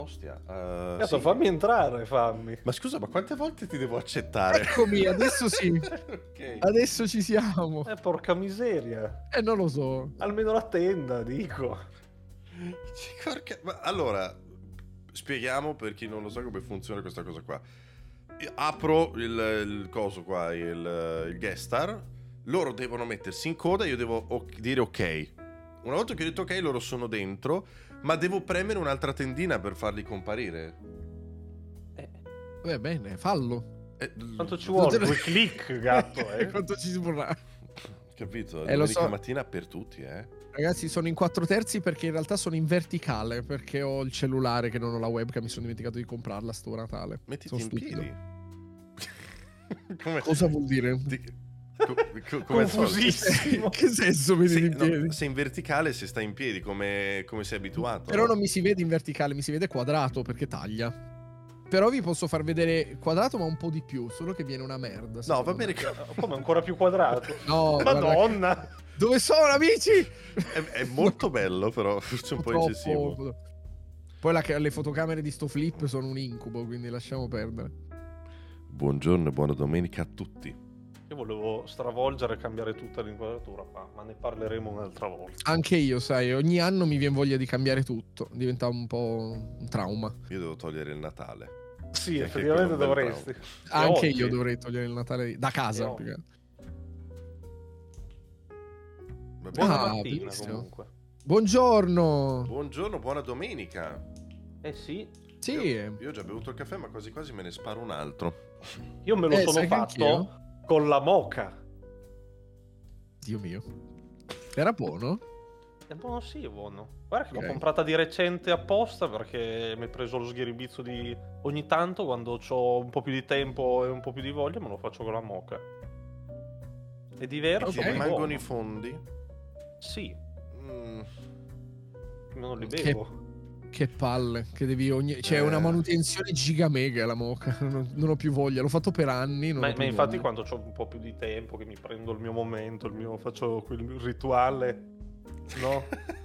Ostia, Cazzo, sì. fammi entrare, fammi. Ma scusa, ma quante volte ti devo accettare? Eccomi, adesso sì. Ok. Adesso ci siamo. Porca miseria. Non lo so. Almeno la tenda, dico. Ma allora, spieghiamo per chi non lo sa come funziona questa cosa qua. Io apro il coso qua, il guest star. Loro devono mettersi in coda, io devo dire ok. Una volta che ho detto ok, loro sono dentro, ma devo premere un'altra tendina per farli comparire. Bene, fallo. Quanto ci vuole? 2 click, gatto, Quanto ci si vorrà? Capito? Lo Domenica so. mattina per tutti, Ragazzi, sono in 4/3 perché in realtà sono in verticale, perché ho il cellulare che non ho la webcam, mi sono dimenticato di comprarla sto Natale. Mettiti Sono in stupido. piedi. Come... Cosa vuol dire? Come al solito. Confusissimo. Che senso mettiti in piedi? No, sei in verticale se stai in piedi, come sei abituato. Però no? non mi si vede in verticale, mi si vede quadrato perché taglia. Però vi posso far vedere quadrato ma un po' di più, solo che viene una merda. No, va secondo bene. me. Come ancora più quadrato? No, guarda Madonna. che- Dove sono, amici? È molto bello, però forse un po' Troppo- eccessivo. Poi le fotocamere di sto flip sono un incubo, quindi lasciamo perdere. Buongiorno e buona domenica a tutti. Io volevo stravolgere e cambiare tutta l'inquadratura, ma ne parleremo un'altra volta. Anche io, sai, ogni anno mi viene voglia di cambiare tutto. Diventa un po' un trauma. Io devo togliere il Natale. Sì, Che effettivamente quello è un bel dovresti. Anche oggi. io dovrei togliere il Natale da casa. E più che- Va bene. Buona Ah, mattina, benissimo. comunque. Buongiorno. Buongiorno, buona domenica. Eh sì, Sì. Io ho già bevuto il caffè, ma quasi quasi me ne sparo un altro. io me lo sono sai che fatto anch'io? con la moka. Dio mio. Era buono? È buono, sì, è buono. Guarda che Ok. l'ho comprata di recente apposta perché mi hai preso lo sghiribizzo di ogni tanto quando ho un po' più di tempo e un po' più di voglia me lo faccio con la moka. È diverso, Ti ma è rimangono buono. i fondi? Sì, Mm, non li Che- bevo. Che palle. Che devi c'è una manutenzione giga mega la moca. Non ho più voglia. L'ho fatto per anni. Non ho Ma più infatti voglia. quando ho un po' più di tempo, che mi prendo il mio momento, faccio quel rituale, no?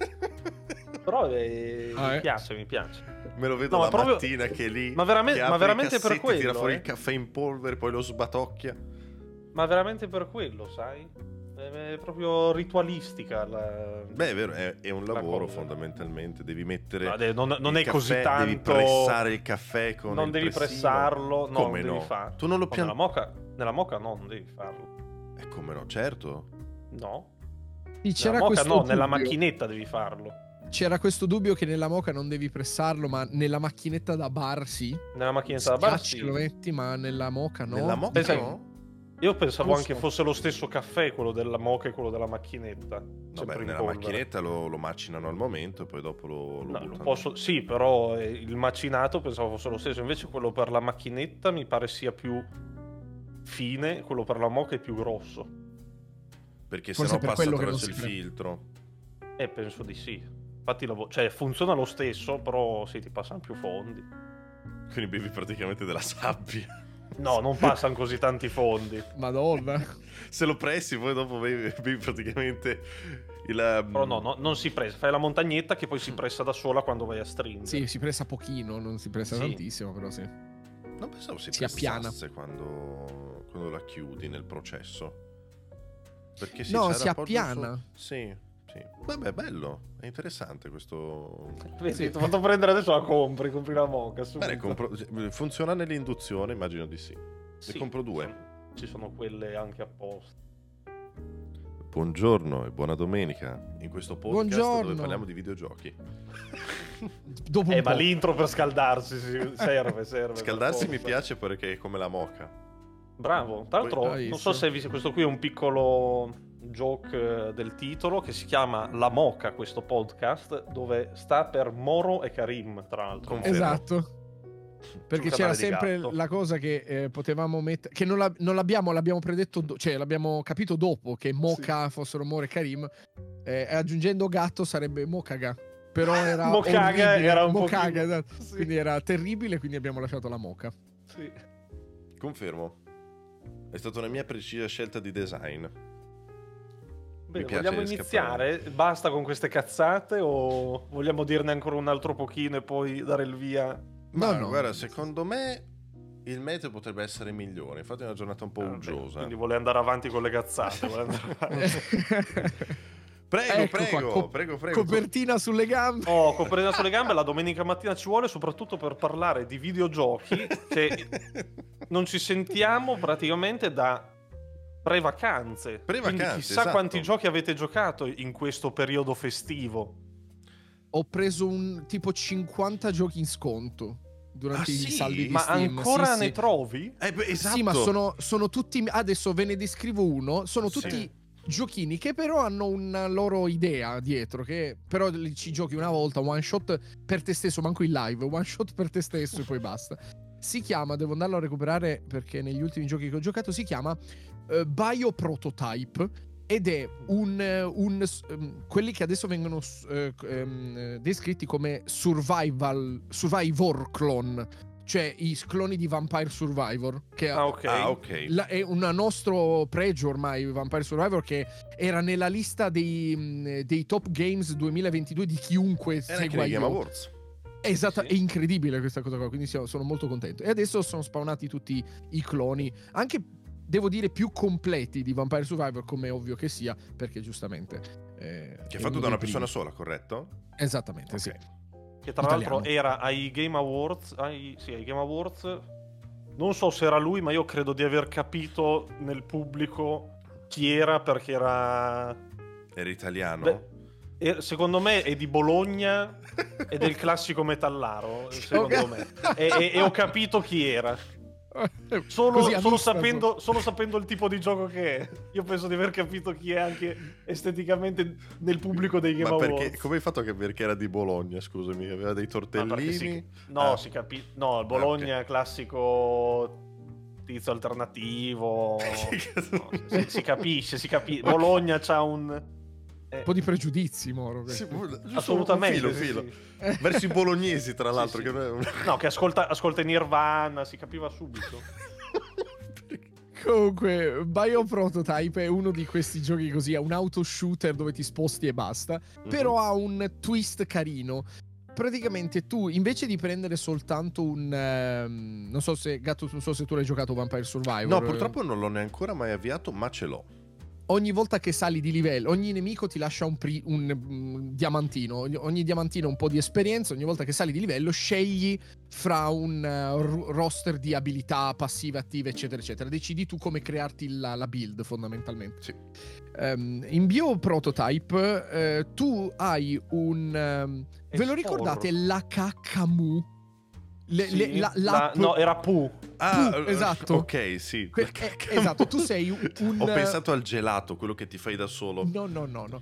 Però mi piace. Me lo vedo No, ma la proprio- mattina che è lì. ma veramente- che apre ma i veramente per cassetti, quello, tira fuori eh? il caffè in polvere, poi lo sbatocchia. Ma veramente per quello, sai? È proprio ritualistica la... Beh, è vero, è un La lavoro cosa. fondamentalmente. Devi mettere. No, non il è così caffè, tanto. Devi pressare il caffè con Non il devi pressino. pressarlo. No, Come non devi no? farlo. Tu non lo No, pian... nella moca no, non devi farlo. Come no, certo. No. Sì, c'era Nella moca questo no, nella dubbio. macchinetta devi farlo. C'era questo dubbio che nella moca non devi pressarlo, ma nella macchinetta da bar sì. Nella macchinetta da bar Schiacci, sì. lo metti, ma nella moca no. Nella moca Pensa- no? Io pensavo Non lo anche so. fosse lo stesso caffè, quello della moca e quello della macchinetta. Sempre Vabbè, in nella polvere. macchinetta lo macinano al momento e poi dopo lo No, buttano. sì, però il macinato pensavo fosse lo stesso. Invece quello per la macchinetta mi pare sia più fine, quello per la moca è più grosso. Perché Forse sennò per passa quello che attraverso il non si filtro. Penso di sì. Infatti, cioè, funziona lo stesso, però sì, ti passano più fondi. Quindi bevi praticamente della sabbia. No, non passano così tanti fondi. Madonna. Se lo pressi, poi dopo bevi praticamente il. Però no, non si pressa. Fai la montagnetta che poi si pressa da sola quando vai a stringere. Sì, si pressa pochino, non si pressa Sì. tantissimo, però sì. Non pensavo si appiana. pressasse quando la chiudi nel processo. Perché sì, No, c'era si proprio appiana. Sì. Vabbè, bello. È interessante questo. Vedi, Sì. ti ho fatto prendere adesso la compri la moca. subito. Bene, funziona nell'induzione? Immagino di sì. Sì, Ne compro 2. Ci sono quelle anche apposta. Buongiorno e buona domenica. In questo podcast Buongiorno. dove parliamo di videogiochi. Dopo un Ma po'. l'intro per scaldarsi serve. Scaldarsi per mi forza. piace perché è come la moca. Bravo. Tra l'altro, Poi- non so se hai visto, questo qui è un piccolo joke del titolo che si chiama La Moca, questo podcast, dove sta per Moro e Karim, tra l'altro. Confermo. Esatto. Perché Sul c'era canale di sempre Gatto. la cosa che potevamo mettere. Che non l'abbiamo predetto, cioè l'abbiamo capito dopo che Moca fossero Moro e Karim. Aggiungendo gatto sarebbe Mocaga. Però era. Mocaga orribile. era un Mocaga, pochino- esatto. sì. Quindi era terribile, quindi abbiamo lasciato la Moca. Sì. Confermo. È stata una mia precisa scelta di design. Bene, piace vogliamo iniziare? Basta con queste cazzate o vogliamo dirne ancora un altro pochino e poi dare il via? Ma No. guarda, secondo me il meteo potrebbe essere migliore. Infatti è una giornata un po' Vabbè, uggiosa. quindi vuole andare avanti con le cazzate. vuole andare avanti. Prego, Ecco qua, prego. copertina sulle gambe. Oh, copertina sulle gambe, la domenica mattina ci vuole soprattutto per parlare di videogiochi che non ci sentiamo praticamente da pre-vacanze. Pre-vacanze, Quindi chissà esatto. quanti giochi avete giocato in questo periodo festivo. Ho preso un tipo 50 giochi in sconto durante Ah, i sì? saldi di Ma Steam. ancora Sì, ne sì. trovi? Beh, esatto. Sì, ma sono tutti. Adesso ve ne descrivo uno. Sono Sì. tutti giochini che però hanno una loro idea dietro. Che però ci giochi una volta, one shot per te stesso, manco in live, one shot per te stesso e poi basta. Si chiama, devo andarlo a recuperare perché negli ultimi giochi che ho giocato si chiama Bioprototype. Ed è quelli che adesso vengono descritti come Survivor clone, cioè i cloni di Vampire Survivor. Che Ok. è un nostro pregio ormai, Vampire Survivor, che era nella lista dei top games 2022 di chiunque Era anche segua nei Game io. Awards. Esatto, Sì. è incredibile questa cosa qua, quindi sono molto contento. E adesso sono spawnati tutti i cloni, anche devo dire più completi di Vampire Survivor, come è ovvio che sia, perché giustamente Che è fatto da una persona sola, corretto? Esattamente, sì. Che tra Italiano. l'altro era ai Game Awards. Ai Game Awards. Non so se era lui, ma io credo di aver capito nel pubblico chi era, perché era. Era italiano? Beh, secondo me è di Bologna ed è il classico metallaro. Secondo me. E ho capito chi era. Solo sapendo il tipo di gioco che è. Io penso di aver capito chi è anche esteticamente nel pubblico dei Game Ma Awards. perché, come hai fatto perché era di Bologna, scusami? Aveva dei Ma tortellini? perché Ah. si capisce. No, il Bologna ok. classico tizio alternativo. Che cazzo? No, si capisce. Bologna c'ha un. Un po' di pregiudizi, Moro. Sì, giusto Assolutamente. un sì, filo. sì. Verso i bolognesi, tra Sì, l'altro. sì. Che non è- No, che ascolta Nirvana, si capiva subito. Comunque, Bioprototype è uno di questi giochi così, è un auto shooter dove ti sposti e basta, però ha un twist carino. Praticamente tu, invece di prendere soltanto un... non so se, Gatto, non so se tu l'hai giocato Vampire Survivor. No, purtroppo non l'ho neanche ancora mai avviato, ma ce l'ho. Ogni volta che sali di livello, ogni nemico ti lascia un diamantino. Ogni diamantino ha un po' di esperienza. Ogni volta che sali di livello, scegli fra un roster di abilità passive, attive, eccetera, eccetera. Decidi tu come crearti la build, fondamentalmente. Sì. In Bioprototype, tu hai un. Ve lo ricordate l'HKMU? Sì, l'app. no, era Pooh. Ah, esatto. Ok, sì. Esatto, tu sei un. Ho pensato al gelato, quello che ti fai da solo. No.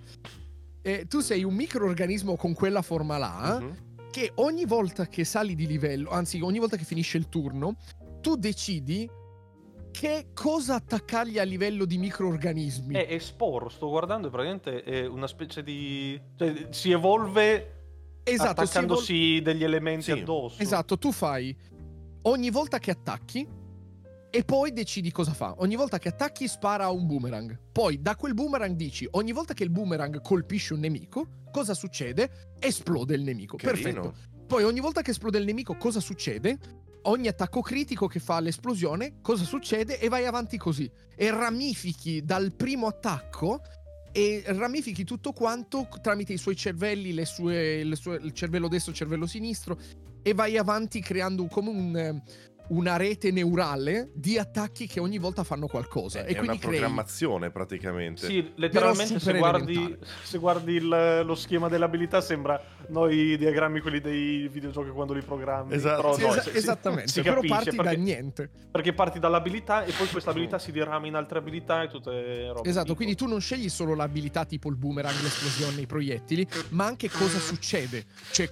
Tu sei un microorganismo con quella forma là, Mhm. che ogni volta che sali di livello, anzi ogni volta che finisce il turno, tu decidi che cosa attaccargli a livello di microorganismi. È Spore, sto guardando, e praticamente è una specie di. Cioè, si evolve Esatto, attaccandosi degli elementi Sì. addosso. Esatto, tu fai ogni volta che attacchi e poi decidi cosa fa. Ogni volta che attacchi spara un boomerang. Poi da quel boomerang dici, ogni volta che il boomerang colpisce un nemico, cosa succede? Esplode il nemico. Carino. Perfetto. Poi ogni volta che esplode il nemico, cosa succede? Ogni attacco critico che fa l'esplosione, cosa succede? E vai avanti così. E ramifichi dal primo attacco e ramifichi tutto quanto tramite i suoi cervelli, il cervello destro, il cervello sinistro, e vai avanti creando come una rete neurale di attacchi che ogni volta fanno qualcosa. È E quindi una programmazione praticamente. Sì, letteralmente super se guardi lo schema delle abilità sembra noi diagrammi quelli dei videogiochi quando li programmi. Esatto. Però no, Esattamente, si però capisce, parti da perché, niente. perché parti dall'abilità e poi questa abilità si dirama in altre abilità e tutte robe. Esatto, tipo. quindi tu non scegli solo l'abilità tipo il boomerang, l'esplosione, i proiettili, ma anche cosa succede. Cioè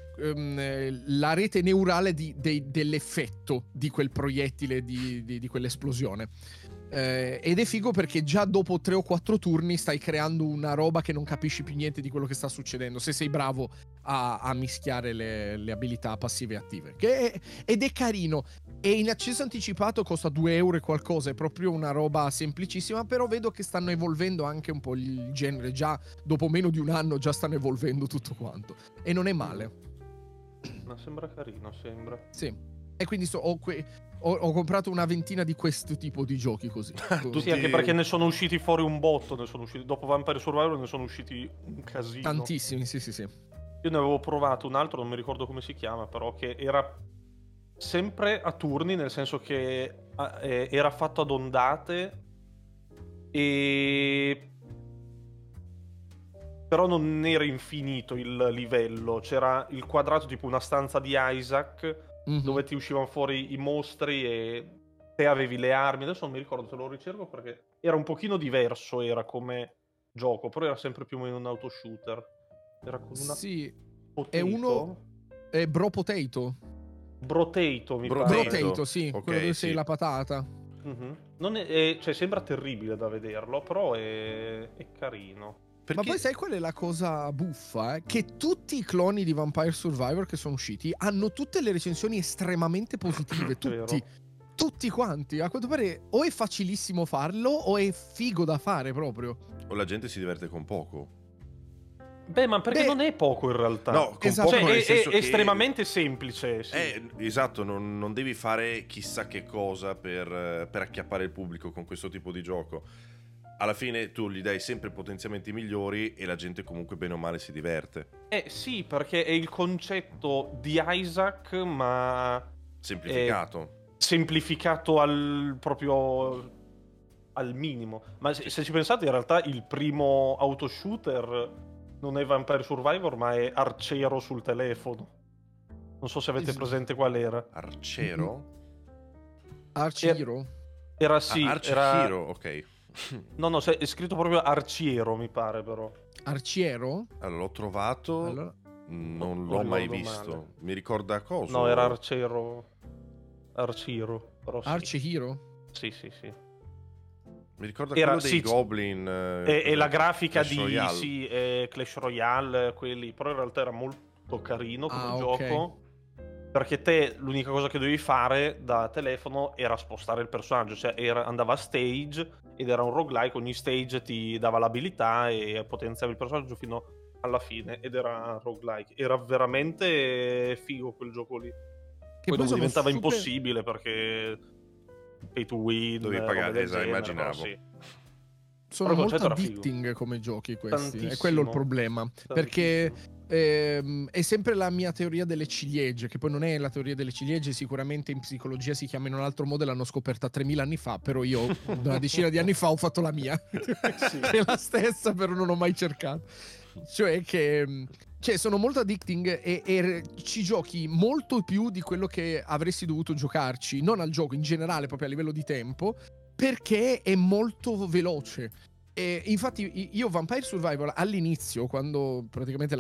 la rete neurale dell'effetto di quel proiettile, di quell'esplosione. Ed è figo perché già dopo 3 o 4 turni stai creando una roba che non capisci più niente di quello che sta succedendo, se sei bravo a mischiare le abilità passive e attive. Ed è carino. E in accesso anticipato costa 2 euro e qualcosa, è proprio una roba semplicissima, però vedo che stanno evolvendo anche un po' il genere, già dopo meno di un anno già stanno evolvendo tutto quanto, e non è male. Ma sembra carino, sembra. Sì, e quindi ho comprato una ventina di questo tipo di giochi così. Sì, anche perché ne sono usciti fuori un botto, dopo Vampire Survivor ne sono usciti un casino. Tantissimi, sì. Io ne avevo provato un altro, non mi ricordo come si chiama, però che era sempre a turni, nel senso che era fatto ad ondate e però non era infinito il livello, c'era il quadrato tipo una stanza di Isaac dove ti uscivano fuori i mostri e te avevi le armi. Adesso non mi ricordo, se lo ricerco perché era un pochino diverso, era come gioco, però era sempre più o meno un autoshooter. Era con una potato. È Bro Potato. Brotato, mi pare. Brotato, sì, okay, quello dove sì. sei la patata. Non cioè, sembra terribile da vederlo, però è carino. Perché... Ma poi sai qual è la cosa buffa? Che tutti i cloni di Vampire Survivor che sono usciti hanno tutte le recensioni estremamente positive. Tutti quanti. A quanto pare o è facilissimo farlo o è figo da fare proprio. O la gente si diverte con poco. Beh, ma perché non è poco in realtà. No, con esatto. poco cioè, nel senso è che... estremamente semplice. Sì. Esatto, non devi fare chissà che cosa per acchiappare il pubblico con questo tipo di gioco. Alla fine tu gli dai sempre potenziamenti migliori e la gente comunque bene o male si diverte. Sì, perché è il concetto di Isaac, ma... semplificato proprio al minimo. Ma se ci pensate, in realtà il primo autoshooter non è Vampire Survivor, ma è Arciero sul telefono. Non so se avete presente qual era. Arciero? Arciero? Era sì. Arciero, ok. No, è scritto proprio Arciero, mi pare, però. Arciero? Allora, l'ho trovato, non l'ho mai visto. Male. Mi ricorda cosa? No, era Arciero, però sì. Arcihero? Sì. Mi ricorda quello dei Goblin. E la grafica Clash di Royale. Clash Royale, quelli, però in realtà era molto carino come gioco. Okay. Perché te l'unica cosa che dovevi fare da telefono era spostare il personaggio, cioè andava a stage ed era un roguelike, ogni stage ti dava l'abilità e potenziavi il personaggio fino alla fine ed era roguelike. Era veramente figo quel gioco lì. Poi dopo diventava impossibile perché pay to win, dovevi pagare, immaginavo. Sì. Sono molto addicting come giochi questi, tantissimo. È quello il problema. Tantissimo. Perché è sempre la mia teoria delle ciliegie, che poi non è la teoria delle ciliegie, sicuramente in psicologia si chiama in un altro modo e l'hanno scoperta 3000 anni fa, però io una decina di anni fa ho fatto la mia, Sì. è la stessa, però non ho mai cercato. Cioè che sono molto addicting e ci giochi molto più di quello che avresti dovuto giocarci, non al gioco in generale, proprio a livello di tempo, perché è molto veloce. E infatti io Vampire Survivor all'inizio, quando praticamente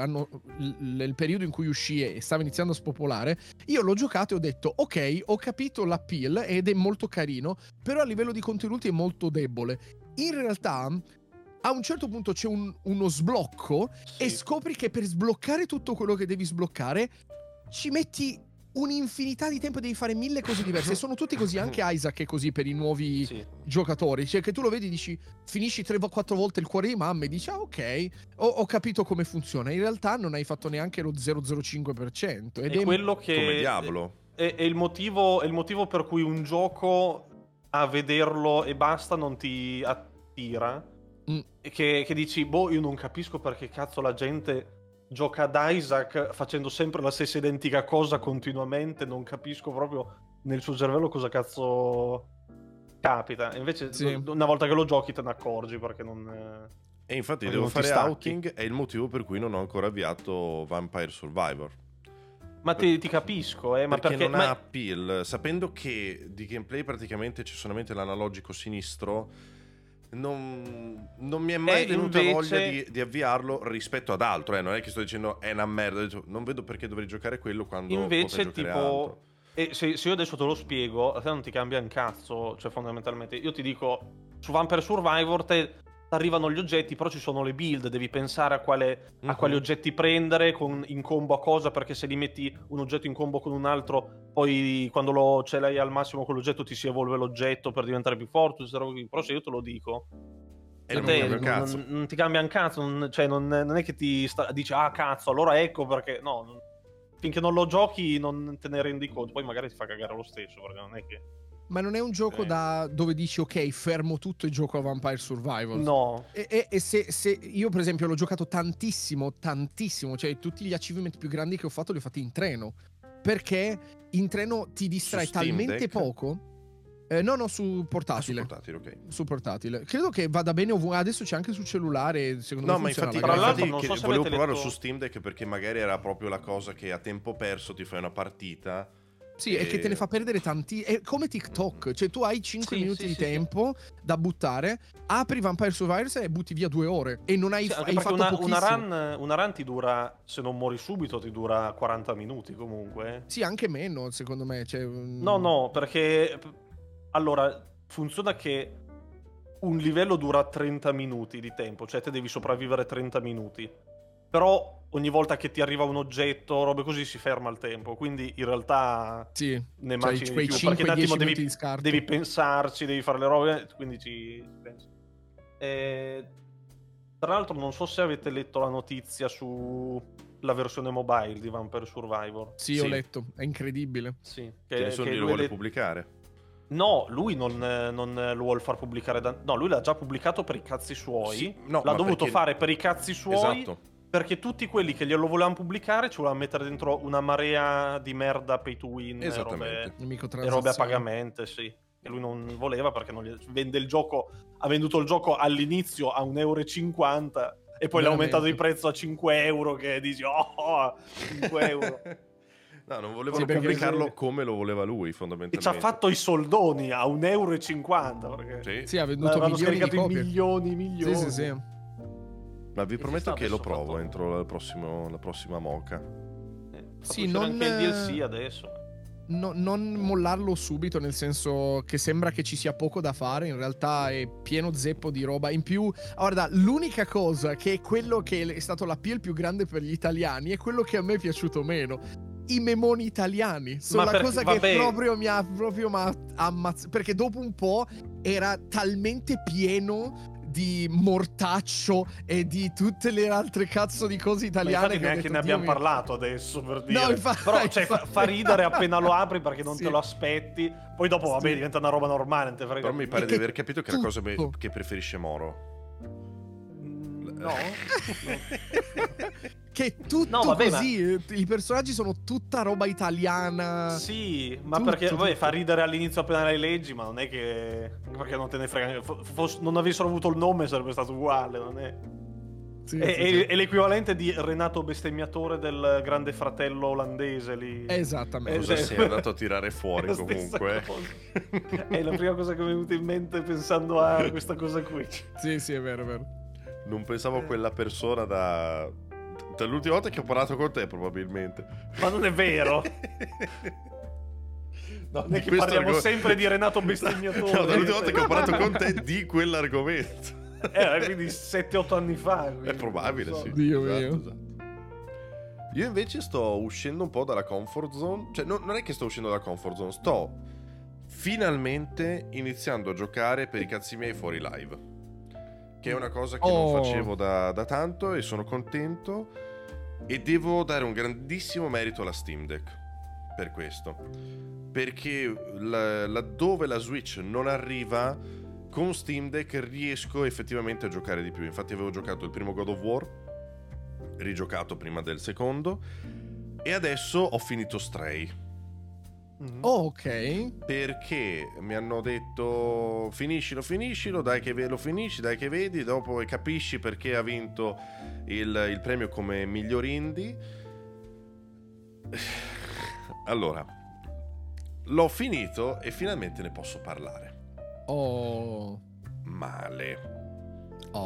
il periodo in cui uscì e stava iniziando a spopolare, io l'ho giocato e ho detto ok, ho capito l'appeal ed è molto carino, però a livello di contenuti è molto debole. In realtà a un certo punto c'è uno sblocco, Sì. e scopri che per sbloccare tutto quello che devi sbloccare ci metti un'infinità di tempo, devi fare 1000 cose diverse. Sono tutti così, anche Isaac è così per i nuovi giocatori, cioè che tu lo vedi, dici finisci 3-4 volte il cuore di mamma e dici ok, ho capito come funziona. In realtà non hai fatto neanche lo 0,05% ed è quello che come diavolo. È il motivo per cui un gioco a vederlo e basta non ti attira. Che dici, io non capisco perché cazzo la gente gioca ad Isaac facendo sempre la stessa identica cosa continuamente, non capisco proprio nel suo cervello cosa cazzo capita. Invece una volta che lo giochi te ne accorgi, perché non... E infatti devo fare outing, è il motivo per cui non ho ancora avviato Vampire Survivor. Ma ti capisco, ma perché non ha appeal, sapendo che di gameplay praticamente c'è solamente l'analogico sinistro. Non mi è mai venuta voglia di avviarlo rispetto ad altro, non è che sto dicendo è una merda, non vedo perché dovrei giocare quello quando invece potrei giocare altro. Se io adesso te lo spiego, a te non ti cambia un cazzo, cioè fondamentalmente io ti dico su Vampire Survivor te arrivano gli oggetti, però ci sono le build, devi pensare a quali oggetti prendere, in combo a cosa, perché se li metti un oggetto in combo con un altro, poi quando ce l'hai al massimo quell'oggetto ti si evolve l'oggetto per diventare più forte, però se io te lo dico, non ti cambia un cazzo, non è che dici cazzo, allora ecco perché, no, finché non lo giochi non te ne rendi conto, poi magari ti fa cagare lo stesso, perché non è che... Ma non è un gioco dove dici ok, fermo tutto e gioco a Vampire Survivors. No. E se io per esempio l'ho giocato tantissimo, cioè tutti gli achievement più grandi che ho fatto li ho fatti in treno. Perché in treno ti distrai talmente poco. No, su portatile. Su portatile, ok. Su portatile. Credo che vada bene ovunque. Adesso c'è anche su cellulare. Secondo me ma infatti, tra l'altro non so se volevo provarlo su Steam Deck perché magari era proprio la cosa che a tempo perso ti fai una partita. Sì, e che te ne fa perdere tanti. È come TikTok, cioè tu hai 5 minuti di tempo da buttare, apri Vampire Survivors e butti via 2 ore. E non hai fatto pochissimo. Una run ti dura, se non muori subito, ti dura 40 minuti comunque. Sì, anche meno, secondo me. Cioè, No, perché... Allora, funziona che un livello dura 30 minuti di tempo, cioè te devi sopravvivere 30 minuti. Però ogni volta che ti arriva un oggetto, robe così, si ferma il tempo. Quindi in realtà ne macini di più. Perché un attimo devi pensarci, devi fare le robe, quindi ci pensi. Tra l'altro non so se avete letto la notizia sulla versione mobile di Vampire Survivor. Sì, ho letto, è incredibile. Sì, che nessuno lo vuole pubblicare. No, lui non lo vuole far pubblicare no, lui l'ha già pubblicato per i cazzi suoi. Sì, l'ha dovuto fare per i cazzi suoi. Esatto. Perché tutti quelli che glielo volevano pubblicare ci volevano mettere dentro una marea di merda pay to win e robe a pagamento, sì. E lui non voleva perché non vende il gioco. Ha venduto il gioco all'inizio a 1,50 € e poi l'ha aumentato di prezzo a 5 €, che dici 5 €. No, non volevano pubblicarlo come lo voleva lui, fondamentalmente. E ci ha fatto i soldoni a 1,50 € perché sì, ha venduto milioni di copie. milioni. Sì. Ma vi prometto che lo provo entro la prossima moca. Sì, non anche il DLC adesso. Non mollarlo subito, nel senso che sembra che ci sia poco da fare, in realtà è pieno zeppo di roba. In più, guarda, l'unica cosa che è quello che è stato l'appeal più grande per gli italiani è quello che a me è piaciuto meno. I memoni italiani sono la cosa che proprio mi ha ammazzato, perché dopo un po' era talmente pieno di mortaccio e di tutte le altre cazzo di cose italiane che neanche ne abbiamo parlato adesso, per dire. No, infatti, però fa ridere appena lo apri perché non te lo aspetti, poi dopo diventa una roba normale, non te frega. Però mi pare di aver capito che è la cosa che preferisce Moro. No. Che è tutto così, i personaggi sono tutta roba italiana. Sì, ma perché fa ridere all'inizio appena le leggi, ma non è che perché non te ne frega. Non avessero avuto il nome sarebbe stato uguale, non è? Sì, è l'equivalente di Renato bestemmiatore del Grande Fratello olandese lì. Esattamente. Cosa sei andato a tirare fuori comunque? È la prima cosa che mi è venuta in mente pensando a questa cosa qui. Sì, è vero. Non pensavo a quella persona dall'ultima volta che ho parlato con te, probabilmente. Ma non è vero. Non è che parliamo sempre di Renato bestemmiatore. No, dall'ultima volta che ho parlato con te di quell'argomento. Quindi 7-8 anni fa. È probabile, sì. Dio mio. Esatto. Io invece sto uscendo un po' dalla comfort zone. Cioè, non è che sto uscendo dalla comfort zone, sto finalmente iniziando a giocare per i cazzi miei fuori live. Che è una cosa che non facevo da tanto e sono contento. E devo dare un grandissimo merito alla Steam Deck per questo. Perché laddove la Switch non arriva, con Steam Deck riesco effettivamente a giocare di più. Infatti avevo giocato il primo God of War, rigiocato prima del secondo, e adesso ho finito Stray. Ok. Perché mi hanno detto finiscilo, dai che lo finisci, dai che vedi, dopo capisci perché ha vinto il premio come miglior indie. Allora, l'ho finito e finalmente ne posso parlare. Male.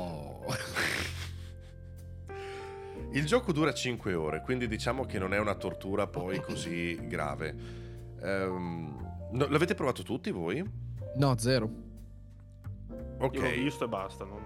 Il gioco dura 5 ore, quindi diciamo che non è una tortura poi così grave. L'avete provato tutti voi? No, 0. Ok. Io l'ho visto e basta, non lo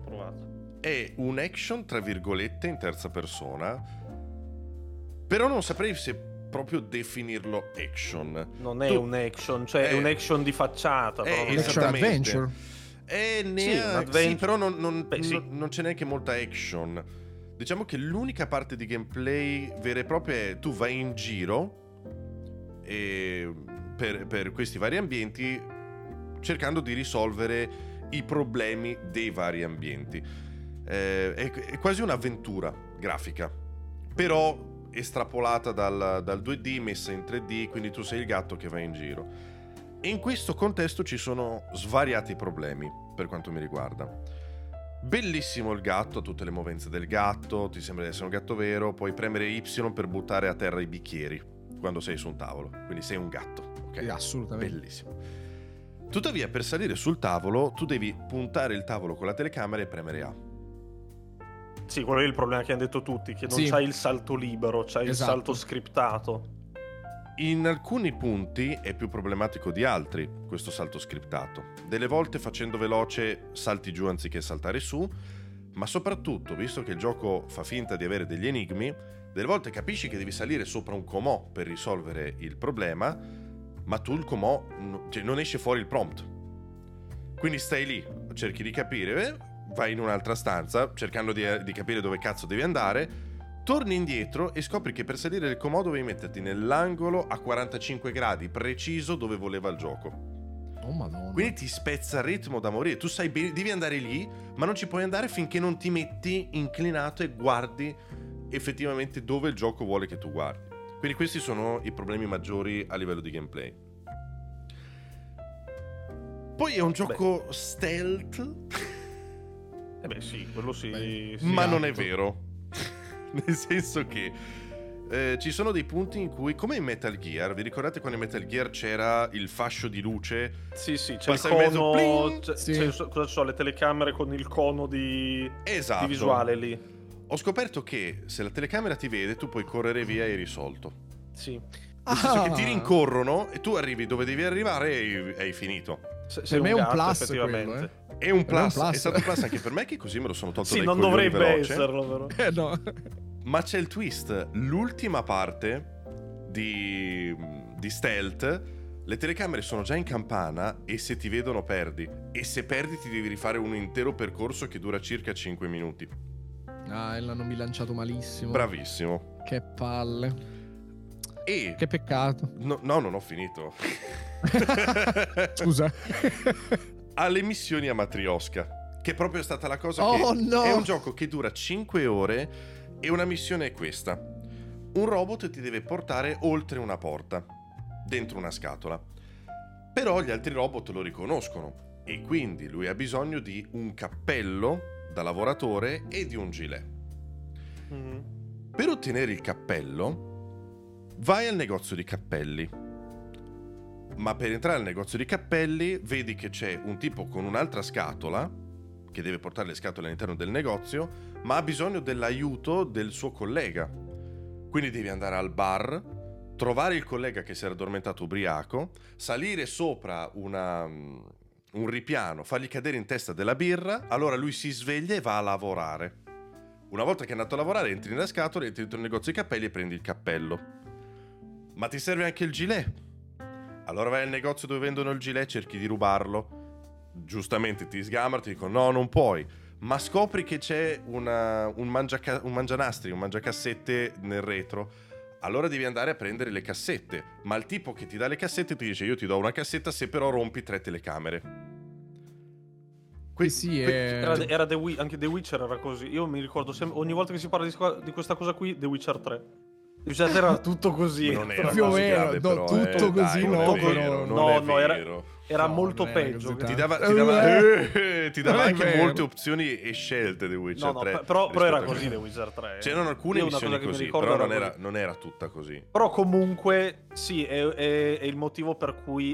provato. È un action, tra virgolette, in terza persona, però non saprei se proprio definirlo action. Non è un action, cioè è un action di facciata. Però un action adventure. Sì, però non c'è neanche molta action. Diciamo che l'unica parte di gameplay vera e propria è tu vai in giro per questi vari ambienti cercando di risolvere i problemi dei vari ambienti. È quasi un'avventura grafica, però estrapolata dal 2D, messa in 3D, quindi tu sei il gatto che va in giro. E in questo contesto ci sono svariati problemi per quanto mi riguarda. Bellissimo il gatto, tutte le movenze del gatto, ti sembra di essere un gatto vero, puoi premere Y per buttare a terra i bicchieri quando sei su un tavolo, quindi sei un gatto, ok? Assolutamente. Bellissimo. Tuttavia, per salire sul tavolo, tu devi puntare il tavolo con la telecamera e premere A. Sì, quello è il problema che hanno detto tutti, che non c'hai il salto libero, c'hai il salto scriptato. In alcuni punti è più problematico di altri questo salto scriptato. Delle volte facendo veloce salti giù anziché saltare su, ma soprattutto, visto che il gioco fa finta di avere degli enigmi, delle volte capisci che devi salire sopra un comò per risolvere il problema, ma tu il comò, cioè non esce fuori il prompt. Quindi stai lì, cerchi di capire, vai in un'altra stanza cercando di capire dove cazzo devi andare, torni indietro e scopri che per salire il comò dovevi metterti nell'angolo a 45 gradi preciso dove voleva il gioco. Oh madonna. Quindi ti spezza il ritmo da morire. Tu sai bene, devi andare lì, ma non ci puoi andare finché non ti metti inclinato e guardi effettivamente dove il gioco vuole che tu guardi. Quindi questi sono i problemi maggiori a livello di gameplay. Poi è un gioco stealth. Sì, quello sì. Ma non è vero. Nel senso che ci sono dei punti in cui, come in Metal Gear, vi ricordate quando in Metal Gear c'era il fascio di luce? Sì, c'è il cono, cosa so, le telecamere con il cono di visuale lì. Ho scoperto che se la telecamera ti vede tu puoi correre via e hai risolto. Sì. Nel senso che ti rincorrono e tu arrivi dove devi arriare e hai finito. Per me è un plus effettivamente. Quello, È un plus, è stato un plus anche per me, che così me lo sono tolto dai coglioni non dovrebbe veloce. esserlo, però. No. Ma c'è il twist. L'ultima parte di stealth, le telecamere sono già in campana e se ti vedono perdi. E se perdi ti devi rifare un intero percorso che dura circa 5 minuti. Ah, l'hanno bilanciato malissimo. Bravissimo. Che palle. E che peccato. No, non ho finito. Scusa. Alle missioni a Matrioska, che è proprio stata la cosa no. È un gioco che dura 5 ore e una missione è questa. Un robot ti deve portare oltre una porta, dentro una scatola. Però gli altri robot lo riconoscono e quindi lui ha bisogno di un cappello da lavoratore e di un gilet. Per ottenere il cappello vai al negozio di cappelli. Ma per entrare al negozio di cappelli vedi che c'è un tipo con un'altra scatola che deve portare le scatole all'interno del negozio, ma ha bisogno dell'aiuto del suo collega. Quindi devi andare al bar, trovare il collega che si era addormentato ubriaco, salire sopra un ripiano, fargli cadere in testa della birra, allora lui si sveglia e va a lavorare. Una volta che è andato a lavorare entri nella scatola, entri dentro il negozio di cappelli e prendi il cappello. Ma ti serve anche il gilet. Allora vai al negozio dove vendono il gilet, cerchi di rubarlo. Giustamente ti sgamano, ti dicono no, non puoi. Ma scopri che c'è un mangianastri, un mangiacassette nel retro. Allora devi andare a prendere le cassette. Ma il tipo che ti dà le cassette ti dice io ti do una cassetta se però rompi 3 telecamere. Era anche The Witcher era così. Io mi ricordo ogni volta che si parla di questa cosa qui, The Witcher 3. Era tutto così. Non era più vero, però, tutto così, era molto peggio. Ti dava anche molte opzioni e scelte The Witcher 3. Però era così The Witcher 3. C'erano alcune missioni così, però non era tutta così. Però comunque sì, è il motivo per cui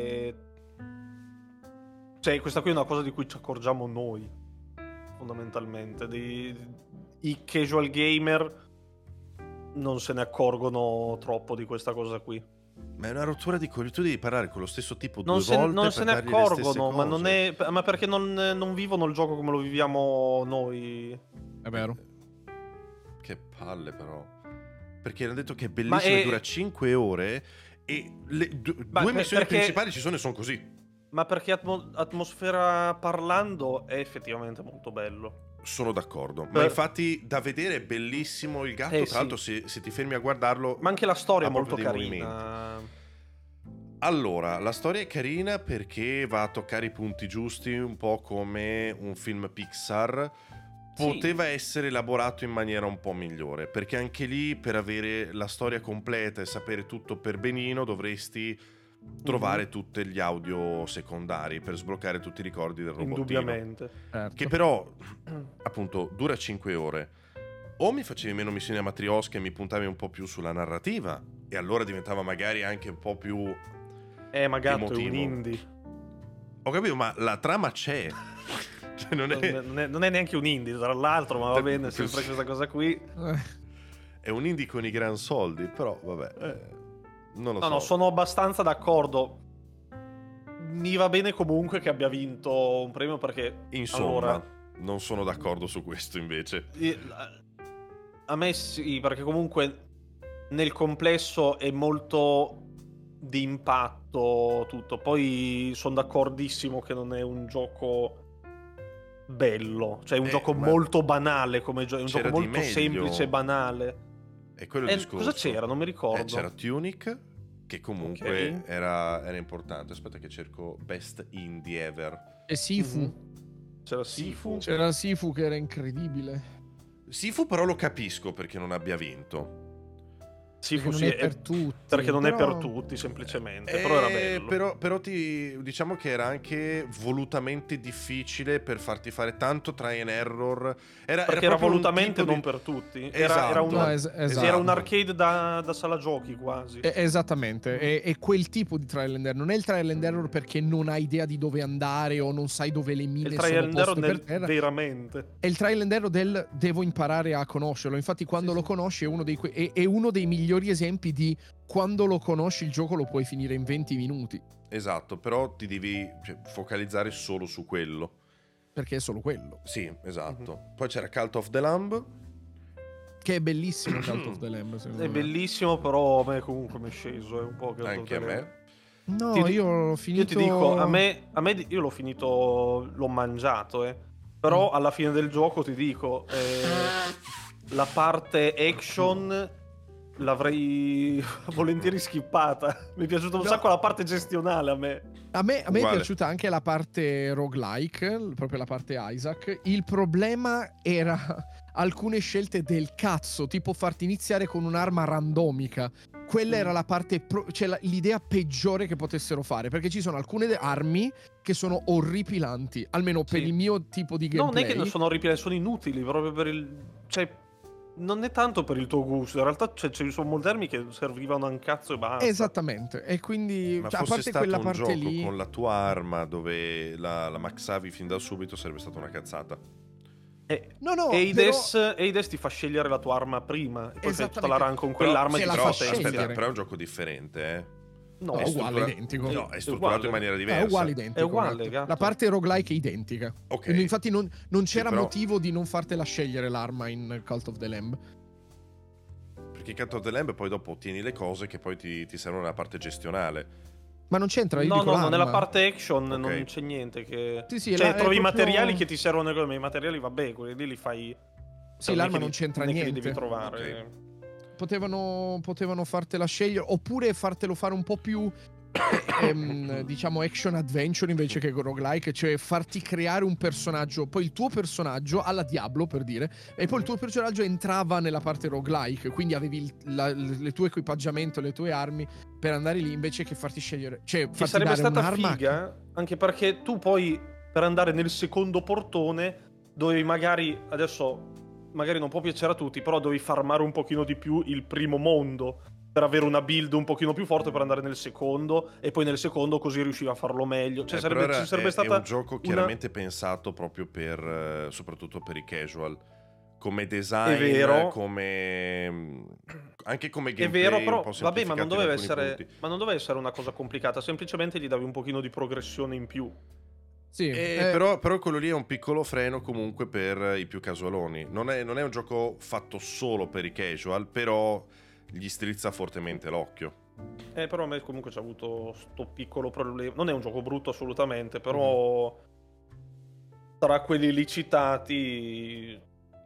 cioè questa qui è una cosa di cui ci accorgiamo noi fondamentalmente. I casual gamer non se ne accorgono troppo di questa cosa qui. Ma è una rottura di coglioni. Tu devi parlare con lo stesso tipo Non due se, volte non per se ne dargli le stesse accorgono, ma, non cose. è, ma perché non vivono il gioco come lo viviamo noi. È vero. Che palle però. Perché hanno detto che è Ma bellissimo e è- dura 5 ore e le Ma due per- missioni perché- principali ci sono e sono così. Ma perché atmosfera parlando è effettivamente molto bello. Sono d'accordo. Ma Per- infatti da vedere è bellissimo il gatto. Tra sì. l'altro se ti fermi a guardarlo... Ma anche la storia è ha molto proprio dei carina. Allora, la storia è carina perché va a toccare i punti giusti, un po' come un film Pixar. Sì. Poteva essere elaborato in maniera un po' migliore, perché anche lì per avere la storia completa e sapere tutto per benino dovresti trovare tutti gli audio secondari per sbloccare tutti i ricordi del robottino. Indubbiamente. Certo. Che però, appunto, dura 5 ore. O mi facevi meno missioni a matriosca e mi puntavi un po' più sulla narrativa, e allora diventava magari anche un po' più... Ma gatto è un emotivo. indie. Ho capito, ma la trama c'è. Cioè, non è... Non è neanche un indie, tra l'altro, ma va bene, sempre questa cosa qui. È un indie con i gran soldi, però vabbè, non lo so. No, sono abbastanza d'accordo. Mi va bene comunque che abbia vinto un premio perché... Insomma, allora, non sono d'accordo su questo invece. a me sì, perché comunque nel complesso è molto di impatto tutto. Poi sono d'accordissimo che non è un gioco bello, cioè è un gioco ma molto banale come gioco, è un c'era gioco di molto meglio. semplice e banale. È quello il discorso. Cosa c'era? Non mi ricordo. C'era Tunic, che comunque Ok. era importante. Aspetta che cerco Best Indie Ever. E Sifu. Mhm. C'era Sifu. C'era Sifu che era incredibile. Sifu però lo capisco perché non abbia vinto. Sifu Perché sì, non è per tutti. perché non è però- per tutti semplicemente, però era bello. Però diciamo che era anche volutamente difficile per farti fare tanto try and error. Era Perché era proprio un volutamente tipo non di- per tutti. Esatto. Era, No, era esatto. un arcade da sala giochi quasi. Esattamente, è quel tipo di trial and error. Non è il trial and error perché non hai idea di dove andare o non sai dove le mine Il sono trial and error poste per terra. veramente. È il trial and error del devo imparare a conoscerlo. Infatti quando Sì, lo sì. conosci è uno dei migliori esempi di quando lo conosci il gioco lo puoi finire in 20 minuti. Esatto, però ti devi focalizzare solo su quello. Perché è solo quello. Sì, esatto. Poi c'era Cult of the Lamb. Che è bellissimo Cult of the Lamb, secondo È me. bellissimo, però a me comunque mi è sceso. È un po' che Anche a me. No, Ti- io l'ho Io finito. ti dico, a me io l'ho finito, l'ho mangiato, Però alla fine del gioco ti dico, la parte action l'avrei volentieri skippata. Mi è piaciuta un No. sacco la parte gestionale a me. A me è Uguale. piaciuta anche la parte roguelike, proprio la parte Isaac. Il problema era alcune scelte del cazzo, tipo farti iniziare con un'arma randomica. Quella era la parte, cioè l'idea peggiore che potessero fare, perché ci sono alcune armi che sono orripilanti, almeno per Sì. il mio tipo di No, non gameplay. è che non sono orribili, sono inutili, proprio per il... Cioè, non è tanto per il tuo gusto, in realtà ci sono molte armi che servivano a un cazzo e basta. Esattamente, e quindi Ma cioè, a fosse parte stato quella un parte gioco lì. con la tua arma dove la maxavi fin da subito sarebbe stata una cazzata. No, Eides ti fa scegliere la tua arma prima e poi fai tutta la run con quell'arma se e la ti fa fa Però, scegliere. aspetta, però è un gioco differente, eh. No, No, È uguale, struttura- identico. No, è È strutturato uguale. in maniera È diversa. uguale identico. È uguale, gatto. gatto. La parte roguelike è identica. Ok. E infatti non c'era però- motivo di non fartela scegliere l'arma in Cult of the Lamb. Perché Cult of the Lamb poi dopo ottieni le cose che poi ti servono nella parte gestionale. Ma non c'entra, io no, dico no, l'arma. nella parte action Ok. non c'è niente che... Sì, sì, cioè, là è trovi i proprio- materiali che ti servono come i materiali, vabbè, quelli lì li fai... Sì, l'arma non c'entra non è che niente. li devi trovare. Potevano fartela scegliere, oppure fartelo fare un po' più diciamo action adventure invece che roguelike, cioè farti creare un personaggio, poi il tuo personaggio alla Diablo per dire, e poi il tuo personaggio entrava nella parte roguelike, quindi avevi il tuo equipaggiamento, le tue armi per andare lì invece che farti scegliere, cioè Che farti sarebbe dare stata un'arma. figa, anche perché tu poi per andare nel secondo portone dovevi magari, adesso magari non può piacere a tutti, però dovevi farmare un pochino di più il primo mondo per avere una build un pochino più forte per andare nel secondo, e poi nel secondo così riuscivi a farlo meglio. Cioè Però ci sarebbe è stata un gioco chiaramente pensato proprio per soprattutto per i casual. come design, È vero. anche come È gameplay. vero, un però po' vabbè, ma non semplificati in doveva alcuni essere, punti. ma non doveva essere una cosa complicata, semplicemente gli davi un pochino di progressione in più. Sì, Però quello lì è un piccolo freno comunque per i più casualoni. Non è un gioco fatto solo per i casual, però gli strizza fortemente l'occhio. Però a me comunque c'è avuto sto piccolo problema. Non è un gioco brutto assolutamente, però tra quelli licitati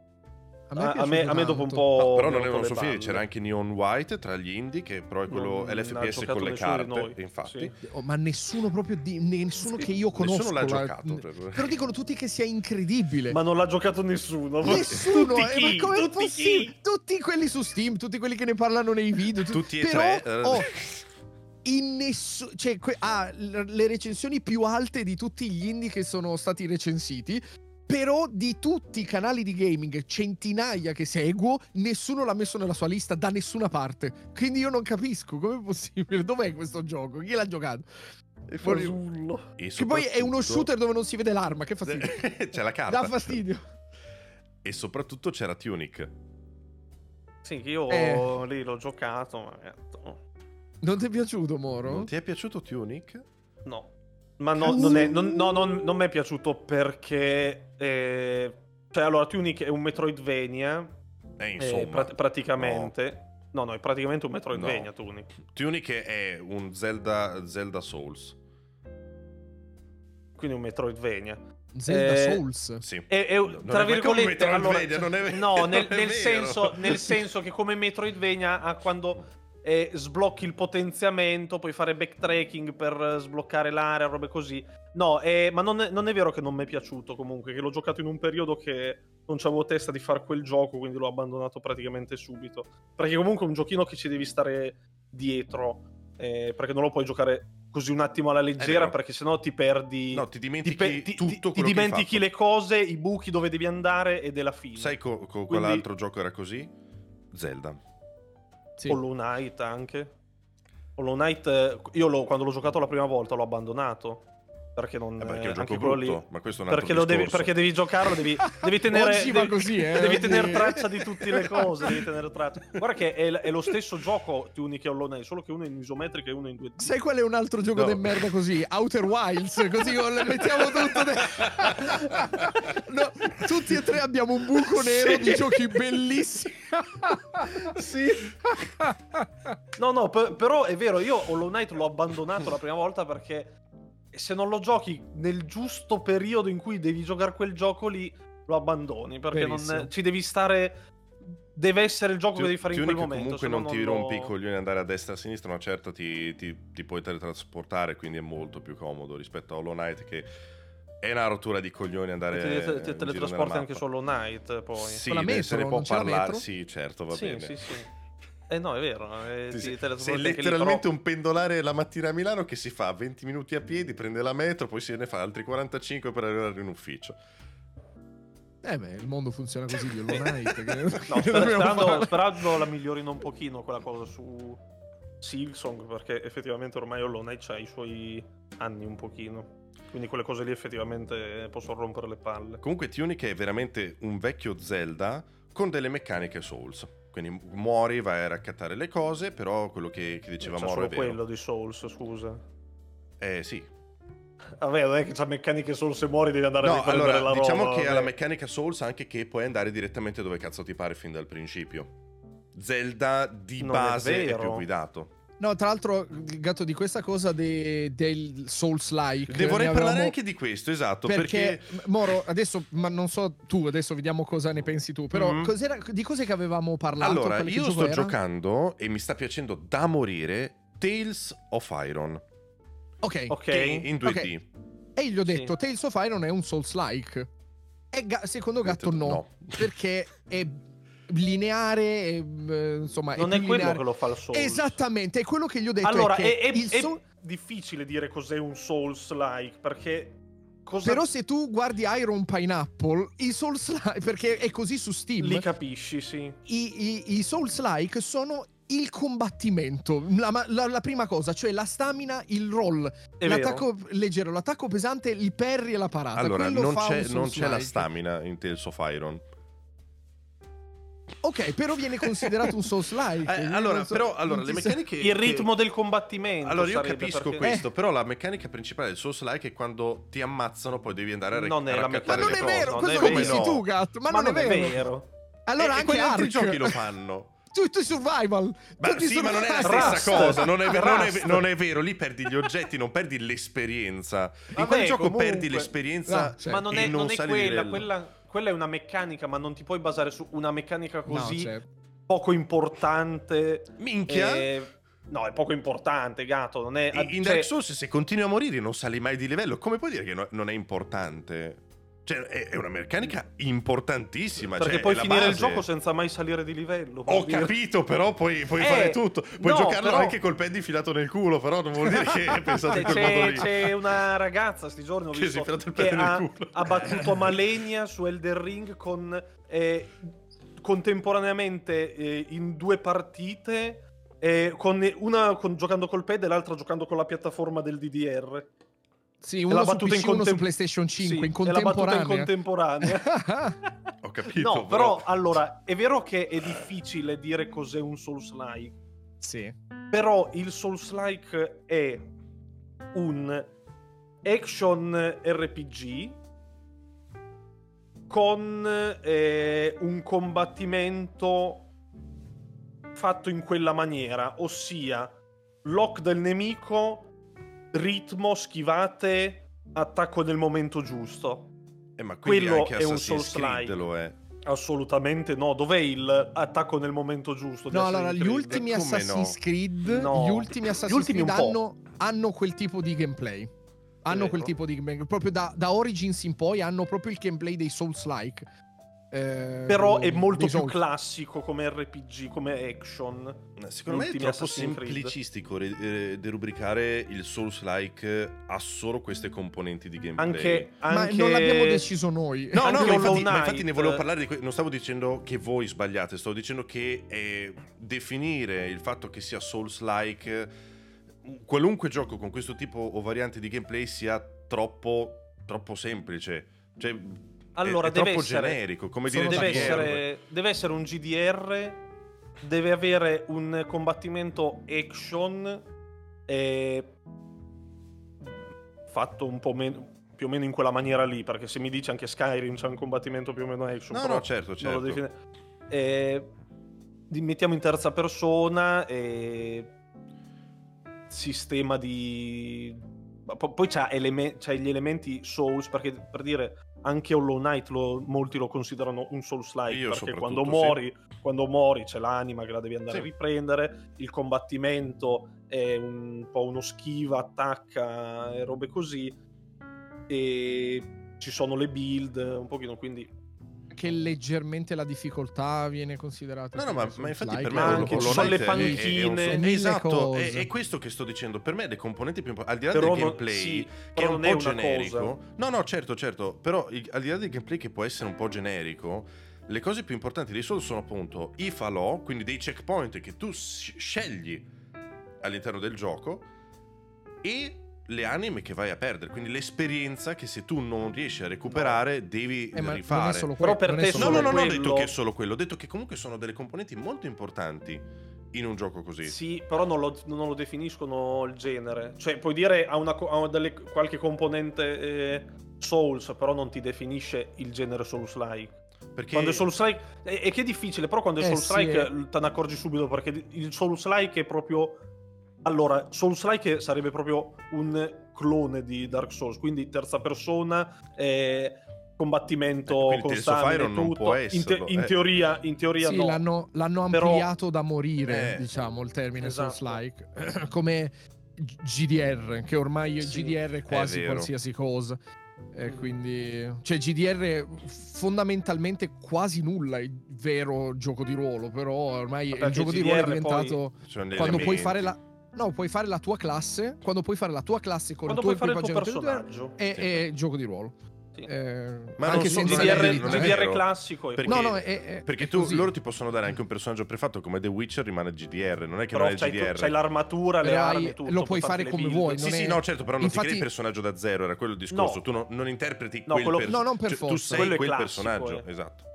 a me dopo un po' Però mi ha non rotto le suo fine, balle. c'era anche Neon White tra gli indie, che però è quello Non è ha l'FPS giocato con le nessuno di carte, noi, infatti. sì. ma nessuno proprio nessuno che io conosco. Nessuno l'ha giocato. Però dicono tutti che sia incredibile. Ma non l'ha giocato nessuno. Nessuno, Tutti ma chi? com'è Tutti possibile? chi? Tutti quelli su Steam, tutti quelli che ne parlano nei video, Tutti e però, tre. in cioè, ha le recensioni più alte di tutti gli indie che sono stati recensiti. Però di tutti i canali di gaming, centinaia che seguo, nessuno l'ha messo nella sua lista da nessuna parte. Quindi io non capisco com'è possibile. Dov'è questo gioco? Chi l'ha giocato? È fasullo. Che poi è uno shooter dove non si vede l'arma. Che fastidio. C'è la carta. Dà fastidio. E soprattutto c'era Tunic. Sì, che io lì l'ho giocato, ma Non ti è piaciuto, Moro? Non ti è piaciuto Tunic? no. Ma non mi è piaciuto perché cioè allora Tunic è un Metroidvania Insomma. praticamente. No, è praticamente un Metroidvania. No. Tunic. Tunic è un Zelda Souls. Quindi un Metroidvania. Zelda Souls. Sì. Tra virgolette, allora, non è vero. no, nel vero. senso che come Metroidvania quando sblocchi il potenziamento, puoi fare backtracking per sbloccare l'area, robe così. No, ma non è vero che non mi è piaciuto comunque, che l'ho giocato in un periodo che non c'avevo testa di fare quel gioco, quindi l'ho abbandonato praticamente subito. Perché comunque è un giochino che ci devi stare dietro, perché non lo puoi giocare così un attimo alla leggera, perché sennò ti perdi. No, ti dimentichi tutto ti quello dimentichi che hai le cose, i buchi dove devi andare ed è la fine. Sai quell'altro gioco era così? Zelda. Sì. Hollow Knight anche. Hollow Knight, io quando l'ho giocato la prima volta l'ho abbandonato. Perché non perché è un gioco anche quello brutto, lì, ma questo è un altro perché devi giocarlo, devi tenere Oggi va così, devi tenere traccia di tutte le cose, devi tenere traccia. Guarda che è lo stesso gioco Tunic e Hollow Knight, solo che uno è in isometrica e uno in 2D. Sai qual è un altro gioco di merda così? Outer Wilds, così mettiamo tutto no, tutti e tre abbiamo un buco nero di giochi bellissimi. Sì. No, però è vero, io Hollow Knight l'ho abbandonato la prima volta perché se non lo giochi nel giusto periodo in cui devi giocare quel gioco lì, lo abbandoni, perché non ci devi stare. Deve essere il gioco che devi fare in quel momento. Comunque non ti rompi i coglioni andare a destra e a sinistra, una certa ti puoi teletrasportare, quindi è molto più comodo rispetto a Hollow Knight, che è una rottura di coglioni andare ti teletrasporti anche su Hollow Knight poi. Sì, con la metro, se ne può non c'è la parlare. metro? Sì, certo, va bene. Sì. No, è vero. Sei letteralmente un pendolare la mattina a Milano che si fa 20 minuti a piedi, prende la metro, poi se ne fa altri 45 per arrivare in ufficio. Il mondo funziona così di Hollow Knight. No, sperando la migliorino un pochino quella cosa su Silksong, perché effettivamente ormai Hollow Knight c'ha i suoi anni un pochino. Quindi quelle cose lì effettivamente possono rompere le palle. Comunque Tunic è veramente un vecchio Zelda con delle meccaniche Souls. Quindi muori, vai a raccattare le cose, però quello che diceva Moro è vero. Quello di Souls, scusa. Sì. Vabbè, non è che c'ha meccaniche Souls e muori, devi andare a riprendere la roba. Diciamo che ha la meccanica Souls anche che puoi andare direttamente dove cazzo ti pare fin dal principio. Zelda di base è più guidato. No, tra l'altro, gatto, di questa cosa del Souls-like ne vorrei parlare anche di questo, esatto, perché Moro, adesso, ma non so tu, adesso vediamo cosa ne pensi tu, però di cos'è che avevamo parlato? Allora, io sto giocando e mi sta piacendo da morire Tales of Iron. Ok. In 2D. Okay. E gli ho detto, Tales of Iron è un Souls-like. E secondo gatto no, perché è lineare, insomma, non è quello che lo fa il Souls. Esattamente, è quello che gli ho detto. Allora, è difficile dire cos'è un Souls-like, perché però se tu guardi Iron Pineapple, i Souls-like, perché è così su Steam, li capisci, sì. I Souls-like sono il combattimento, la prima cosa, cioè la stamina, il roll, l'attacco leggero, l'attacco pesante, il parry e la parata. Allora, non c'è la stamina in Tales of Iron. Ok, però viene considerato un Souls-like. Allora, le meccaniche... Il ritmo del combattimento. Allora, io sarebbe, capisco perché... questo, però la meccanica principale del Souls-like è quando ti ammazzano, poi devi andare a Non è la raccattare Ma le non è vero, cose. questo non lo è dici no? tu, Gat, ma Ma non è vero. Allora E anche quegli altri Ark. giochi lo fanno. Tu survival. Ma Tutti sì, ma non è la Rust. stessa cosa, non Rust. non è vero, lì perdi gli oggetti, non perdi l'esperienza. In Vabbè, quel gioco comunque- perdi l'esperienza No, cioè, Ma non e è, non è sali di quella, livello. quella è una meccanica, ma non ti puoi basare su una meccanica così No, certo. poco importante. Minchia! No, è poco importante, gatto. Non è, In cioè, Dark Souls se continui a morire non sali mai di livello. Come puoi dire che non è importante? Cioè, è una meccanica importantissima. perché cioè, puoi è la finire il base. gioco senza mai salire di livello. Ho vuol dire. capito, però puoi fare tutto. Puoi no, giocarlo però- anche col pad infilato nel culo, però non vuol dire che hai pensato in quel modo lì. C'è una ragazza sti giorni ho Che si è visto infilato il che pene nel ha, culo. ha battuto Malenia su Elden Ring con contemporaneamente in 2 partite, con una giocando col pad e l'altra giocando con la piattaforma del DDR. Sì, E uno l'ha su battuta PC, in uno su PlayStation 5, sì, in e l'ha battuta in contemporanea. contemporanea. Ho capito. No, però allora è vero che è difficile dire cos'è un Souls-like, Sì. però il Souls-like è un action RPG con un combattimento fatto in quella maniera, ossia lock del nemico, ritmo, schivate, attacco nel momento giusto. Ma quindi quello anche è un Assassin's Creed Souls-like. lo è. Assolutamente no. Dov'è il attacco nel momento giusto? di No, Assassin's allora, gli Creed? ultimi Come Assassin's no? Creed, No. gli ultimi Assassin's Gli ultimi Creed un po'. hanno quel tipo di gameplay. Hanno quel vero. tipo di gameplay. Proprio da Origins in poi hanno proprio il gameplay dei Souls-like. Però è molto dei più Souls. classico come RPG, come action. Secondo me è Ultimi troppo Assassin's Creed. semplicistico derubricare il Souls-like a solo queste componenti di gameplay. Anche Ma non l'abbiamo deciso noi. No, Anche no, Hollow ma infatti ne Knight. volevo parlare non stavo dicendo che voi sbagliate, stavo dicendo che definire il fatto che sia Souls-like, qualunque gioco con questo tipo o variante di gameplay sia troppo semplice. Cioè, Allora, è deve troppo essere- generico, come sono dire d'accordo. deve essere un GDR, deve avere un combattimento action fatto un po' più o meno in quella maniera lì, perché se mi dici anche Skyrim c'è un combattimento più o meno action. No, però no, certo, non lo certo. mettiamo in terza persona sistema di... Poi c'ha gli elementi Souls, perché per dire anche Hollow Knight molti lo considerano un Souls-like, Io perché soprattutto, quando muori c'è l'anima che la devi andare Sì. a riprendere, il combattimento è un po' uno schiva, attacca e robe così, e ci sono le build un pochino, quindi Che leggermente la difficoltà viene considerata. No, ma come infatti Souls-like. per me Ma Hollow anche ci Knight sono le è panchine, un- mille esatto, cose. è questo che sto dicendo. Per me le componenti più importanti, al di là Però del non- gameplay, sì, che è però un non è po' una generico. cosa. No, certo, però al di là del gameplay che può essere un po' generico, le cose più importanti dei Souls sono appunto i falò, quindi dei checkpoint che tu scegli all'interno del gioco, e le anime che vai a perdere, quindi l'esperienza che se tu non riesci a recuperare devi Ma non è rifare. solo Però quello, per non è te solo No, solo non ho quello- detto che è solo quello, ho detto che comunque sono delle componenti molto importanti in un gioco così. Sì, però non lo definiscono il genere. Cioè, puoi dire ha qualche componente Souls, però non ti definisce il genere Souls-like. Perché Quando è Souls-like è che è difficile, però quando è Souls-like sì, te ne accorgi subito, perché il Souls-like è proprio... Allora, Souls-like sarebbe proprio un clone di Dark Souls, quindi terza persona, combattimento quindi Tales of costante, Iron non tutto. può esserlo, In teoria Sì, no. l'hanno Però- ampliato da morire, Eh. diciamo, il termine Esatto. Souls-like. Come GDR, che ormai Sì, GDR è quasi vero. qualsiasi cosa. Quindi, cioè, GDR fondamentalmente quasi nulla è vero gioco di ruolo, però ormai Vabbè, il gioco che di ruolo è GDR diventato sono gli quando puoi elementi. fare la... No, puoi fare la tua classe. Quando puoi fare la tua classe con Quando il tuo puoi fare il tuo equipaggiamento personaggio. è gioco di ruolo. Sì. Ma anche non senza sono- GDR, non è GDR vero. classico Perché- No, perché è tu, così. loro ti possono dare anche un personaggio prefatto come The Witcher, rimane GDR, non è che però non è c'hai, GDR. c'hai l'armatura, le Però armi, tutto. lo puoi per fare farti le come build. vuoi, Sì, non sì, è- no, certo, però non Infatti- ti crei il personaggio da zero, era quello il discorso. No. Tu non interpreti No, quel quello- personaggio. no, non per Tu forza. sei Quello è quel classico, personaggio, esatto.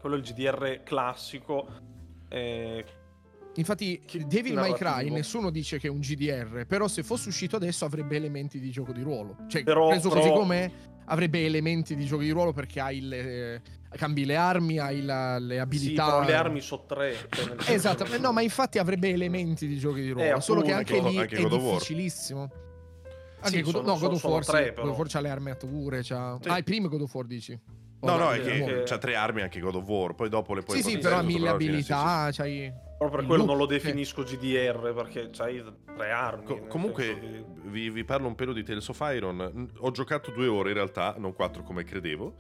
quello è il GDR classico. Infatti Devil May Cry nessuno dice che è un GDR, però se fosse uscito adesso avrebbe elementi di gioco di ruolo, cioè preso così com'è avrebbe elementi di gioco di ruolo, perché hai cambi le armi, hai le abilità. Sì, però le armi sono 3. Esatto, no, ma infatti avrebbe elementi di giochi di ruolo, solo che anche lì è difficilissimo. Anche God of War 3, God of War c'ha le armature, c'ha... Sì. I primi God of War dici? No, è che c'ha 3 armi anche God of War, poi dopo le puoi... Sì, però ha 1000 abilità, c'hai... Proprio per quello non lo definisco GDR, perché c'hai 3 armi. Comunque vi parlo un pelo di Tales of Iron. Ho giocato 2 ore in realtà, non 4 come credevo.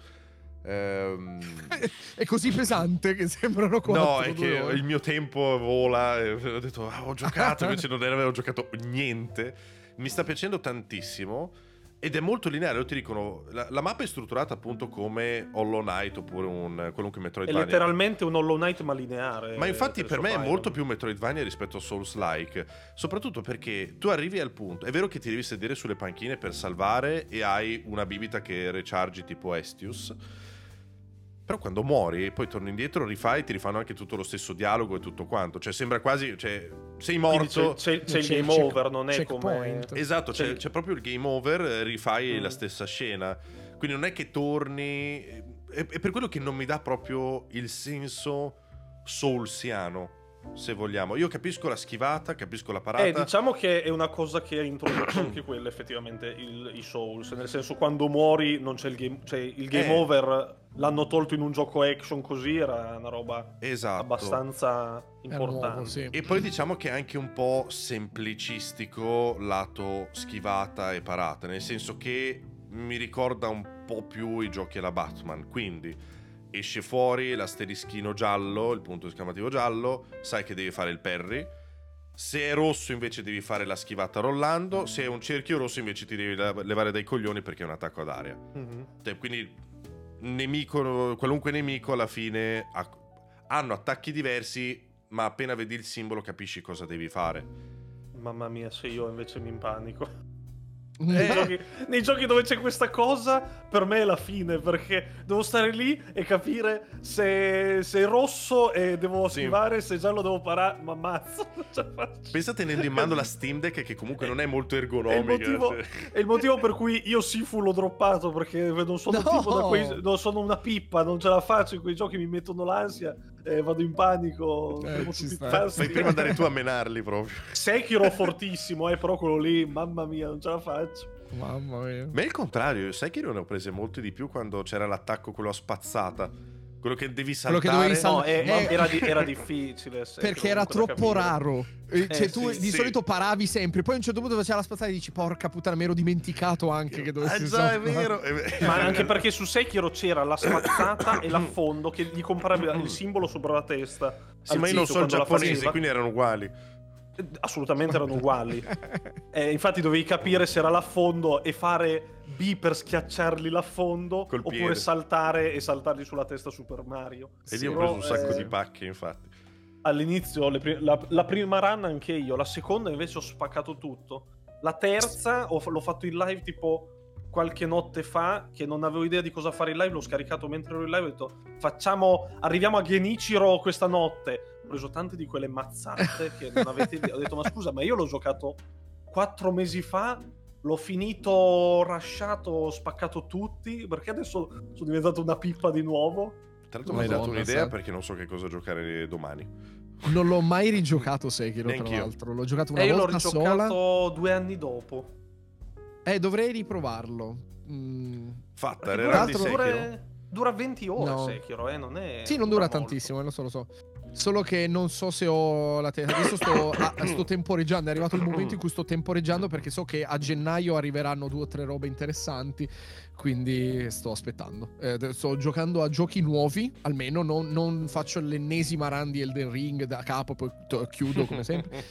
È così pesante che sembrano 4. No, è che ore. Il mio tempo vola e ho detto ho giocato, invece non avevo giocato niente. Mi sta piacendo tantissimo ed è molto lineare. Lo ti dicono, la mappa è strutturata appunto come Hollow Knight oppure un qualunque Metroidvania. È letteralmente un Hollow Knight ma lineare. Ma infatti per me è molto più Metroidvania rispetto a Souls-like, soprattutto perché tu arrivi al punto, è vero che ti devi sedere sulle panchine per salvare e hai una bibita che rechargi tipo Estius, però quando muori poi torni indietro, rifai, ti rifanno anche tutto lo stesso dialogo e tutto quanto, cioè sembra quasi, cioè sei morto, c'è il game over, non è come... Esatto, c'è proprio il game over, rifai la stessa scena, quindi non è che torni, è per quello che non mi dà proprio il senso soulsiano, se vogliamo. Io capisco la schivata, capisco la parata. Diciamo che è una cosa che ha introdotto anche quella, effettivamente, i Souls. Nel senso, quando muori non c'è il game, cioè il game over l'hanno tolto in un gioco action, così era una roba abbastanza importante. Nuovo, sì. E poi diciamo che è anche un po' semplicistico lato schivata e parata, nel senso che mi ricorda un po' più i giochi alla Batman, quindi esce fuori l'asterischino giallo, il punto esclamativo giallo, sai che devi fare il parry. Se è rosso invece devi fare la schivata rollando, se è un cerchio rosso invece ti devi levare dai coglioni perché è un attacco ad area. Quindi qualunque nemico alla fine hanno attacchi diversi, ma appena vedi il simbolo capisci cosa devi fare. Mamma mia, se io invece mi impanico. Nei giochi dove c'è questa cosa, per me è la fine, perché devo stare lì e capire se è rosso e devo schivare, se giallo devo parare, ma ammazzo. Pensa tenendo in mano la Steam Deck, che comunque non è molto ergonomica. È il motivo per cui io Sifu l'ho droppato, perché non sono tipo da quei, non sono una pippa, non ce la faccio, in quei giochi mi mettono l'ansia e vado in panico. Fai prima andare tu a menarli proprio. Sekiro fortissimo, però quello lì, mamma mia, non ce la faccio. Mamma mia. Ma è il contrario, sai che io ne ho prese molte di più quando c'era l'attacco quello a spazzata, quello che devi saltare. Era difficile perché era troppo raro. Cioè tu di solito paravi sempre, poi a un certo punto faceva la spazzata e dici porca puttana, mi ero dimenticato anche che dovessi già, è vero. Ma anche perché su Sekiro c'era la spazzata e l'affondo che gli comparavi il simbolo sopra la testa. Sì, ma io non so il giapponese, quindi erano uguali. Assolutamente erano uguali. Infatti dovevi capire se era l'affondo e fare B per schiacciarli l'affondo, oppure saltare e saltargli sulla testa Super Mario. E lì ho preso un sacco di pacche, infatti. All'inizio la prima run anche io, la seconda invece ho spaccato tutto. La terza l'ho fatto in live tipo qualche notte fa, che non avevo idea di cosa fare in live, l'ho scaricato mentre ero in live, ho detto arriviamo a Genichiro questa notte. Ho preso tante di quelle mazzate che non avete idea. Ho detto ma scusa, ma io l'ho giocato 4 mesi fa, l'ho finito rushato, ho spaccato tutti, perché adesso sono diventato una pippa di nuovo? Tra l'altro mi hai dato un'idea, perché non so che cosa giocare domani. Non l'ho mai rigiocato Sekiro, tra l'altro. L'ho giocato una volta sola. L'ho rigiocato 2 anni dopo. Dovrei riprovarlo. Fatta, era di Sekiro? Dura 20 ore Sekiro, non è... Sì, non dura tantissimo, lo so. Solo che non so se ho la testa. Adesso sto temporeggiando. È arrivato il momento in cui sto temporeggiando, perché so che a gennaio arriveranno 2 o 3 robe interessanti. Quindi sto aspettando. Sto giocando a giochi nuovi, almeno. Non faccio l'ennesima run di Elden Ring da capo, poi chiudo come sempre.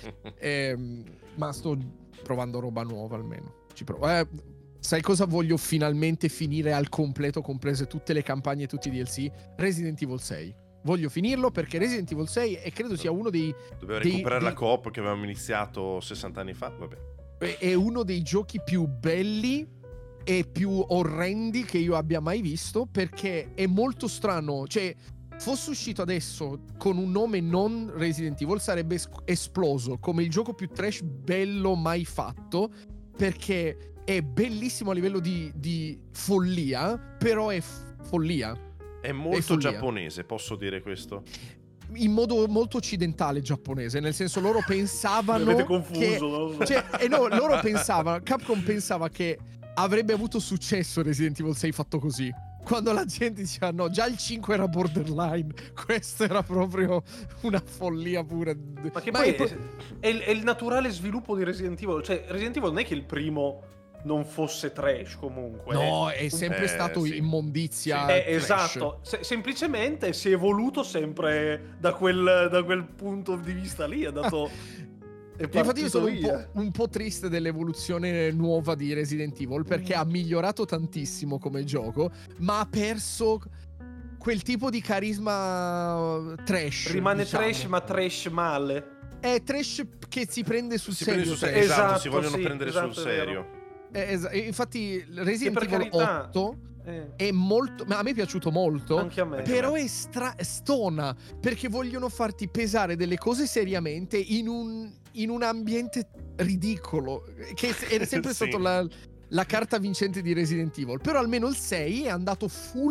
Ma sto provando roba nuova almeno. Ci provo. Sai cosa voglio finalmente finire al completo, comprese tutte le campagne e tutti i DLC? Resident Evil 6. Voglio finirlo perché Resident Evil 6 credo sia uno dei... Dobbiamo recuperare la coop che avevamo iniziato 60 anni fa, vabbè. È uno dei giochi più belli e più orrendi che io abbia mai visto, perché è molto strano. Cioè, fosse uscito adesso con un nome non Resident Evil sarebbe esploso come il gioco più trash bello mai fatto, perché è bellissimo a livello di follia, però è follia. È molto giapponese, posso dire questo? In modo molto occidentale giapponese, nel senso loro pensavano avete confuso, che loro pensavano, Capcom pensava che avrebbe avuto successo Resident Evil 6 fatto così, quando la gente diceva no, già il 5 era borderline, questo era proprio una follia pura. Ma che poi è il naturale sviluppo di Resident Evil, cioè Resident Evil non è che il primo non fosse trash comunque. No, è sempre stato immondizia. Sì. Esatto, semplicemente si è evoluto sempre da quel punto di vista lì, è dato... Infatti io sono un po' triste dell'evoluzione nuova di Resident Evil, perché ha migliorato tantissimo come gioco, ma ha perso quel tipo di carisma trash. Rimane trash, ma trash male. È trash che si prende sul serio. Esatto, si vogliono prendere sul serio. Infatti Resident Evil 8 è molto, ma a me è piaciuto molto. Anche a me. Però è stona, perché vogliono farti pesare delle cose seriamente in un ambiente ridicolo, che è sempre stato la carta vincente di Resident Evil. Però almeno il 6 è andato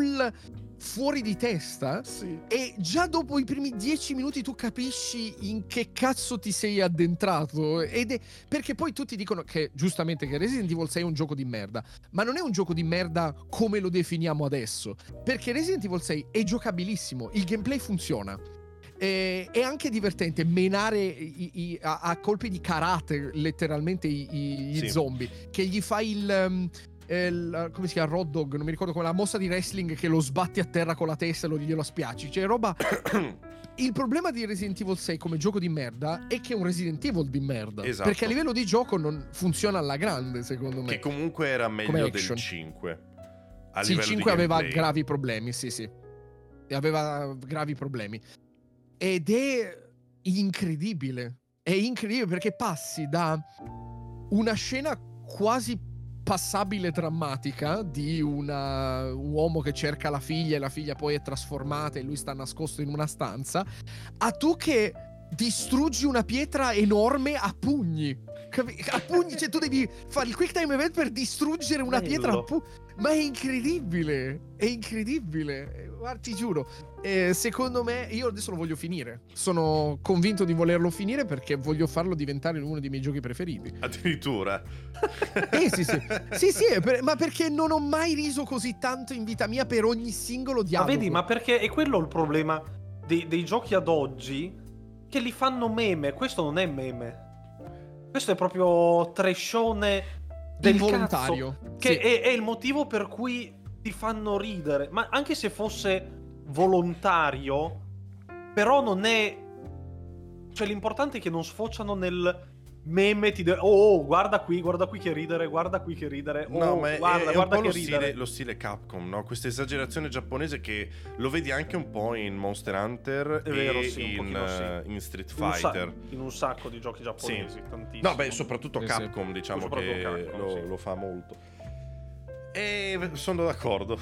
fuori di testa, e già dopo i primi 10 minuti tu capisci in che cazzo ti sei addentrato, perché poi tutti dicono che giustamente che Resident Evil 6 è un gioco di merda, ma non è un gioco di merda come lo definiamo adesso, perché Resident Evil 6 è giocabilissimo, il gameplay funziona, è anche divertente menare a colpi di karate letteralmente gli zombie, che gli fai come si chiama, Road Dog, non mi ricordo come, la mossa di wrestling che lo sbatti a terra con la testa e glielo spiacci, cioè roba. Il problema di Resident Evil 6 come gioco di merda è che è un Resident Evil di merda, esatto, perché a livello di gioco non funziona alla grande, secondo me, che comunque era meglio del 5 sì, il 5 aveva gravi problemi, sì, e aveva gravi problemi, ed è incredibile perché passi da una scena quasi passabile drammatica di un uomo che cerca la figlia e la figlia poi è trasformata e lui sta nascosto in una stanza, a tu che distruggi una pietra enorme a pugni. Cioè tu devi fare il quick time event per distruggere una pietra a pugni. Ma è incredibile, guarda, ti giuro. Secondo me, io adesso lo voglio finire, sono convinto di volerlo finire perché voglio farlo diventare uno dei miei giochi preferiti. Addirittura? Sì, ma perché non ho mai riso così tanto in vita mia per ogni singolo dialogo. Ma vedi, ma perché è quello il problema dei giochi ad oggi, che li fanno meme. Questo non è meme, questo è proprio trashone del involontario, cazzo, che è il motivo per cui ti fanno ridere. Ma anche se fosse volontario, però non è, cioè l'importante è che non sfociano nel meme, guarda qui che ridere, guarda qui che ridere, no, ma guarda un po' che ridere. Lo stile Capcom, no? Questa esagerazione giapponese che lo vedi anche un po' in Monster Hunter in Street Fighter, in un sacco di giochi giapponesi, tantissimo. No, beh, soprattutto Capcom, diciamo che Capcom, lo fa molto, e sono d'accordo.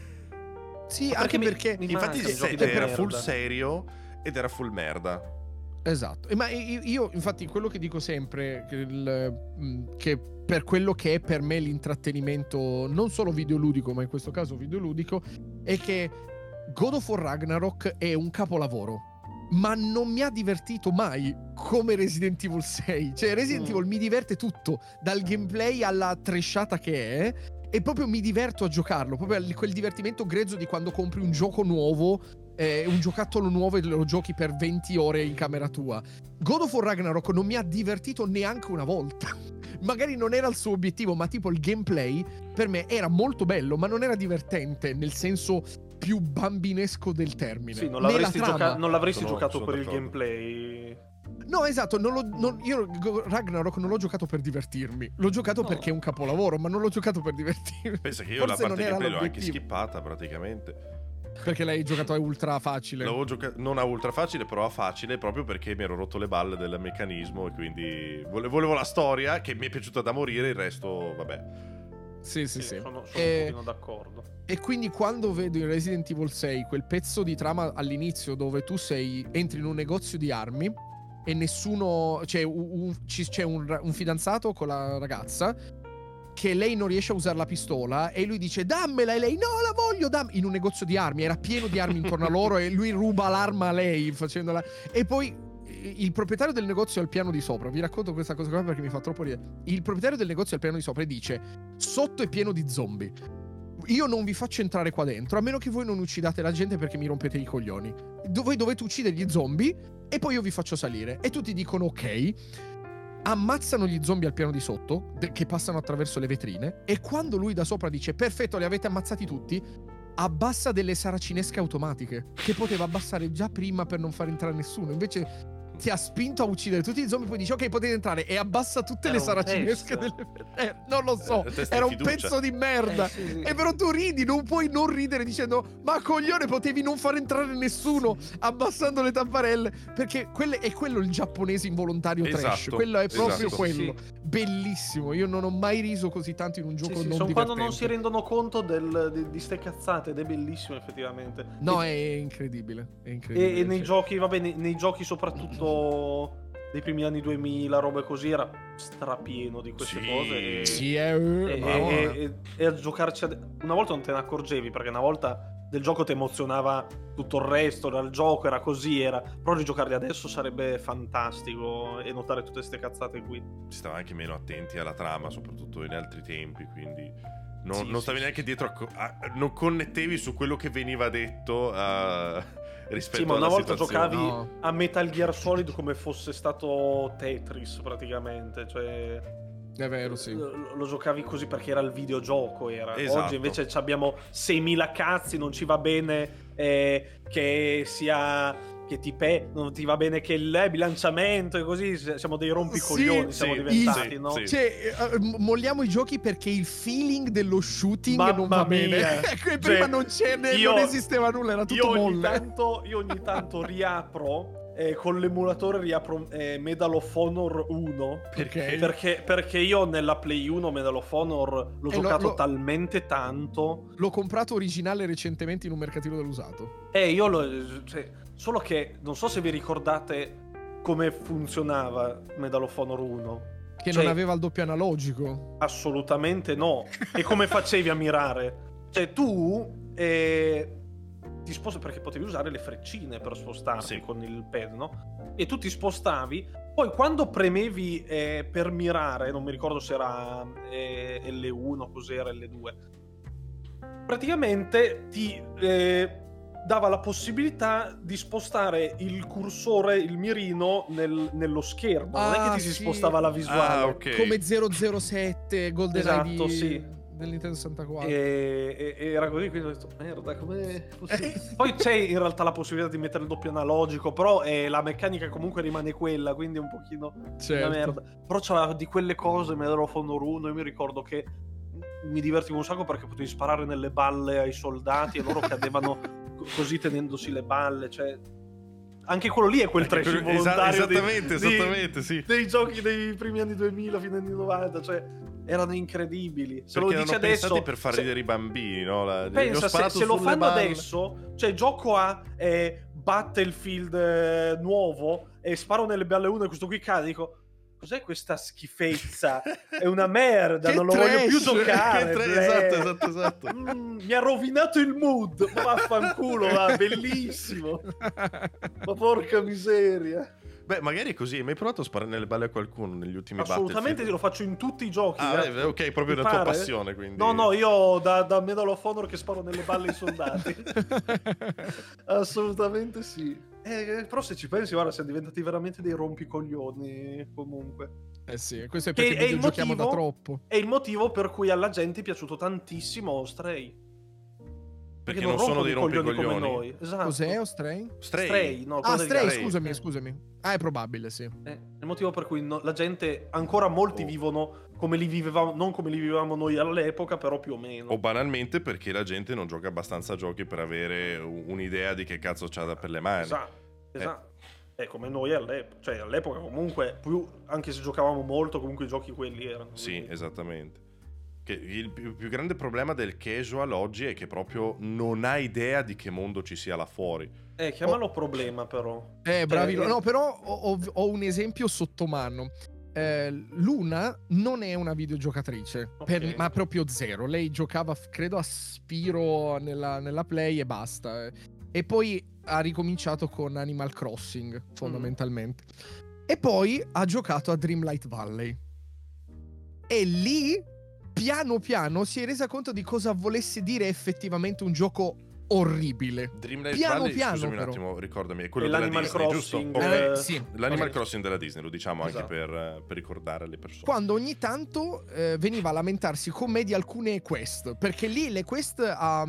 Sì, anche perché infatti il 7 era full serio ed era full merda. Esatto, ma io infatti quello che dico sempre, che per quello che è per me l'intrattenimento non solo videoludico, ma in questo caso videoludico, è che God of War Ragnarok è un capolavoro, ma non mi ha divertito mai come Resident Evil 6. Cioè Resident Evil mi diverte tutto, dal gameplay alla trashata che è, e proprio mi diverto a giocarlo, proprio quel divertimento grezzo di quando compri un gioco nuovo, un giocattolo nuovo, e lo giochi per 20 ore in camera tua. God of War Ragnarok non mi ha divertito neanche una volta. Magari non era il suo obiettivo, ma tipo il gameplay per me era molto bello, ma non era divertente nel senso più bambinesco del termine. Sì, non l'avresti giocato per il gameplay. No, esatto, io Ragnarok non l'ho giocato per divertirmi, l'ho giocato perché è un capolavoro, ma non l'ho giocato per divertirmi. Pensa che io la parte gameplay l'ho anche skippata praticamente. Perché l'hai giocato a ultra facile? L'avevo giocato non a ultra facile, però a facile, proprio perché mi ero rotto le balle del meccanismo e quindi volevo la storia, che mi è piaciuta da morire, il resto vabbè. Sì. Sono un pochino d'accordo. E quindi quando vedo in Resident Evil 6 quel pezzo di trama all'inizio dove tu entri in un negozio di armi e nessuno, c'è un fidanzato con la ragazza che lei non riesce a usare la pistola e lui dice dammela, e lei no, la voglio, in un negozio di armi, era pieno di armi intorno a loro e lui ruba l'arma a lei facendola, e poi il proprietario del negozio al piano di sopra, vi racconto questa cosa qua perché mi fa troppo ridere. Il proprietario del negozio al piano di sopra dice: sotto è pieno di zombie, io non vi faccio entrare qua dentro a meno che voi non uccidate la gente perché mi rompete i coglioni. Voi dovete uccidere gli zombie e poi io vi faccio salire. E tutti dicono ok, ammazzano gli zombie al piano di sotto che passano attraverso le vetrine, e quando lui da sopra dice perfetto, li avete ammazzati tutti, abbassa delle saracinesche automatiche che poteva abbassare già prima per non far entrare nessuno. Invece ti ha spinto a uccidere tutti i zombie, poi dice ok, potete entrare, e abbassa tutte le saracinesche non lo so, era un pezzo di merda. Sì. E però tu ridi, non puoi non ridere dicendo ma coglione, potevi non far entrare nessuno abbassando le tapparelle, perché è quello il giapponese involontario trash, quello è proprio quello. Bellissimo, io non ho mai riso così tanto in un gioco non sono divertente. quando non si rendono conto di ste cazzate, ed è bellissimo effettivamente. No, è incredibile, e nei giochi, vabbè, nei giochi soprattutto dei primi anni 2000, robe così, era strapieno di queste cose. E a giocarci una volta non te ne accorgevi, perché una volta del gioco ti emozionava tutto il resto, era il gioco, era così, però rigiocarli adesso sarebbe fantastico, e notare tutte queste cazzate qui. Si stava anche meno attenti alla trama, soprattutto in altri tempi, quindi non stavi neanche dietro non connettevi su quello che veniva detto rispetto ma una alla volta situazione. giocavi a Metal Gear Solid come fosse stato Tetris praticamente, cioè è vero, sì. Lo giocavi così perché era il videogioco, Esatto. Oggi invece abbiamo 6.000 cazzi, non ci va bene che sia non ti va bene che il bilanciamento e così, siamo dei rompicoglioni, siamo diventati, no? Sì. Cioè, molliamo i giochi perché il feeling dello shooting non va Mamma bene. mia. Prima non esisteva nulla, era tutto molle. Io ogni tanto riapro con l'emulatore Medal of Honor 1. Perché io nella Play 1 Medal of Honor l'ho giocato talmente tanto. L'ho comprato originale recentemente in un mercatino dell'usato. Solo che non so se vi ricordate come funzionava Medal of Honor 1. Che non aveva il doppio analogico. Assolutamente no. E come facevi a mirare? Cioè tu ti spostavi, perché potevi usare le freccine per spostarti con il pad, no? E tu ti spostavi, poi quando premevi per mirare, non mi ricordo se era L1, cos'era L2, praticamente ti dava la possibilità di spostare il cursore, il mirino nello schermo, non è che ti si spostava la visuale. Okay. Come 007 GoldenEye del Nintendo 64. E era così, quindi ho detto merda, com'è possibile? Poi c'è in realtà la possibilità di mettere il doppio analogico, però la meccanica comunque rimane quella, quindi è un pochino una merda. Però c'era di quelle cose Medal of Honor 1, io mi ricordo che mi divertivo un sacco perché potevi sparare nelle balle ai soldati e loro cadevano così tenendosi le balle, cioè anche quello lì è quel trash involontario esattamente, sì. dei giochi dei primi anni 2000 fino agli anni 90, cioè erano incredibili. Se perché lo dici erano adesso per far ridere i bambini, no? Pensa, se lo fanno adesso, cioè gioco a Battlefield nuovo e sparo nelle balle 1 e questo qui cade, dico cos'è questa schifezza? È una merda, non lo voglio più giocare. Esatto. Mi ha rovinato il mood. Vaffanculo, bellissimo. Ma porca miseria. Beh, magari è così. Hai mai provato a sparare nelle balle a qualcuno negli ultimi Assolutamente, lo faccio in tutti i giochi. Ok, proprio la tua passione, quindi. No, io da Medal of Honor che sparo nelle balle ai soldati. Assolutamente sì. Però se ci pensi, guarda, siamo diventati veramente dei rompicoglioni comunque. Sì, questo è perché giochiamo da troppo. È il motivo per cui alla gente è piaciuto tantissimo Stray. Perché non sono dei rompicoglioni come noi. Esatto. Cos'è Stray? Stray, no, Stray, scusami. È probabile, sì. È il motivo per cui la gente, ancora molti vivono come li vivevamo, non come li vivevamo noi all'epoca, però più o meno. O banalmente perché la gente non gioca abbastanza a giochi per avere un'idea di che cazzo c'ha per le mani. Esatto. È come noi all'epoca. Cioè all'epoca comunque, anche se giocavamo molto, comunque i giochi quelli erano. Sì, esattamente. Che il più grande problema del casual oggi è che proprio non ha idea di che mondo ci sia là fuori. Chiamalo problema, però. Bravi. No, però ho un esempio sotto mano. Luna non è una videogiocatrice, Ok. ma proprio zero. Lei giocava, credo, a Spyro nella Play e basta. E poi ha ricominciato con Animal Crossing, fondamentalmente. E poi ha giocato a Dreamlight Valley. E lì, piano piano, si è resa conto di cosa volesse dire effettivamente un gioco orribile. Dreamlight Piano Valley, piano, scusami un però. attimo, ricordami, è quello È della l'Animal Disney, Crossing, giusto? Sì. L'Animal Corretto. Crossing della Disney, lo diciamo Esatto. anche per ricordare alle persone. Quando ogni tanto veniva a lamentarsi con me di alcune quest, perché lì le quest a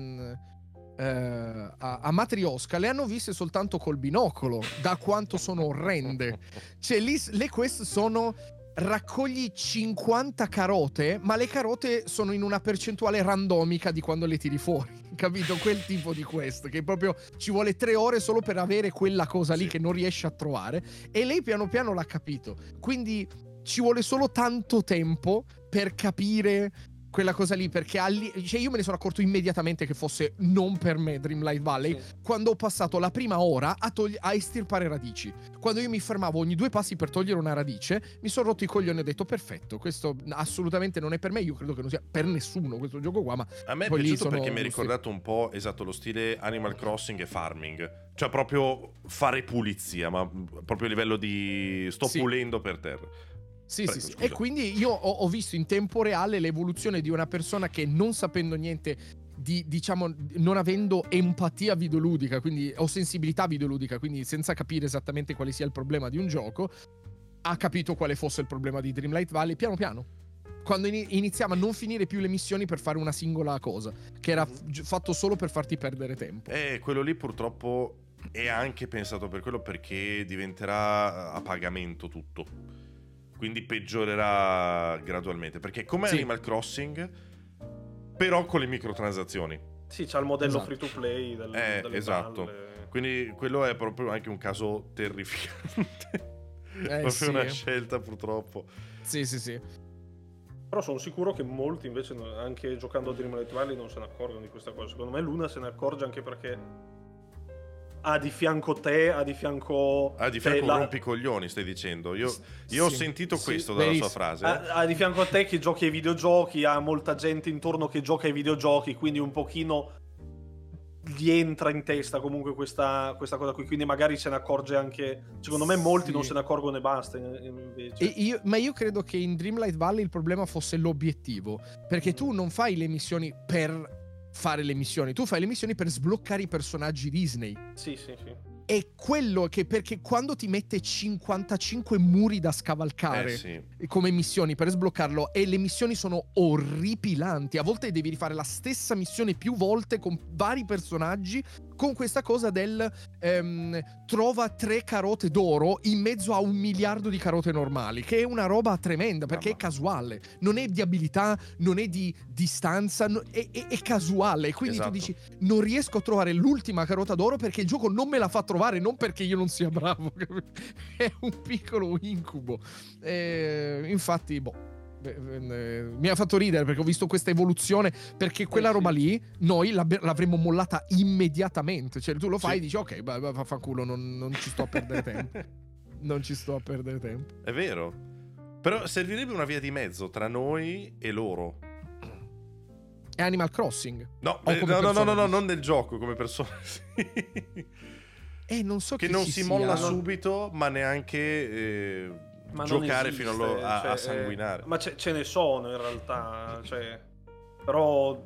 Matryoshka le hanno viste soltanto col binocolo, da quanto sono orrende. Cioè lì le quest sono: raccogli 50 carote, ma le carote sono in una percentuale randomica di quando le tiri fuori. Capito? Quel tipo di quest che proprio ci vuole 3 ore solo per avere quella cosa lì, Sì. che non riesce a trovare. E lei piano piano l'ha capito. Quindi ci vuole solo tanto tempo per capire quella cosa lì, perché cioè io me ne sono accorto immediatamente che fosse non per me Dreamlight Valley, Sì. quando ho passato la prima ora a estirpare radici. Quando io mi fermavo ogni 2 passi per togliere una radice, mi sono rotto i coglioni e ho detto: perfetto, questo assolutamente non è per me. Io credo che non sia per nessuno questo gioco qua, ma A me è poi lì piaciuto sono perché mi ha gusti. ricordato un po', esatto, lo stile Animal Crossing e farming. Cioè proprio fare pulizia, ma proprio a livello di sto Sì. pulendo per terra. Sì, Prego, sì, sì. scusa. E quindi io ho visto in tempo reale l'evoluzione di una persona che, non sapendo niente diciamo, non avendo empatia videoludica, quindi, o sensibilità videoludica, quindi senza capire esattamente quale sia il problema di un gioco, ha capito quale fosse il problema di Dreamlight Valley piano piano. Quando iniziava a non finire più le missioni per fare una singola cosa, che era fatto solo per farti perdere tempo. Quello lì purtroppo è anche pensato per quello, perché diventerà a pagamento tutto. Quindi peggiorerà gradualmente, perché come Sì. Animal Crossing, però con le microtransazioni. Sì, c'ha il modello Esatto. free to play delle esatto. balle. Quindi quello è proprio anche un caso terrificante. Proprio sì. una scelta, purtroppo. Sì, sì, sì. Però sono sicuro che molti invece, anche giocando a Dreamlight Valley, non se ne accorgono di questa cosa. Secondo me Luna se ne accorge anche perché ha di fianco te, ha di fianco un rompicoglioni, stai dicendo. Io ho Sì. sentito Sì, questo dalla sua verissimo. frase. ha di fianco a te che giochi ai videogiochi, ha molta gente intorno che gioca ai videogiochi, quindi un pochino gli entra in testa comunque questa cosa qui, quindi magari se ne accorge anche, secondo me molti Sì. non se ne accorgono e basta invece. Ma io credo che in Dreamlight Valley il problema fosse l'obiettivo, perché tu non fai le missioni per fare le missioni, tu fai le missioni per sbloccare i personaggi Disney. Sì. È quello che, perché quando ti mette 55 muri da scavalcare Sì. come missioni per sbloccarlo, e le missioni sono orripilanti, a volte devi rifare la stessa missione più volte con vari personaggi, con questa cosa del trova 3 carote d'oro in mezzo a 1 miliardo di carote normali, che è una roba tremenda, perché è casuale, non è di abilità, non è di distanza, è casuale. Quindi Esatto. tu dici: non riesco a trovare l'ultima carota d'oro perché il gioco non me la fa trovare, non perché io non sia bravo. È un piccolo incubo. Infatti, mi ha fatto ridere perché ho visto questa evoluzione, perché quella roba lì noi l'avremmo mollata immediatamente. Cioè tu lo fai e dici: ok, vaffanculo, non ci sto a perdere tempo. Non ci sto a perdere tempo. È vero. Però servirebbe una via di mezzo tra noi e loro. È Animal Crossing. No, O come persona, dici? non del gioco, come persona. Non so che chi non ci si sia. molla subito, ma neanche Ma giocare non fino esiste, a sanguinare. ma ce ne sono in realtà, però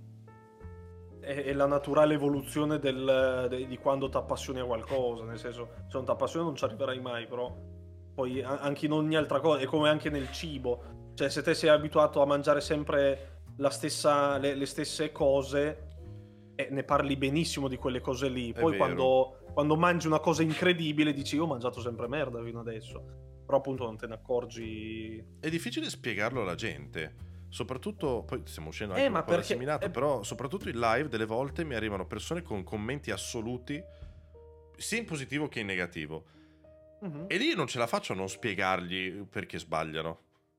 è la naturale evoluzione di quando ti appassioni a qualcosa, nel senso, se non ti appassioni non ci arriverai mai, però poi anche in ogni altra cosa, è come anche nel cibo, cioè se te sei abituato a mangiare sempre le stesse cose, ne parli benissimo di quelle cose lì, poi quando mangi una cosa incredibile dici: io ho mangiato sempre merda fino adesso, però appunto non te ne accorgi. È difficile spiegarlo alla gente, soprattutto, poi stiamo uscendo anche ma un po' da perché- seminato, però soprattutto in live delle volte mi arrivano persone con commenti assoluti, sia in positivo che in negativo, Mhm. e lì non ce la faccio a non spiegargli perché sbagliano.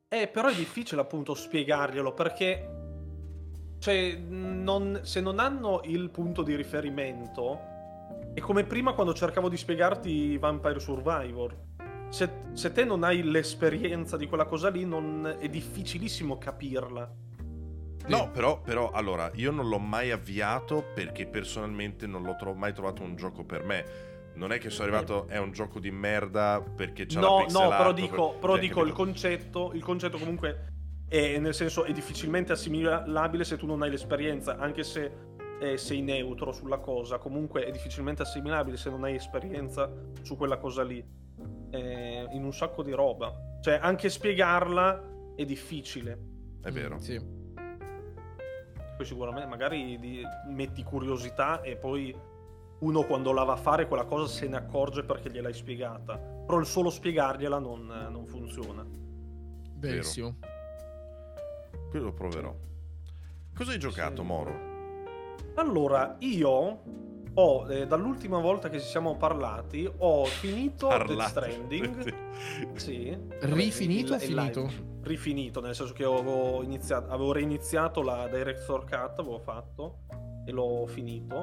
Però è difficile appunto spiegarglielo, perché cioè, se non hanno il punto di riferimento, è come prima quando cercavo di spiegarti Vampire Survivor. Se te non hai l'esperienza di quella cosa lì, è difficilissimo capirla. No, però, allora, io non l'ho mai avviato perché personalmente non l'ho mai trovato un gioco per me. Non è che sono arrivato, è un gioco di merda perché c'è la pixel art. Però dico il concetto comunque nel senso è difficilmente assimilabile se tu non hai l'esperienza, anche se sei neutro sulla cosa, comunque è difficilmente assimilabile se non hai esperienza su quella cosa lì, in un sacco di roba, cioè anche spiegarla è difficile. È vero. Sì. Poi sicuramente magari metti curiosità e poi uno quando la va a fare quella cosa se ne accorge perché gliel'hai spiegata, però il solo spiegargliela non funziona. Verissimo. Quello lo proverò. Cosa hai giocato, Moro? Allora, io ho, dall'ultima volta che ci siamo parlati, ho finito Death Stranding. Sì. Rifinito o finito? Rifinito, nel senso che avevo reiniziato la Director Cut, avevo fatto, e l'ho finito.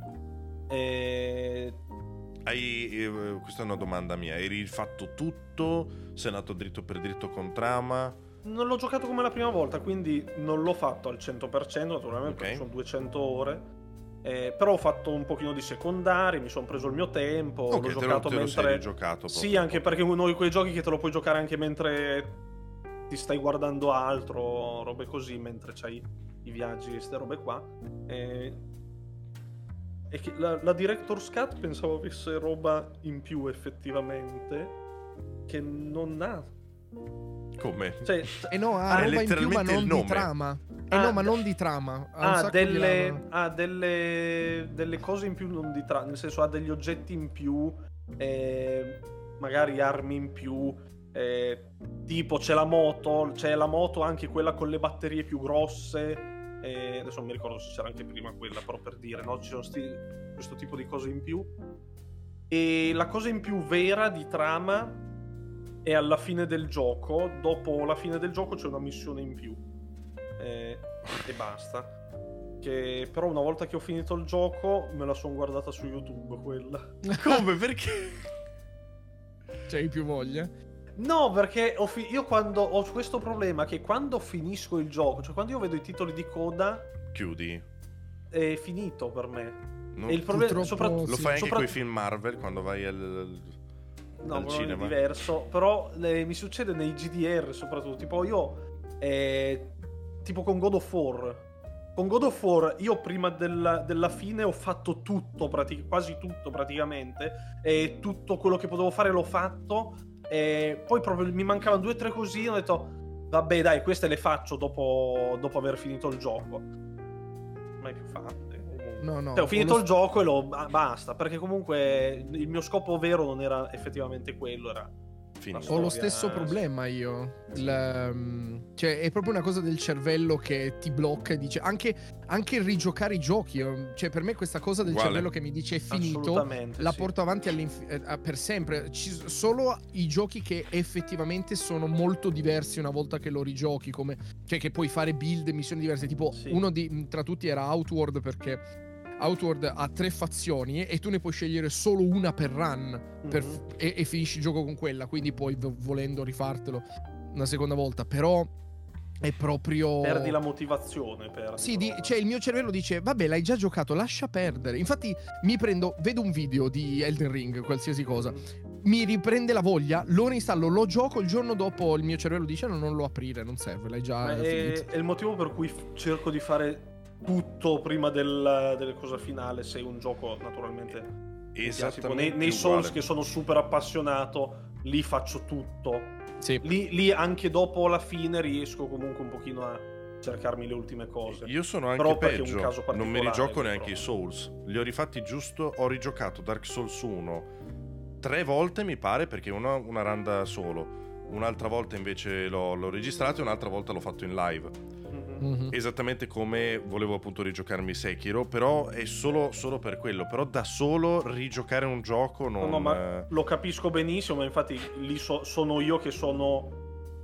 Questa è una domanda mia. Hai rifatto tutto? Sei andato dritto per dritto con trama? Non l'ho giocato come la prima volta, quindi non l'ho fatto al 100%, naturalmente, perché sono 200 ore. Però ho fatto un pochino di secondari, mi sono preso il mio tempo, l'ho giocato mentre... Sei rigiocato sì, anche perché uno di quei giochi che te lo puoi giocare anche mentre ti stai guardando altro, robe così, mentre c'hai i viaggi e queste robe qua. E che la Director's Cut pensavo avesse roba in più effettivamente, che non ha. Come? Cioè, no, ha roba in più ma non di trama. No, ma non di trama. Ha delle cose in più non di trama, nel senso ha degli oggetti in più, magari armi in più, tipo c'è la moto anche quella con le batterie più grosse, adesso non mi ricordo se c'era anche prima quella, però per dire, no? Ci sono questo tipo di cose in più, e la cosa in più vera di trama è alla fine del gioco. Dopo la fine del gioco c'è una missione in più, e basta. Che però una volta che ho finito il gioco me la sono guardata su YouTube quella. Come? Perché? C'hai più voglia? No, perché io quando ho questo problema che quando finisco il gioco, cioè quando io vedo i titoli di coda, chiudi? È finito per me. No, e il problema lo fai anche con i film Marvel quando vai al cinema? È diverso, però mi succede nei GDR soprattutto, tipo io tipo con God of War. Con God of War io prima della fine ho fatto tutto, quasi tutto praticamente, e tutto quello che potevo fare l'ho fatto, e poi proprio mi mancavano 2 o 3 cosine, ho detto vabbè dai, queste le faccio dopo aver finito il gioco. Mai più fatte. No, ho finito il gioco e basta, perché comunque il mio scopo vero non era effettivamente quello, era ho lo stesso problema io. Cioè è proprio una cosa del cervello che ti blocca e dice anche il rigiocare i giochi, cioè per me questa cosa del cervello che mi dice è finito la porto avanti per sempre. Solo i giochi che effettivamente sono molto diversi una volta che lo rigiochi, come cioè che puoi fare build e missioni diverse, tipo uno tra tutti era Outward, perché Outward ha 3 fazioni e tu ne puoi scegliere solo una per run, e finisci il gioco con quella, quindi puoi volendo rifartelo una seconda volta, però è proprio... perdi la motivazione cioè il mio cervello dice vabbè, l'hai già giocato, lascia perdere. Infatti vedo un video di Elden Ring, qualsiasi cosa, mi riprende la voglia, lo reinstallo, lo gioco, il giorno dopo il mio cervello dice no, non lo aprire, non serve, l'hai già finito. È il motivo per cui cerco di fare tutto prima delle cose finale, se un gioco naturalmente esattamente nei Souls che sono super appassionato, lì faccio tutto, lì anche dopo la fine riesco comunque un pochino a cercarmi le ultime cose. Io sono anche peggio, non mi rigioco neanche i Souls, li ho rifatti giusto. Ho rigiocato Dark Souls 1 3 volte mi pare, perché una run da solo, un'altra volta invece l'ho registrato e un'altra volta l'ho fatto in live. Esattamente come volevo appunto rigiocarmi Sekiro, però è solo per quello. Però da solo rigiocare un gioco non... No, ma lo capisco benissimo, ma infatti lì sono io che sono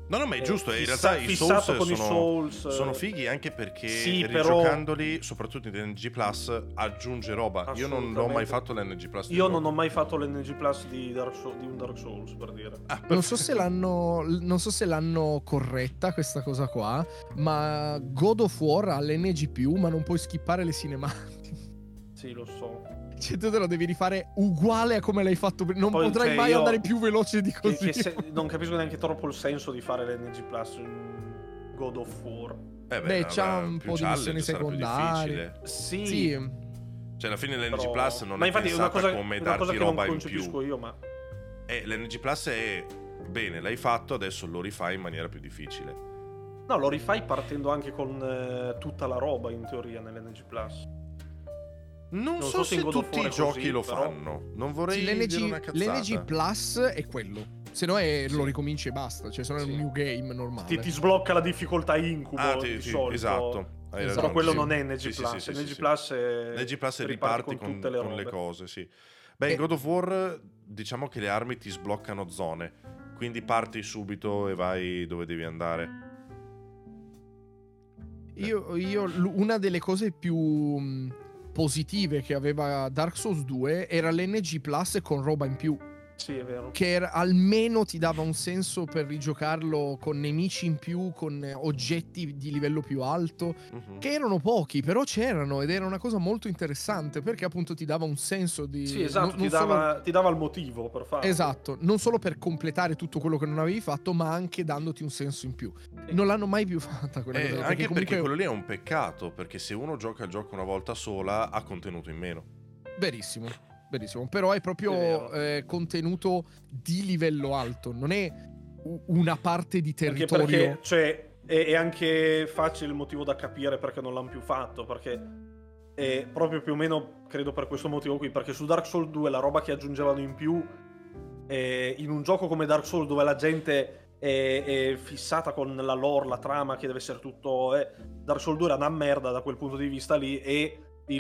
No, ma è giusto, in realtà i Souls sono fighi anche perché rigiocandoli, soprattutto in NG Plus, aggiunge roba. Io non ho mai fatto l'NG Plus. Io non ho mai fatto l'NG Plus di un Dark Souls, per dire. Non so se l'hanno corretta questa cosa qua, ma God of War ha l'NG+, ma non puoi skippare le cinematiche. Sì, lo so. Cioè tu te lo devi rifare uguale a come l'hai fatto. Non poi, potrai mai andare più veloce di così. Non capisco neanche troppo il senso di fare l'NG Plus in God of War. Beh, c'ha un po' di missioni secondarie. Sì. Cioè alla fine l'NG Plus non è pensata come darti roba in più. Io, ma l'NG Plus è bene, l'hai fatto, adesso lo rifai in maniera più difficile. No, lo rifai partendo anche con tutta la roba in teoria nell'NG Plus. Non so se tutti i giochi lo fanno. Non vorrei dire una cazzata. L'NG Plus è quello. Se no lo ricominci e basta. Cioè, se no è un new game normale. Ti sblocca la difficoltà incubo di solito. Esatto. Però quello non è NG Plus. NG Plus è riparti con le cose, sì. Beh, in God of War diciamo che le armi ti sbloccano zone. Quindi parti subito e vai dove devi andare. Io una delle cose più positive che aveva Dark Souls 2 era l'NG Plus con roba in più. Sì, è vero. Che almeno ti dava un senso per rigiocarlo con nemici in più, con oggetti di livello più alto, che erano pochi, però c'erano ed era una cosa molto interessante perché appunto ti dava un senso di... Sì, esatto, ti dava il motivo per farlo. Esatto, non solo per completare tutto quello che non avevi fatto, ma anche dandoti un senso in più. Non l'hanno mai più fatta quella cosa. Anche perché quello lì è un peccato, perché se uno gioca il gioco una volta sola ha contenuto in meno. Verissimo. Però è proprio contenuto di livello alto, non è una parte di territorio. Perché cioè, è anche facile il motivo da capire perché non l'hanno più fatto, perché è proprio più o meno, credo per questo motivo qui, perché su Dark Souls 2 la roba che aggiungevano in più, in un gioco come Dark Souls dove la gente è fissata con la lore, la trama, che deve essere tutto... Dark Souls 2 era una merda da quel punto di vista lì, e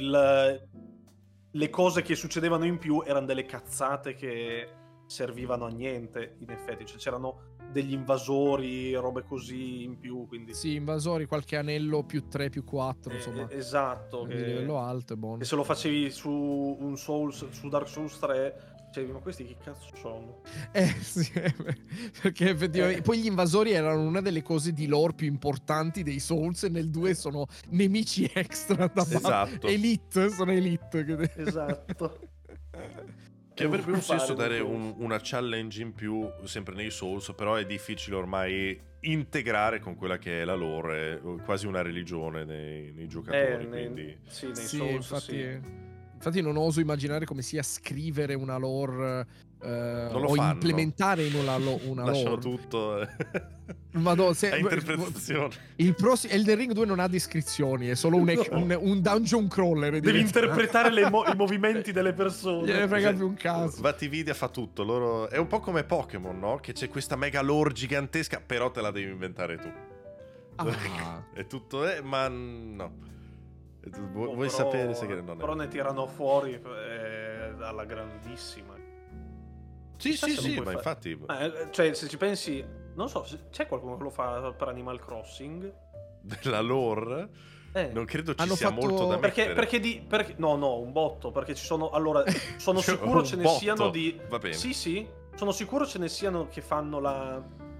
le cose che succedevano in più erano delle cazzate che servivano a niente, in effetti. Cioè c'erano degli invasori, robe così in più, quindi... Sì, invasori, qualche anello più 3, più 4, insomma. Esatto. Di livello alto è buono. E se lo facevi su Dark Souls 3... ma questi che cazzo sono? Sì, perché effettivamente poi gli invasori erano una delle cose di lore più importanti dei Souls, e nel 2 sono nemici extra esatto. sono elite. Esatto. Che avrebbe un senso dare una challenge in più sempre nei Souls, però è difficile ormai integrare con quella che è la lore, quasi una religione nei giocatori. Quindi... Sì, nei Souls, Infatti non oso immaginare come sia scrivere una lore o fanno. Implementare una lasciano lore. tutto a interpretazione. Il prossimo Elden Ring 2 non ha descrizioni, è solo un dungeon crawler. Devi interpretare i movimenti delle persone. Gliene frega più un caso. Vatividia fa tutto. È un po' come Pokémon, no? Che c'è questa mega lore gigantesca, però te la devi inventare tu. È tutto ma no. Vuoi sapere se non è. Però ne tirano fuori alla grandissima. Sì, ma infatti cioè, se ci pensi, non so, c'è qualcuno che lo fa per Animal Crossing? Della lore? Non credo ci sia fatto... molto da mettere. Perché no, un botto, perché ci sono... Allora, sono sicuro ce ne siano di... Va bene. Sì, sono sicuro ce ne siano che fanno la...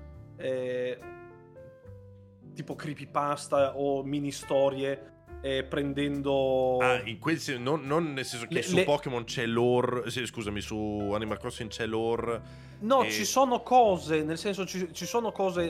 tipo creepypasta o mini storie... prendendo in quel senso, non nel senso che su Pokémon c'è lore, scusami, su Animal Crossing c'è lore. No, ci sono cose, nel senso ci sono cose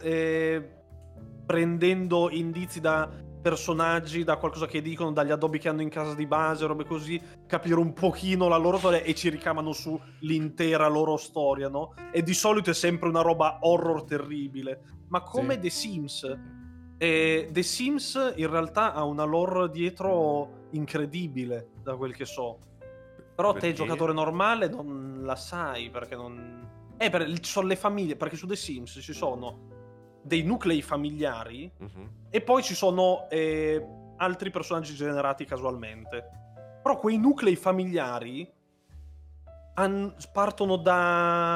prendendo indizi da personaggi, da qualcosa che dicono, dagli addobbi che hanno in casa di base, robe così, capire un pochino la loro storia, e ci ricamano su l'intera loro storia, no? E di solito è sempre una roba horror terribile, ma come The Sims. The Sims in realtà ha una lore dietro incredibile, da quel che so. Però te, giocatore normale, non la sai, perché non... ci sono le famiglie, perché su The Sims ci sono dei nuclei familiari, e poi ci sono altri personaggi generati casualmente. Però quei nuclei familiari partono da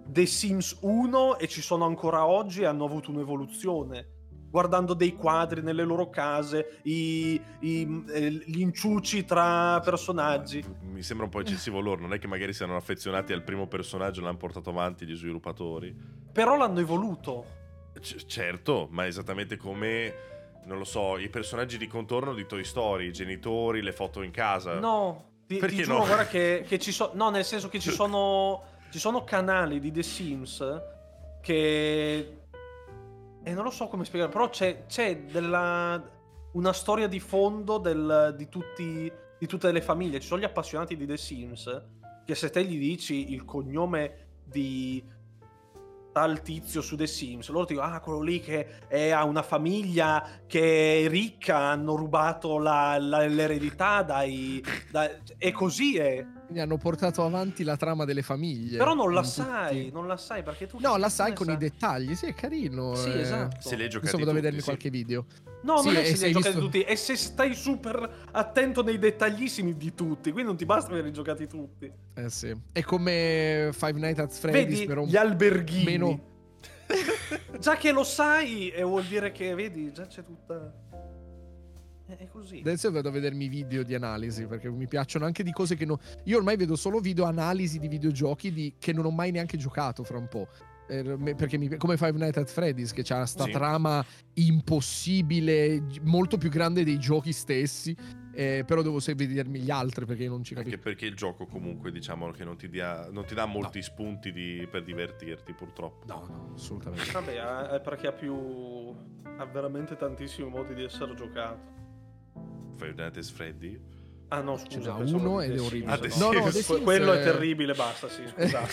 The Sims 1 e ci sono ancora oggi e hanno avuto un'evoluzione. Guardando dei quadri nelle loro case, gli inciuci tra personaggi. Mi sembra un po' eccessivo loro, non è che magari siano affezionati al primo personaggio e l'hanno portato avanti gli sviluppatori. Però l'hanno evoluto. Certo, ma esattamente come, non lo so, i personaggi di contorno di Toy Story, i genitori, le foto in casa. No, ti giuro, guarda che ci sono... No, nel senso che ci sono canali di The Sims che... E non lo so come spiegare, però c'è una storia di fondo di tutte le famiglie. Ci sono gli appassionati di The Sims che se te gli dici il cognome di tal tizio su The Sims, loro ti dicono, quello lì che ha una famiglia che è ricca, hanno rubato l'eredità e così è. Quindi hanno portato avanti la trama delle famiglie. Però non la sai perché tu... No, la sai con i dettagli, sì, è carino. Sì, esatto. Se li hai giocati Insomma, da tutti, vedermi sì. qualche video. No, sì, non è se li hai giocati visto... tutti, è se stai super attento nei dettaglissimi di tutti, quindi non ti basta averli giocati tutti. Sì. È come Five Nights at Freddy's, vedi, però gli alberghini. Meno... Già che lo sai, vuol dire che, vedi, già c'è tutta... È così. Adesso vado a vedermi video di analisi, perché mi piacciono anche di cose che non... Io ormai vedo solo video analisi di videogiochi che non ho mai neanche giocato fra un po'. Perché come Five Nights at Freddy's, che c'ha sta trama impossibile, molto più grande dei giochi stessi. Però devo vedermi gli altri perché non ci capisco. Anche perché il gioco comunque diciamo che non ti dà molti spunti per divertirti, purtroppo. No, assolutamente. Vabbè, è perché ha veramente tantissimi modi di essere giocato. Five Nights at Freddy? Ah no, scusa, uno ed è orribile. Ah, no, The Sims quello è terribile, basta, sì, scusate.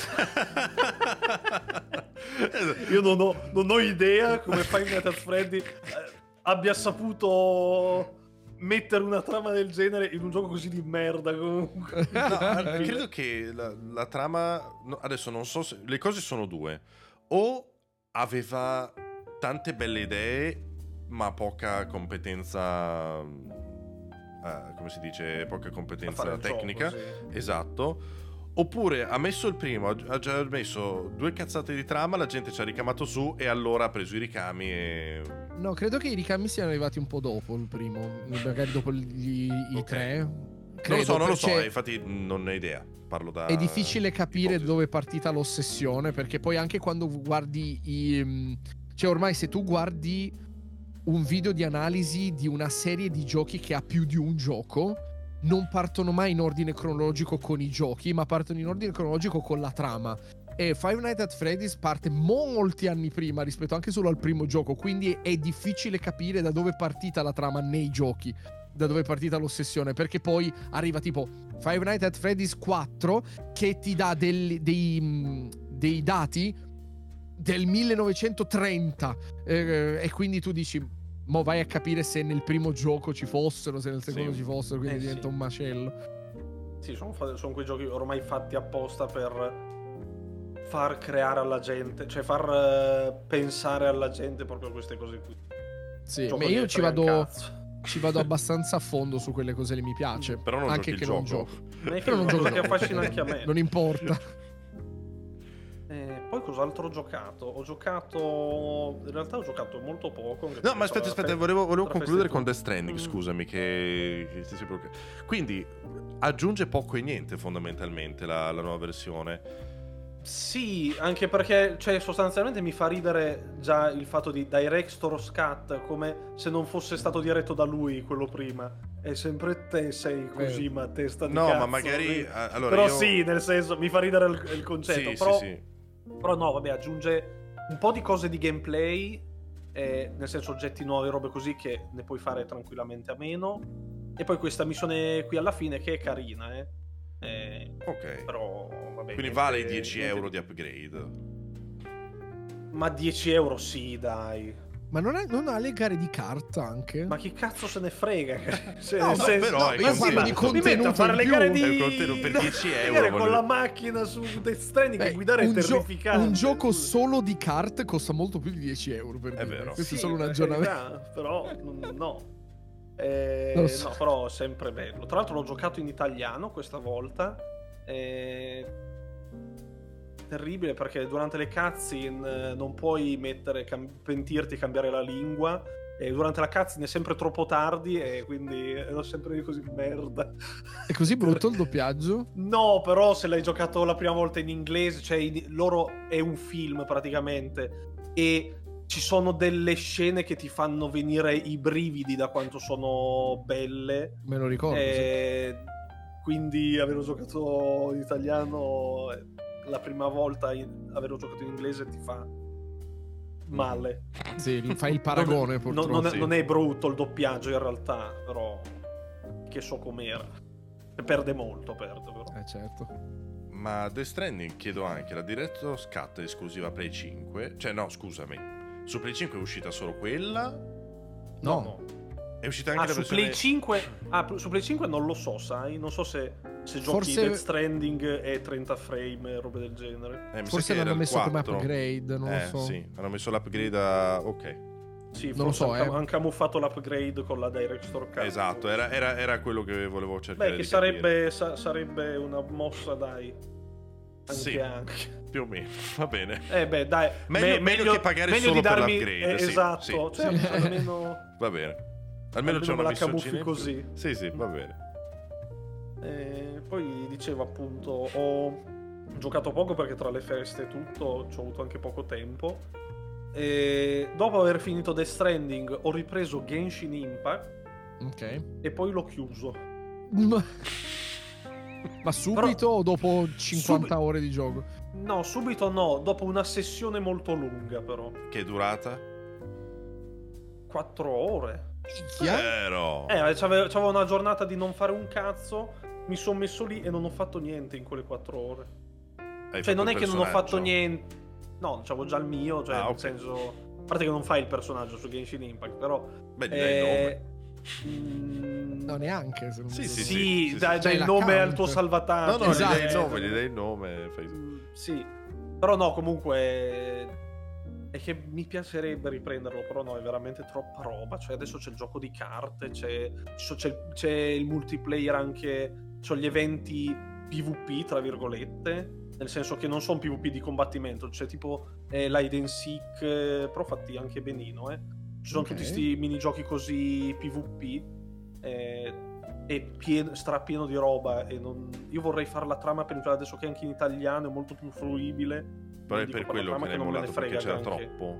Io non ho idea come Five Nights at Freddy abbia saputo mettere una trama del genere in un gioco così di merda comunque. No, credo che la trama adesso non so se le cose sono due: o aveva tante belle idee ma poca competenza, come si dice, poca competenza tecnica, gioco, sì. Esatto. Oppure ha messo il primo, ha già messo 2 cazzate di trama, la gente ci ha ricamato su e allora ha preso i ricami e... No, credo che i ricami siano arrivati un po' dopo il primo, magari dopo i 3. Credo, non lo so, infatti non ne ho idea. Parlo da... È difficile capire dove è partita l'ossessione, perché poi anche quando guardi cioè ormai se tu guardi un video di analisi di una serie di giochi che ha più di un gioco, non partono mai in ordine cronologico con i giochi, ma partono in ordine cronologico con la trama. E Five Nights at Freddy's parte molti anni prima rispetto anche solo al primo gioco, quindi è difficile capire da dove è partita la trama nei giochi, da dove è partita l'ossessione, perché poi arriva tipo Five Nights at Freddy's 4 che ti dà dei dati del 1930 e quindi tu dici mo vai a capire se nel primo gioco ci fossero, se nel secondo ci fossero, quindi diventa un macello. Sì, sono quei giochi ormai fatti apposta per far creare alla gente, cioè far pensare alla gente proprio a queste cose qui. Sì, ma io ci vado abbastanza a fondo su quelle cose lì, mi piace. Però non anche giochi che il non gioco. gioco. Però non gioco, che affascina anche a me. Non importa. Poi cos'altro ho giocato? In realtà ho giocato molto poco. No, ma aspetta, volevo concludere con Death Stranding, scusami, quindi aggiunge poco e niente fondamentalmente la nuova versione. Sì, anche perché cioè, sostanzialmente mi fa ridere già il fatto di Director's Cut, come se non fosse stato diretto da lui quello prima. E sempre te sei così, ma testa di cazzo. No, ma magari... allora però sì, nel senso, mi fa ridere il concetto. Sì, però, sì. Però no, vabbè, aggiunge un po' di cose di gameplay, nel senso oggetti nuovi, robe così che ne puoi fare tranquillamente a meno. E poi questa missione qui alla fine che è carina, ok. Però, vabbè, quindi vale i 10 euro di upgrade. Ma 10 euro sì, dai. Ma non ha le gare di carta anche? Ma chi cazzo se ne frega? Cioè, no, però è io parlo di contenuto. Mi metto a fare le gare di contenuto per 10 euro con la macchina su Death Stranding che guidare è terrificante. Un gioco solo di kart costa molto più di 10 euro per dire. Vero. Questo sì, è solo un aggiornamento. Però no. So. No, però sempre bello. Tra l'altro l'ho giocato in italiano questa volta. terribile perché durante le cutscene non puoi pentirti e cambiare la lingua, e durante la cutscene è sempre troppo tardi e quindi ero sempre così merda. È così brutto il doppiaggio? No, però se l'hai giocato la prima volta in inglese, cioè loro è un film praticamente, e ci sono delle scene che ti fanno venire i brividi da quanto sono belle. Me lo ricordo, sì. Quindi averlo giocato in italiano la prima volta, averlo giocato in inglese ti fa male. Sì, fai il paragone purtroppo. Non è brutto il doppiaggio in realtà, però che so com'era. Perde molto, però. Certo. Ma Death Stranding, chiedo anche, la Director's Cut è esclusiva Play 5? Cioè no, scusami, su Play 5 è uscita solo quella? No. È uscita anche la su versione... Play 5? Su Play 5 non lo so, sai? Non so se giochi Forse... Death Stranding e 30 frame, robe del genere. Forse l'hanno messo come upgrade, non lo so. Sì, hanno messo l'upgrade a... ok. Sì, non lo so, hanno camuffato l'upgrade con la Director's Cut. Esatto, era quello che volevo cercare. Beh, che sarebbe una mossa, dai. Anche. Più o meno, va bene. Beh, dai. Meglio che pagare solo per l'upgrade. Esatto, sì. Certo, almeno... Va bene. Almeno c'è una camuffi così. Sì, va bene. Poi dicevo appunto, ho giocato poco perché tra le feste e tutto ci ho avuto anche poco tempo. E dopo aver finito Death Stranding ho ripreso Genshin Impact. Ok. E poi l'ho chiuso. Ma subito o dopo 50 ore di gioco? No, subito no, dopo una sessione molto lunga però. Che è durata? 4 ore. Vero. C'avevo una giornata di non fare un cazzo, mi sono messo lì e non ho fatto niente in quelle 4 ore. Cioè non è che non ho fatto niente. No, c'avevo già il mio, cioè nel senso... A parte che non fai il personaggio su Genshin Impact, però... Beh, gli dai il nome. No, neanche. Sì, dai il nome al tuo salvataggio. No, esatto. Gli dai il nome. Sì, però no, comunque... È che mi piacerebbe riprenderlo, però no, è veramente troppa roba. Cioè adesso c'è il gioco di carte, c'è il multiplayer anche, c'ho gli eventi PvP, tra virgolette, nel senso che non sono PvP di combattimento, c'è tipo l'hide and seek, però fatti anche benino, Ci sono tutti questi minigiochi così PvP, è strapieno di roba, e io vorrei fare la trama principale adesso che anche in italiano è molto più fruibile. Però è per quello che l'hai mollato, perché c'era troppo.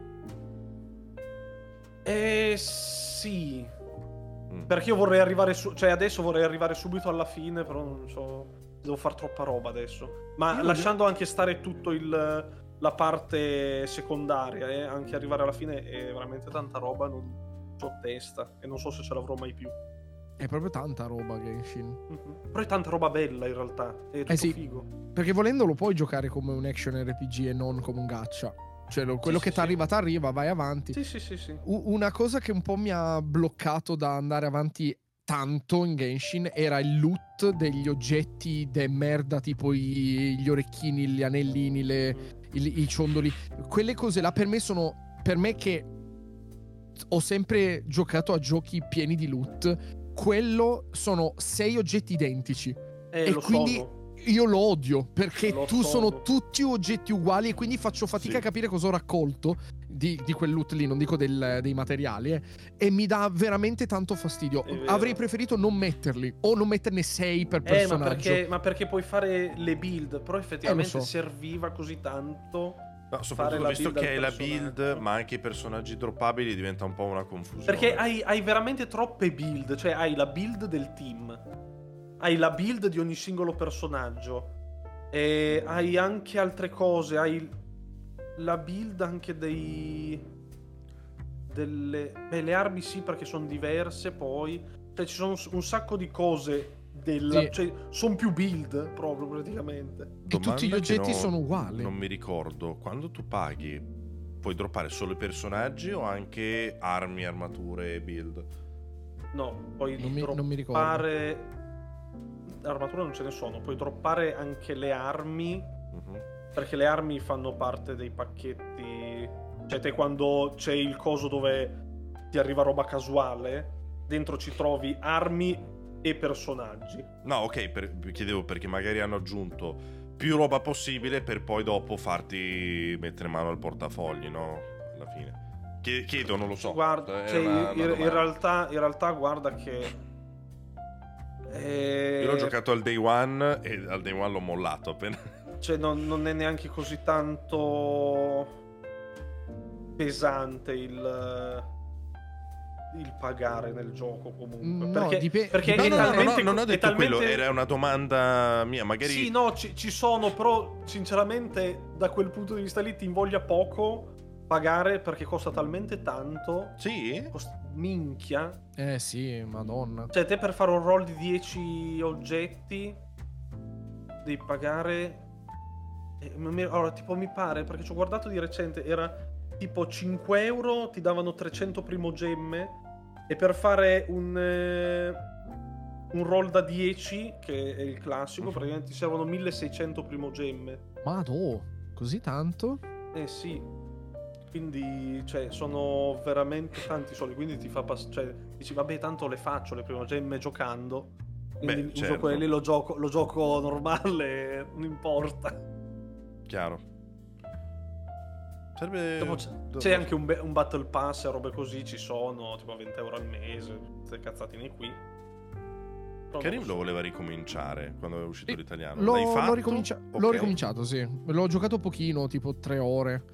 Sì. Perché io vorrei arrivare cioè adesso vorrei arrivare subito alla fine, però non so, devo fare troppa roba adesso. Ma lasciando anche stare tutto la parte secondaria, anche arrivare alla fine è veramente tanta roba, non so testa, e non so se ce l'avrò mai più. È proprio tanta roba Genshin. Però è tanta roba bella in realtà, è tutto figo. Perché volendo lo puoi giocare come un action RPG e non come un gacha. Cioè quello che ti arriva, vai avanti. Sì. Una cosa che un po' mi ha bloccato da andare avanti tanto in Genshin era il loot degli oggetti de merda, tipo gli orecchini, gli anellini, i ciondoli. Quelle cose là per me che ho sempre giocato a giochi pieni di loot, quello sono 6 oggetti identici e quindi io lo odio perché sono tutti oggetti uguali e quindi faccio fatica a capire cosa ho raccolto di quel loot lì, non dico dei materiali, e mi dà veramente tanto fastidio. Avrei preferito non metterli o non metterne 6 per personaggio. Ma perché puoi fare le build, però effettivamente serviva così tanto. No, soprattutto visto che hai la build, ma anche i personaggi droppabili, diventa un po' una confusione. Perché hai veramente troppe build. Cioè hai la build del team, hai la build di ogni singolo personaggio, e hai anche altre cose. Hai la build anche le armi, sì, perché sono diverse. Poi cioè ci sono un sacco di cose cioè sono più build proprio praticamente. E tutti gli oggetti sono uguali. Non mi ricordo, quando tu paghi puoi droppare solo i personaggi o anche armi, armature e build? No, puoi non mi ricordo. Armature non ce ne sono, puoi droppare anche le armi, perché le armi fanno parte dei pacchetti. Cioè te quando c'è il coso dove ti arriva roba casuale, dentro ci trovi armi e personaggi. No, ok, chiedevo perché magari hanno aggiunto più roba possibile per poi dopo farti mettere mano al portafogli, no? Alla fine. Chiedo, non lo so. Guarda, cioè, in realtà guarda che io l'ho giocato al day one e al day one l'ho mollato appena. Cioè non è neanche così tanto pesante il pagare nel gioco comunque. No, perché non ho detto quello, era una domanda mia, magari. Sì, no, ci sono, però sinceramente da quel punto di vista lì ti invoglia poco pagare perché costa talmente tanto. Sì? Minchia. Sì, madonna. Cioè te per fare un roll di 10 oggetti devi pagare allora tipo mi pare, perché ci ho guardato di recente, era tipo 5 euro ti davano 300 primogemme e per fare un roll da 10 che è il classico praticamente ti servono 1600 primogemme. Madò, così tanto? Sì, quindi cioè sono veramente tanti soldi, quindi ti fa cioè dici vabbè tanto le faccio le primogemme giocando, quindi uso certo. quelli, lo gioco normale, non importa. Chiaro. Dopo c'è anche un Battle Pass e robe così, ci sono tipo 20 euro al mese, queste cazzatine qui. Karim lo voleva ricominciare quando è uscito l'italiano. L'ho ricominciato, sì. L'ho giocato pochino, tipo 3 ore.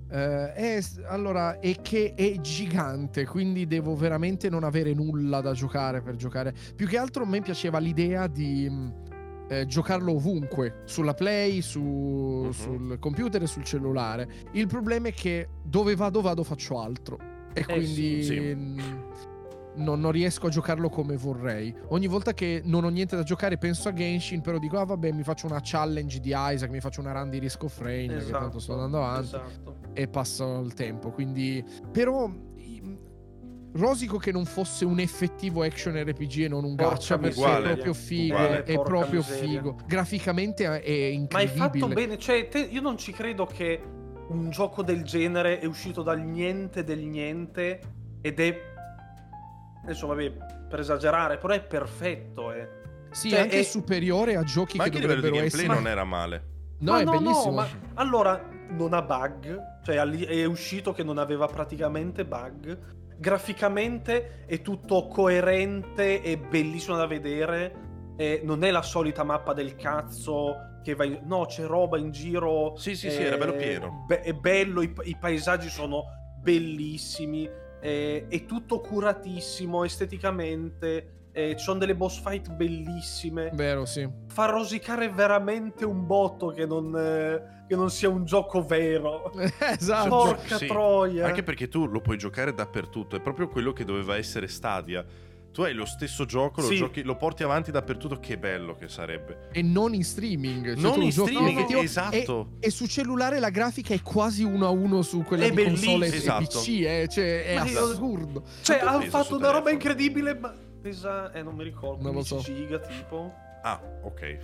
Allora, è che è gigante, quindi devo veramente non avere nulla da giocare per giocare. Più che altro a me piaceva l'idea di giocarlo ovunque, sulla Play, sul computer e sul cellulare. Il problema è che dove vado faccio altro e quindi non riesco a giocarlo come vorrei. Ogni volta che non ho niente da giocare penso a Genshin, però dico vabbè, mi faccio una challenge di Isaac, mi faccio una run di Risk of Rain, che tanto sto andando avanti e passo il tempo. Quindi però rosico che non fosse un effettivo action RPG e non un gacha, perché è proprio figo, è proprio figo. Graficamente è incredibile. Ma hai fatto bene, cioè io non ci credo che un gioco del genere è uscito dal niente del niente ed è, adesso vabbè, per esagerare, però è perfetto, Sì, cioè, anche superiore a giochi che dovrebbero essere. Non era male. No, è bellissimo. No, ma allora non ha bug, cioè è uscito che non aveva praticamente bug. Graficamente è tutto coerente e bellissimo da vedere. Non è la solita mappa del cazzo che vai, no, c'è roba in giro. Sì, era bello pieno. È bello, i paesaggi sono bellissimi, è tutto curatissimo esteticamente. Ci sono delle boss fight bellissime. Vero, sì. Fa rosicare veramente un botto che non sia un gioco vero. Esatto. Porca troia. Anche perché tu lo puoi giocare dappertutto. È proprio quello che doveva essere Stadia. Tu hai lo stesso gioco, lo porti avanti dappertutto. Che bello che sarebbe. E non in streaming. Non in streaming, esatto. E su cellulare la grafica è quasi 1-1 su quella di console e PC. Cioè, è assurdo. Cioè, hanno fatto una roba incredibile, ma pesa, non mi ricordo, non 15 giga tipo. Ah, ok.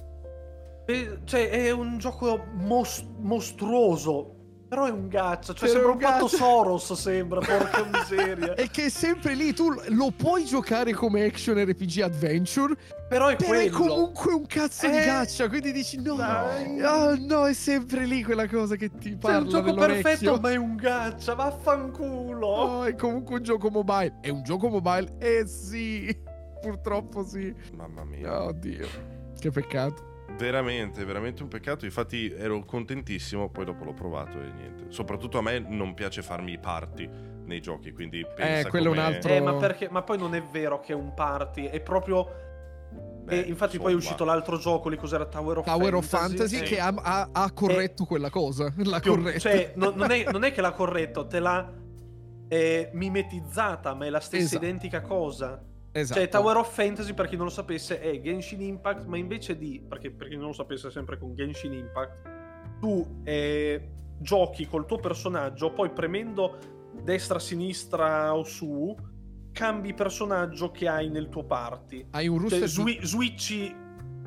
Cioè, è un gioco mostruoso. Però è un gacha, cioè sembra un fatto Soros, sembra, porca miseria. E che è sempre lì, tu lo puoi giocare come action RPG adventure, però è comunque un cazzo di gacha, quindi dici no, è sempre lì quella cosa che ti parla nell'orecchio. È un gioco perfetto, ma è un gacha, vaffanculo. No, è comunque un gioco mobile. È un gioco mobile? Sì, purtroppo sì. Mamma mia. Oddio, che peccato. Veramente un peccato. Infatti ero contentissimo. Poi dopo l'ho provato e niente. Soprattutto a me non piace farmi i party nei giochi, quindi pensa quello è un altro. ma poi non è vero che è un party, è proprio infatti poi è uscito l'altro gioco lì, cos'era? Tower of Fantasy che ha corretto quella cosa. L'ha corretto. Cioè non è che l'ha corretto, te l'ha mimetizzata, ma è la stessa identica cosa. Esatto. Cioè Tower of Fantasy, per chi non lo sapesse, è Genshin Impact, ma invece di, perché per chi non lo sapesse, sempre con Genshin Impact tu giochi col tuo personaggio, poi premendo destra, sinistra o su cambi personaggio che hai nel tuo party. Hai un rooster, switchi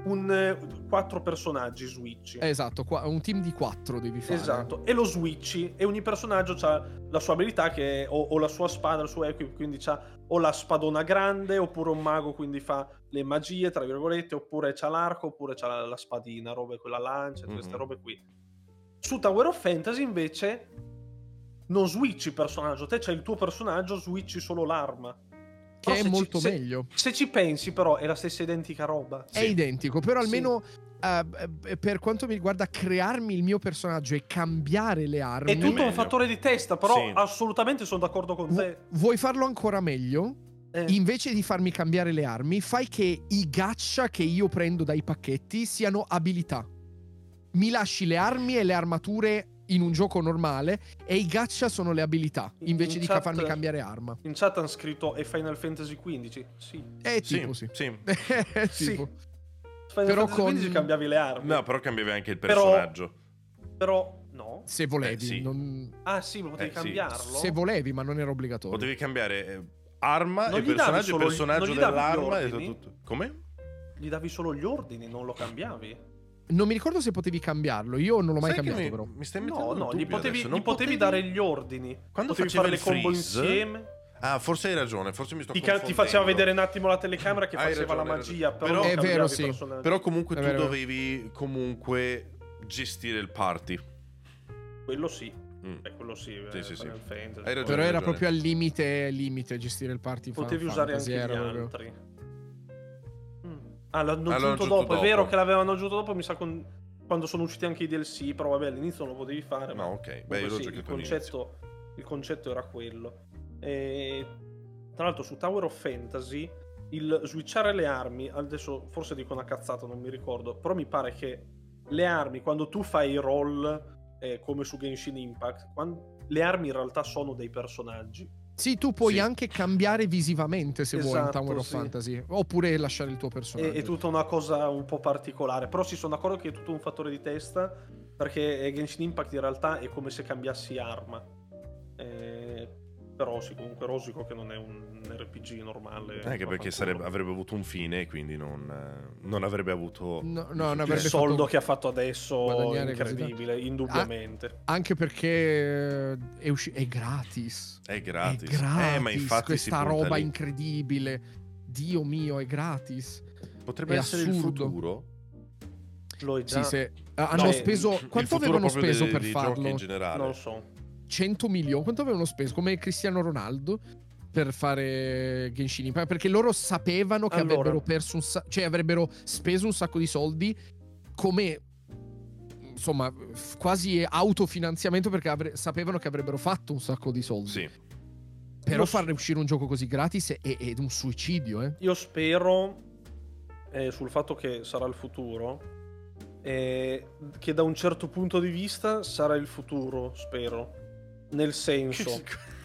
4 personaggi switchi. Esatto, un team di 4 devi fare. Esatto, e lo switchi e ogni personaggio ha la sua abilità che è o la sua spada, il suo equip, quindi c'ha o la spadona grande, oppure un mago, quindi fa le magie, tra virgolette, oppure c'ha l'arco, oppure c'ha la spadina, robe, quella lancia, queste robe qui. Su Tower of Fantasy invece non switchi il personaggio, te c'hai il tuo personaggio, switchi solo l'arma. Che è molto meglio. Se ci pensi, però, è la stessa identica roba. È identico, però almeno per quanto mi riguarda, crearmi il mio personaggio e cambiare le armi è tutto un fattore di testa, però assolutamente sono d'accordo con te. Vuoi farlo ancora meglio? Invece di farmi cambiare le armi, fai che i gacha che io prendo dai pacchetti siano abilità. Mi lasci le armi e le armature in un gioco normale e i gacha sono le abilità invece di farmi cambiare arma. In chat hanno scritto è Final Fantasy XV. Sì. È tipo sì. Final Fantasy XV cambiavi le armi. No, però cambiavi anche il personaggio. Però no. Se volevi. Sì. Sì, potevi cambiarlo? Se volevi, ma non era obbligatorio. Potevi cambiare arma e personaggio, personaggio dell'arma e tutto. Come? Gli davi solo gli ordini, non lo cambiavi? Non mi ricordo se potevi cambiarlo, io non l'ho mai cambiato però. Mi stai mettendo no, gli potevi dare gli ordini. Quando potevi fare le combo insieme. Ah, forse hai ragione, forse mi sto confondendo. Ti faceva vedere un attimo la telecamera che faceva la magia, però è vero, sì. Però comunque tu dovevi comunque gestire il party. Quello sì. Quello sì. Sì. Hai ragione, però era proprio al limite gestire il party. Potevi usare anche gli altri. L'hanno aggiunto dopo. È vero che l'avevano aggiunto dopo, mi sa quando sono usciti anche i DLC, però vabbè, all'inizio non lo potevi fare. No, ok. Beh, io il concetto era quello. E tra l'altro su Tower of Fantasy il switchare le armi, adesso forse dico una cazzata, non mi ricordo, però mi pare che le armi, quando tu fai i roll come su Genshin Impact, le armi in realtà sono dei personaggi. Sì, tu puoi anche cambiare visivamente se vuoi in Tower of Fantasy, oppure lasciare il tuo personaggio. È tutta una cosa un po' particolare, però sono d'accordo che è tutto un fattore di testa, perché Genshin Impact in realtà è come se cambiassi arma. Però sì, comunque rosico che non è un RPG normale. Anche perché avrebbe avuto un fine, quindi non avrebbe avuto il soldo che ha fatto adesso, incredibile, indubbiamente. Anche perché è gratis. È gratis. Ma infatti questa roba incredibile. Dio mio, è gratis. Potrebbe essere assurdo. Il futuro? Lo è già. Sì, hanno speso. Quanto avevano speso per farlo? In generale. Non lo so. 100 milioni, quanto avevano speso? Come Cristiano Ronaldo per fare Genshin Impact? Perché loro sapevano che avrebbero perso avrebbero speso un sacco di soldi come insomma quasi autofinanziamento, perché sapevano che avrebbero fatto un sacco di soldi. Sì. Però farne uscire un gioco così gratis è un suicidio, Io spero sul fatto che sarà il futuro, che da un certo punto di vista sarà il futuro, spero. Nel senso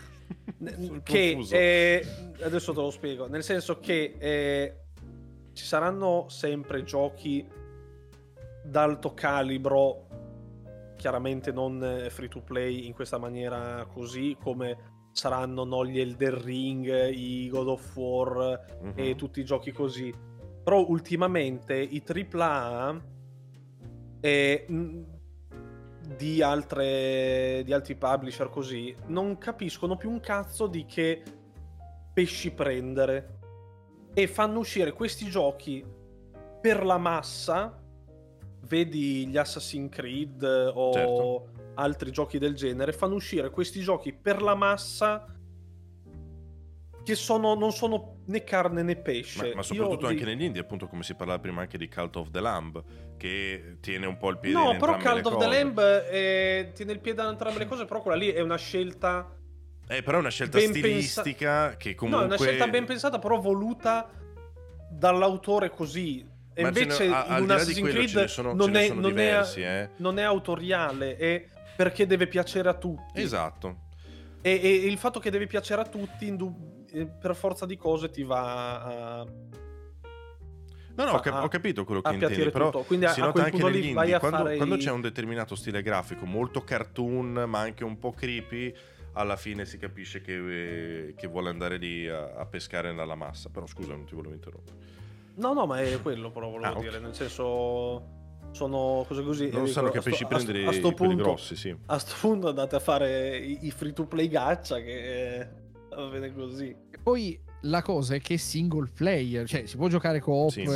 che adesso te lo spiego. Nel senso che ci saranno sempre giochi d'alto calibro, chiaramente non free to play in questa maniera, così come saranno gli Elden Ring, i God of War e tutti i giochi così. Però ultimamente i AAA di altri publisher così non capiscono più un cazzo di che pesci prendere e fanno uscire questi giochi per la massa, vedi gli Assassin's Creed o altri giochi del genere, fanno uscire questi giochi per la massa che non sono né carne né pesce. Ma soprattutto anche negli indie, appunto, come si parlava prima anche di Cult of the Lamb, che tiene un po' il piede in entrambe le cose. No, però Cult of the Lamb tiene il piede in entrambe le cose, però quella lì è una scelta... però è una scelta stilistica che comunque... No, è una scelta ben pensata, però voluta dall'autore così. E ma invece in un Assassin's Creed non è autoriale, è perché deve piacere a tutti. Esatto. E il fatto che deve piacere a tutti per forza di cose ti va a... ho capito quello che intendi, però quindi si nota anche negli indie, quando c'è un determinato stile grafico molto cartoon ma anche un po' creepy, alla fine si capisce che vuole andare lì a pescare nella massa. Però scusa, non ti volevo interrompere. No, ma è quello però volevo dire, nel senso sono cose così. Non sanno che pesci prendere quelli grossi, sì. A sto punto andate a fare i free to play gacha che va bene così. E poi la cosa è che è single player, cioè si può giocare co-op, Sì.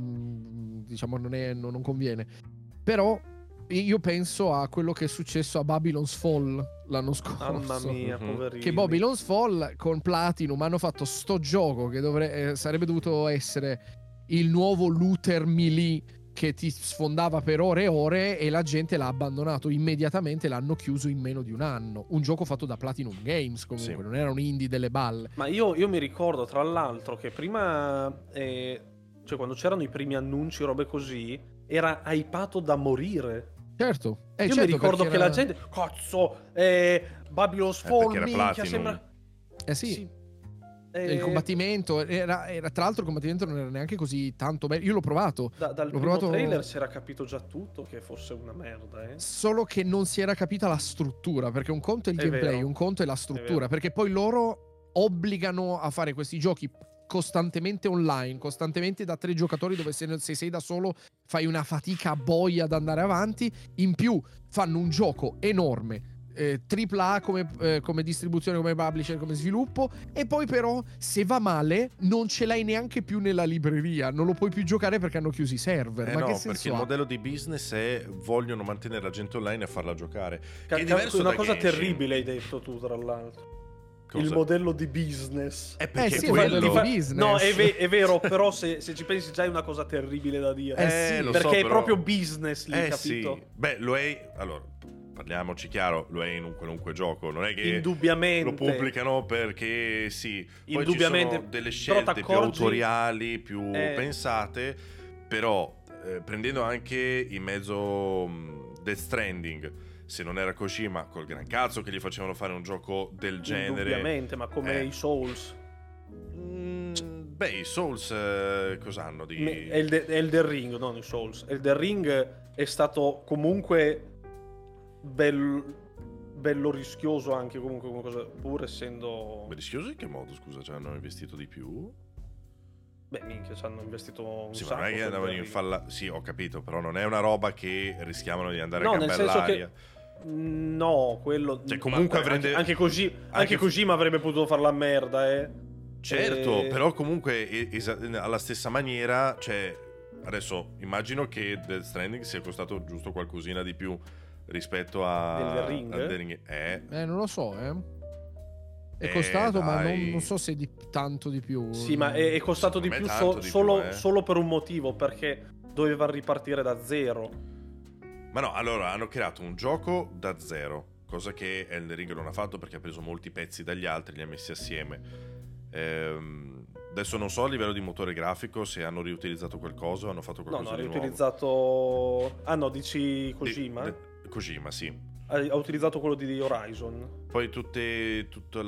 diciamo non conviene. Però io penso a quello che è successo a Babylon's Fall l'anno scorso. Mamma mia, poverino. Che Babylon's Fall con Platinum hanno fatto sto gioco che sarebbe dovuto essere il nuovo looter melee che ti sfondava per ore e ore, e la gente l'ha abbandonato immediatamente, l'hanno chiuso in meno di un anno. Un gioco fatto da Platinum Games comunque, non era un indie delle balle. Ma io mi ricordo tra l'altro che prima, cioè quando c'erano i primi annunci, robe così, era hypato da morire. Certo. Io mi ricordo che la gente, cazzo, Babylon's Fall, minchia, sembra... sì. Il combattimento era tra l'altro il combattimento non era neanche così tanto bello. Io l'ho provato. Dal primo trailer si era capito già tutto che fosse una merda, Solo che non si era capita la struttura, perché un conto è il gameplay, un conto è la struttura, perché poi loro obbligano a fare questi giochi costantemente online, costantemente da 3 giocatori, dove se sei da solo fai una fatica boia ad andare avanti. In più fanno un gioco enorme, AAA come distribuzione, come publisher, come sviluppo, e poi però se va male non ce l'hai neanche più nella libreria, non lo puoi più giocare perché hanno chiuso i server. Ma no, che perché senso il ha? modello di business è vogliono mantenere la gente online e farla giocare. Che è diverso una cosa terribile hai detto tu, tra l'altro. Il modello di business. È perché sì, quello di business. No, è vero, però se ci pensi già è una cosa terribile da dire. Sì, perché so, è però... proprio business lì, capito? Sì. Beh, lo è. Allora, parliamoci chiaro, lo è in un qualunque gioco. Non è che indubbiamente lo pubblicano perché sì. Poi indubbiamente ci sono delle scelte più autoriali, più pensate. Però prendendo anche in mezzo Death Stranding, se non era Kojima, col gran cazzo che gli facevano fare un gioco del genere. Indubbiamente, ma come i Souls. Beh, i Souls cos'hanno di... Elden Ring, non i Souls. Elden Ring è stato comunque bello rischioso anche comunque come cosa, pur essendo... Rischioso in che modo, scusa? Cioè hanno investito di più? Beh, minchia, ci hanno investito un sì, sacco. Ma non è che andavano in falla... Sì, ho capito, però non è una roba che rischiavano di andare a nel senso gambell'aria. che... No, quello... Cioè, comunque avrebbe... Anche così, ma avrebbe potuto far la merda, Certo, però comunque alla stessa maniera, cioè... Adesso, immagino che Death Stranding sia costato giusto qualcosina di più rispetto a... Elden Ring? Non lo so, È costato, ma non so se tanto di più. Sì, ma è costato di più solo per un motivo, perché doveva ripartire da zero. Ma no, allora hanno creato un gioco da zero, cosa che Elden Ring non ha fatto perché ha preso molti pezzi dagli altri e li ha messi assieme. Adesso non so a livello di motore grafico se hanno riutilizzato qualcosa o hanno fatto qualcosa di nuovo. No, hanno riutilizzato... Ah no, dici Kojima? Kojima, sì. Ha utilizzato quello di Horizon. Poi le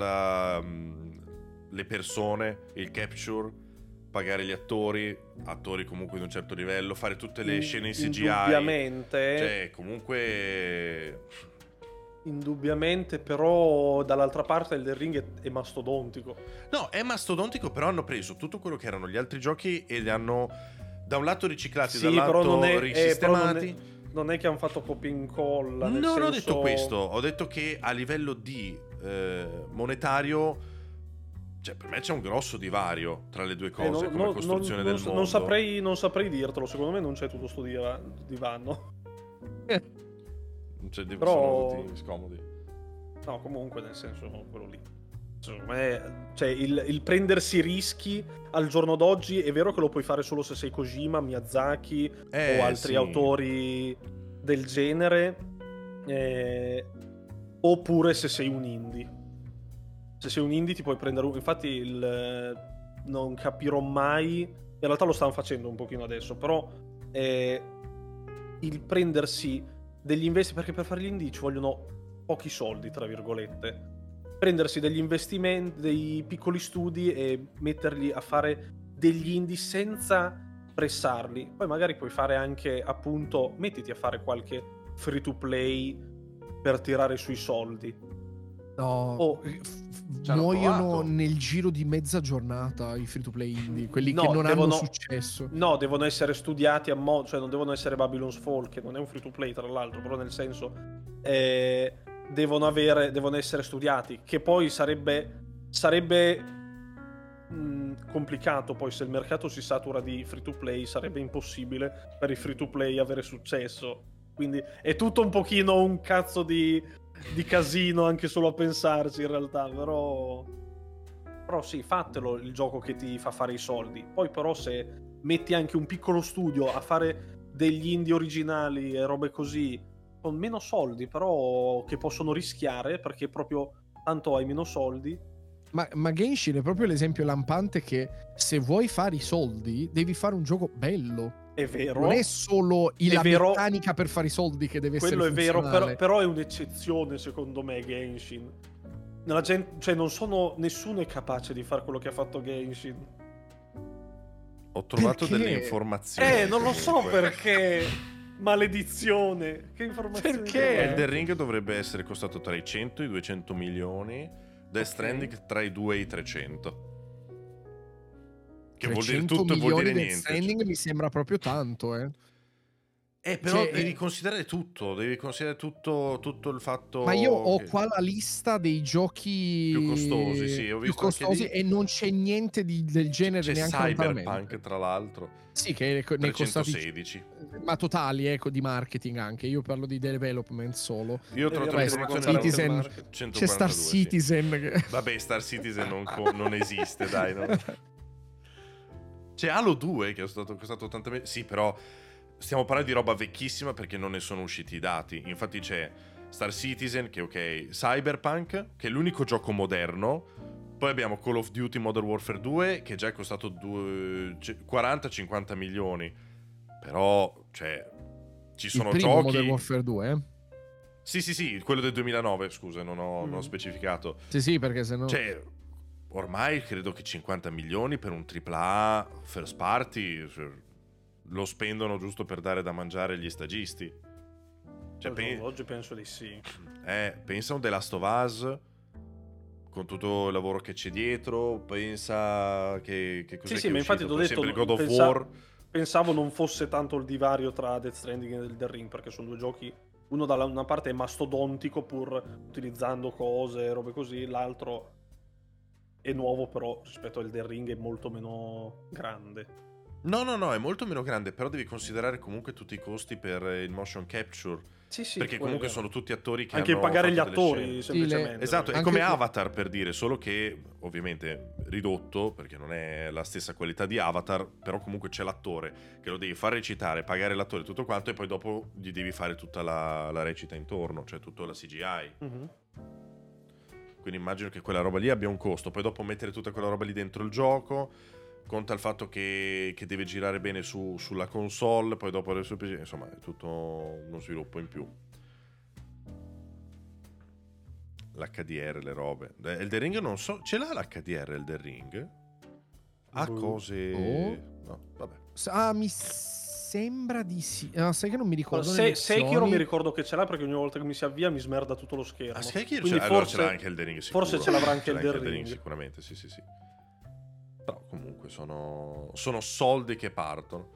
persone, il capture, pagare gli attori comunque di un certo livello, fare tutte le scene in CGI. Indubbiamente. Cioè, comunque... Indubbiamente, però dall'altra parte il Ring è mastodontico. No, è mastodontico, però hanno preso tutto quello che erano gli altri giochi e li hanno da un lato riciclati, dall'altro risistemati. Non è che hanno fatto copia e incolla. Non ho detto questo, ho detto che a livello di monetario, cioè per me c'è un grosso divario tra le due cose come costruzione del mondo. Non saprei dirtelo, secondo me non c'è tutto sto divano. Cioè, però sono tutti scomodi. No, comunque nel senso quello lì. Secondo me, cioè il prendersi rischi al giorno d'oggi è vero che lo puoi fare solo se sei Kojima, Miyazaki o altri autori del genere, oppure se sei un indie. Se sei un indie ti puoi prendere infatti non capirò mai, in realtà lo stanno facendo un pochino adesso, però il prendersi degli investimenti, perché per fare gli indie ci vogliono pochi soldi, tra virgolette. Prendersi degli investimenti, dei piccoli studi e metterli a fare degli indie senza pressarli. Poi magari puoi fare anche, appunto, mettiti a fare qualche free to play per tirare sui soldi. No, muoiono provato. nel giro di mezza giornata i free to play indie, quelli No, che non hanno devono- successo. No, devono essere studiati a modo, cioè non devono essere Babylon's Fall, che non è un free to play tra l'altro, però nel senso devono essere studiati, che poi sarebbe complicato. Poi se il mercato si satura di free to play sarebbe impossibile per i free to play avere successo, quindi è tutto un pochino un cazzo di casino anche solo a pensarci in realtà. Però sì, fatelo il gioco che ti fa fare i soldi. Poi però se metti anche un piccolo studio a fare degli indie originali e robe così con meno soldi, però che possono rischiare perché proprio tanto hai meno soldi. Ma Genshin è proprio l'esempio lampante che se vuoi fare i soldi devi fare un gioco bello. È vero. Non è solo la meccanica per fare i soldi che deve quello essere è funzionale. vero, però è un'eccezione secondo me Genshin. La gente, cioè nessuno è capace di fare quello che ha fatto Genshin. Ho trovato Perché? delle informazioni. Non lo so comunque. perché. Maledizione. Che informazioni? Perché? trovate? Elden Ring dovrebbe essere costato tra i 100 e i 200 milioni. Death Stranding tra i 2 e i 300. Che vuol dire 300 tutto e vuol milioni dire Death niente. Stranding mi sembra proprio tanto, Però Cioè, devi considerare tutto. Devi considerare tutto il fatto. Ma io ho che- qua la lista dei giochi Più costosi, sì, ho più visto anche costosi lì. e non c'è niente del genere C'è neanche Cyberpunk, lontanamente. tra l'altro. Sì, che ne è costati 316. ma totali, ecco, di marketing anche. Io parlo di development solo. Io ho trovato Devi l'informazione Citizen, contare anche il c'è 142, Star sì. Citizen che... Vabbè, Star Citizen non esiste, dai. No? C'è Halo 2 che è stato costato 80 milioni. Sì, però stiamo parlando di roba vecchissima perché non ne sono usciti i dati. Infatti c'è Star Citizen, che ok, Cyberpunk, che è l'unico gioco moderno. Poi abbiamo Call of Duty Modern Warfare 2, che già è costato 40-50 milioni. Però, cioè, ci sono il primo giochi... Modern Warfare 2, Sì, quello del 2009, scusa, non ho specificato. Sì, perché sennò... Cioè, ormai credo che 50 milioni per un AAA first party lo spendono giusto per dare da mangiare agli stagisti. Cioè, oggi penso di sì. pensa a un The Last of Us con tutto il lavoro che c'è dietro, pensa che cos'è Sì, che è ma infatti uscito, ti ho per detto, esempio il God of War. pensavo non fosse tanto il divario tra Death Stranding e Elden Ring, perché sono due giochi, uno da una parte è mastodontico pur utilizzando cose, robe così, l'altro è nuovo però rispetto a Elden Ring è molto meno grande. No, è molto meno grande, però devi considerare comunque tutti i costi per il motion capture. Sì, Perché quello è comunque vero. sono tutti attori che Anche hanno pagare gli fatto delle attori scene. semplicemente. Esatto, è Anche- come Avatar, per dire, solo che ovviamente ridotto, perché non è la stessa qualità di Avatar, però comunque c'è l'attore che lo devi far recitare, pagare l'attore tutto quanto e poi dopo gli devi fare tutta la recita intorno, cioè tutta la CGI. Mhm. Quindi immagino che quella roba lì abbia un costo, poi dopo mettere tutta quella roba lì dentro il gioco, conta il fatto che deve girare bene sulla console, poi dopo adesso insomma è tutto uno sviluppo in più. L'HDR, le robe. Elden Ring non so, ce l'ha l'HDR Elden Ring? Ha cose... No, vabbè. mi sembra di sì. No, sai che non mi ricordo. Sekiro mi ricordo che ce l'ha perché ogni volta che mi si avvia mi smerda tutto lo schermo. Sekiro Quindi allora forse ce l'ha anche Elden Ring, sicuro. Forse ce l'avrà anche Ce l'ha Elden Ring. sicuramente, sì. Però comunque sono soldi che partono.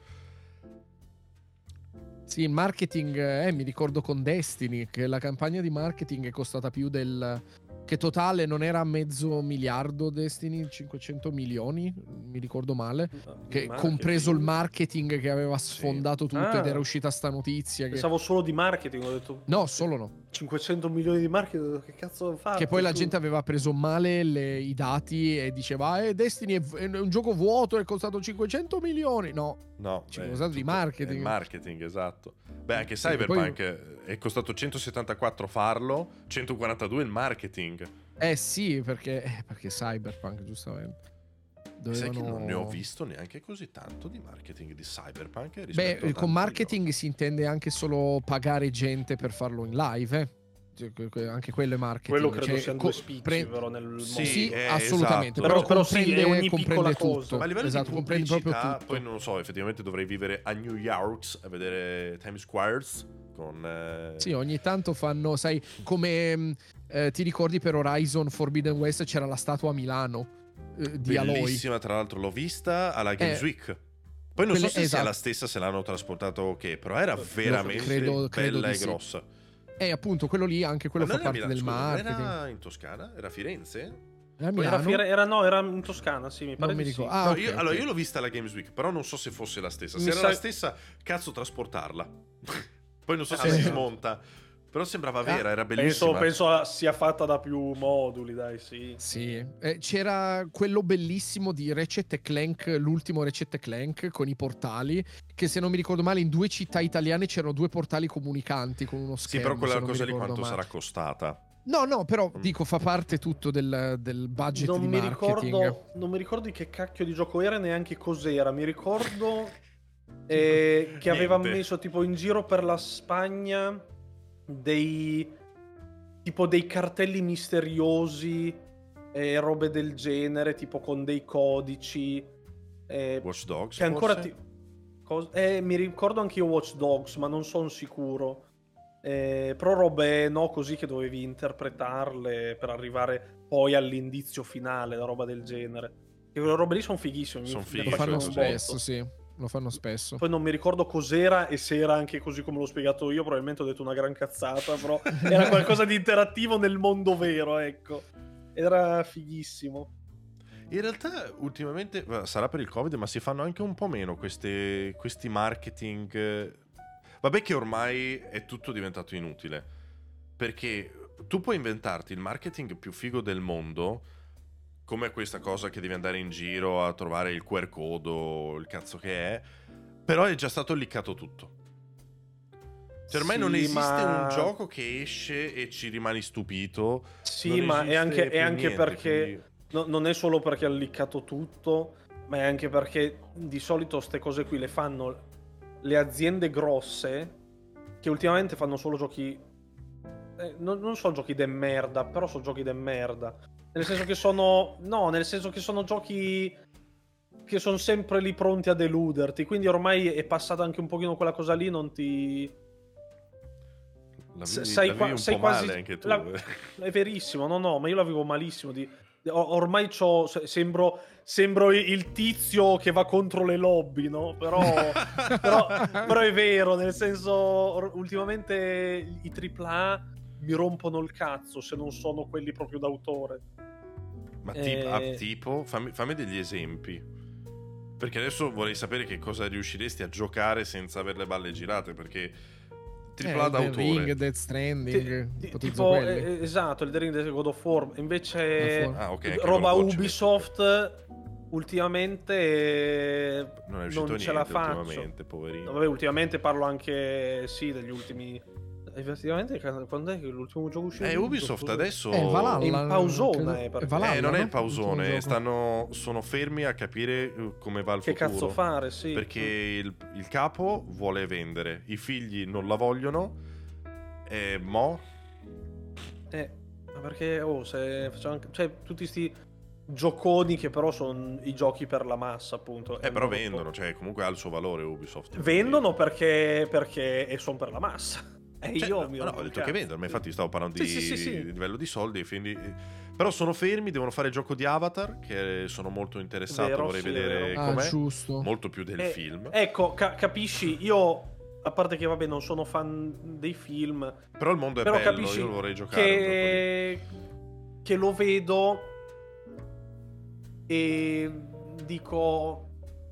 Sì, il marketing, mi ricordo con Destiny, che la campagna di marketing è costata più del... Che totale non era mezzo miliardo Destiny, 500 milioni, mi ricordo male. Che compreso il marketing che aveva sfondato tutto ed era uscita sta notizia. Pensavo solo di marketing, ho detto... No, solo no. 500 milioni di marketing, che cazzo ho fatto? Che poi la gente aveva preso male i dati e diceva Destiny è un gioco vuoto, è costato 500 milioni. No, ci è costato di marketing. È marketing, esatto. Beh, anche Cyberpunk è costato 174 farlo, 142 il marketing. Sì, perché Cyberpunk, giustamente. Sai che non ne ho visto neanche così tanto di marketing di Cyberpunk rispetto a Beh, tanti con marketing giochi. si intende anche solo pagare gente per farlo in live, anche quello è marketing. Quello credo siano due spicci, però nel mondo. Sì, assolutamente. Esatto. Però sì, è ogni piccola tutto. cosa. Ma a livello Esatto, di comprende proprio pubblicità, tutto. poi non lo so, effettivamente dovrei vivere a New York a vedere Times Squares con... Sì, ogni tanto fanno, sai, come ti ricordi per Horizon Forbidden West c'era la statua a Milano di Aloy. Bellissima, tra l'altro l'ho vista alla Games Week. Poi non so se sia esatto. la stessa, se l'hanno trasportato o che, però era veramente credo bella di e sì. grossa. Appunto, quello lì, anche quello Ma fa non era parte Milano, del scusa, marketing. non era in Toscana? Era a Firenze? A Milano? Era in Toscana, sì, mi pare Non mi di ricordo. sì. Ah, No, ok, allora ok. io l'ho vista alla Games Week, però non so se fosse la stessa. Mi Se era sa- la stessa, cazzo, trasportarla. Poi non so se sì. si smonta. Però sembrava vera, era bellissima. Penso sia fatta da più moduli, dai, sì. Sì, c'era quello bellissimo di Ratchet & Clank, l'ultimo Ratchet & Clank con i portali, che se non mi ricordo male in 2 città italiane c'erano 2 portali comunicanti con uno Sì, schermo. però se quella non mi cosa lì ricordo quanto male. sarà costata? No, però dico, fa parte tutto del budget di marketing. Non mi ricordo di che cacchio di gioco era, neanche cos'era. Mi ricordo che aveva messo tipo in giro per la Spagna dei cartelli misteriosi e robe del genere, tipo con dei codici. Watch Dogs, che ancora forse? mi ricordo anche io Watch Dogs, ma non sono sicuro. Però robe così che dovevi interpretarle per arrivare poi all'indizio finale, la roba del genere. E quelle robe lì sono fighissime. Son mi fighe, Lo fanno così. spesso, sì. Lo fanno spesso. Poi non mi ricordo cos'era e se era anche così come l'ho spiegato io, probabilmente ho detto una gran cazzata, però era qualcosa di interattivo nel mondo vero, ecco. Era fighissimo. In realtà ultimamente sarà per il Covid, ma si fanno anche un po' meno questi marketing. Vabbè che ormai è tutto diventato inutile, perché tu puoi inventarti il marketing più figo del mondo, come questa cosa che devi andare in giro a trovare il QR code o il cazzo che è, però è già stato liccato tutto. Cioè ormai Sì, non esiste ma- un gioco che esce e ci rimani stupito. Sì, Non ma è esiste anche più niente, perché quindi- non è solo perché ha liccato tutto, ma è anche perché di solito ste cose qui le fanno le aziende grosse che ultimamente fanno solo giochi. Non sono giochi de merda, però sono giochi de merda. Nel senso che sono. No, nel senso che sono giochi che sono sempre lì pronti a deluderti. Quindi ormai è passata anche un pochino quella cosa lì, non ti. La Sei vivi un sei po' quasi. male anche tu. È verissimo, no, ma io la vivo malissimo. Ormai sembro il tizio che va contro le lobby, no? Però è vero, nel senso, ultimamente i AAA mi rompono il cazzo se non sono quelli proprio d'autore. Ma tipo, fammi degli esempi. Perché adesso vorrei sapere che cosa riusciresti a giocare senza avere le balle girate, perché AAA Elden d'autore. Ring, Death Stranding, ipotizzo Tipo, quelli. esatto, il The Ring del God of War. Invece, Ah, ok, anche roba God of War Ubisoft, ultimamente non è uscito non niente ce la faccio. ultimamente, poverino. Vabbè, ultimamente parlo anche, sì, degli ultimi. Effettivamente, quando è che l'ultimo gioco uscito? Ubisoft adesso Il Valhalla. È in pausone, credo- perché- Valhalla, non è no? il pausone, L'ultimo gioco. sono fermi a capire come va il Che futuro. cazzo fare, sì. Perché il capo vuole vendere, i figli non la vogliono, e mo? Ma perché, se facciamo anche. Cioè, tutti sti gioconi che però sono i giochi per la massa, appunto. Però vendono, cioè comunque ha il suo valore Ubisoft. Vendono perché sono per la massa. E Cioè, io no, mi no, rompo ho il detto che cazzo. vendono, ma infatti stavo parlando Sì. di livello di soldi, quindi... Però sono fermi, devono fare il gioco di Avatar, che sono molto interessato, Vero, vorrei sì, è vedere vero. com'è, Giusto. molto più del film. Ecco, capisci, io, a parte che vabbè non sono fan dei film, Però il mondo è però bello, capisci io lo vorrei giocare un gioco che lo vedo e dico,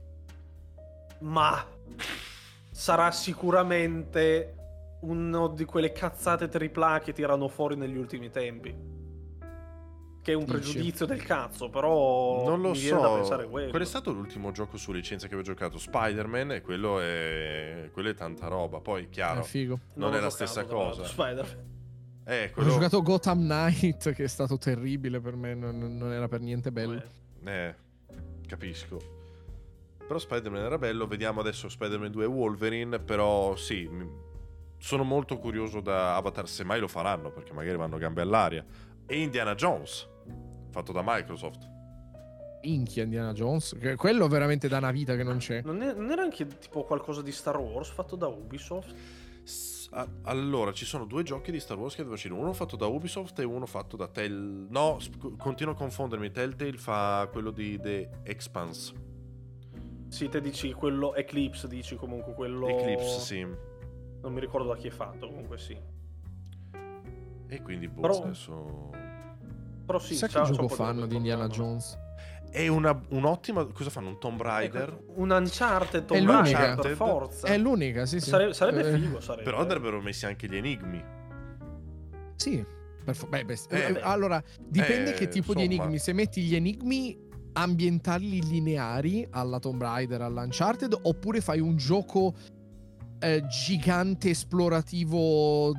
ma sarà sicuramente una di quelle cazzate AAA che tirano fuori negli ultimi tempi. Che è un Dici? pregiudizio del cazzo, però Non lo mi viene da so, pensare quello. qual è stato l'ultimo gioco su licenza che avevo giocato? Spider-Man, e quello è tanta roba. Poi, chiaro, È figo. non è l'ho la giocato, stessa tra l'altro, cosa. Spider-Man. Ho Quello... giocato Gotham Knight, che è stato terribile per me, non era per niente bello. Capisco. Però Spider-Man era bello, vediamo adesso Spider-Man 2 e Wolverine, però sì, sono molto curioso da Avatar, se mai lo faranno, perché magari vanno gambe all'aria. E Indiana Jones, fatto da Microsoft. Minchia, Indiana Jones. Quello veramente da una vita che non c'è. Non era anche tipo qualcosa di Star Wars fatto da Ubisoft? Allora, ci sono 2 giochi di Star Wars che devo dire, uno fatto da Ubisoft e uno fatto da No, continuo a confondermi. Telltale fa quello di The Expanse. Sì, te dici quello Eclipse, dici comunque quello... Eclipse, sì. Non mi ricordo da chi è fatto, comunque sì. E quindi Però- adesso... Però sì, Chissà che c'ha un gioco po' di fanno roba di Indiana intorno. Jones. È un'ottima... Cosa fanno? Un Tomb Raider? Ecco, un Uncharted, È Tomb l'unica. Raider, per forza. È l'unica, sì, sì. Sarebbe Eh, figo, sarebbe. Però andrebbero messi anche gli enigmi. Sì. Eh, allora, dipende che tipo di insomma. enigmi. Se metti gli enigmi ambientali lineari alla Tomb Raider, all'Uncharted, oppure fai un gioco gigante esplorativo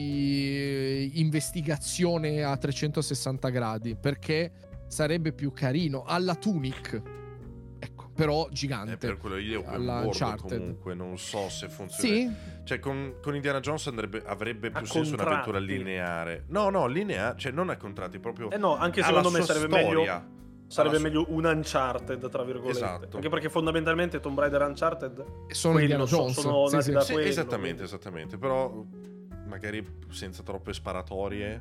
di investigazione a 360 gradi, perché sarebbe più carino. Alla Tunic, ecco, però gigante. Per quello io alla world, Uncharted. comunque non so se funziona. Sì, Cioè con Indiana Jones avrebbe più A senso contratti. un'avventura lineare. No, lineare, cioè non a contratti, proprio No, anche alla secondo me sua sarebbe storia. meglio. Sarebbe Alla meglio un Uncharted, tra virgolette. Esatto. Anche perché fondamentalmente Tomb Raider e Uncharted sono quelli Indiana Jones. sono Sì, nati sì. da Sì, quello. esattamente. Però magari senza troppe sparatorie.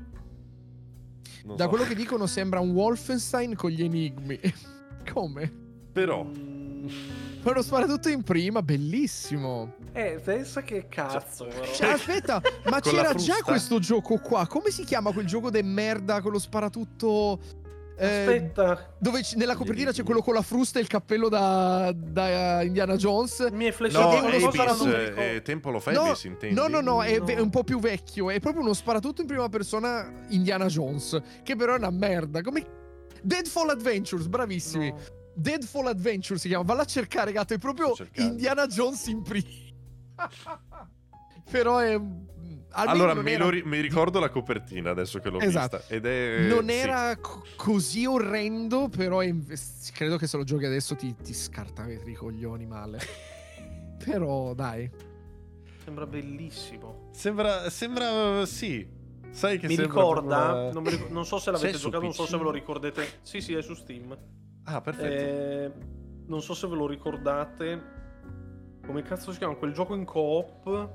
Non Da so. quello che dicono sembra un Wolfenstein con gli enigmi. Come? Però Ma lo spara tutto in prima, bellissimo. Pensa che cazzo, però. Cioè, aspetta, ma Con la c'era già frusta? questo gioco qua. Come si chiama quel gioco de merda con lo sparatutto? Aspetta, Dove nella copertina c'è enigmi. quello con la frusta e il cappello da Indiana Jones. mi è No, flashato uno Abyss, sparatutto. Temple of No, Abyss, intendi? no, è No. un po' più vecchio. È proprio uno sparatutto in prima persona Indiana Jones. Che però è una merda. Come Deadfall Adventures, bravissimi. no. Deadfall Adventure si chiama. Valla a cercare, gatto. È proprio Sto cercando. Indiana Jones in prima. Però è. almeno Allora, non mi ricordo la copertina adesso che l'ho Esatto. vista. Ed è... non sì. era così orrendo, però credo che se lo giochi adesso ti scarta vetri i coglioni male. Però dai. Sembra bellissimo. Sembra sì. Sai che Mi sembra ricorda, proprio non so se l'avete Sei su giocato, non so PC? se ve lo ricordate. Sì, è su Steam. Ah, perfetto. Non so se ve lo ricordate. Come cazzo si chiama? Quel gioco in co-op.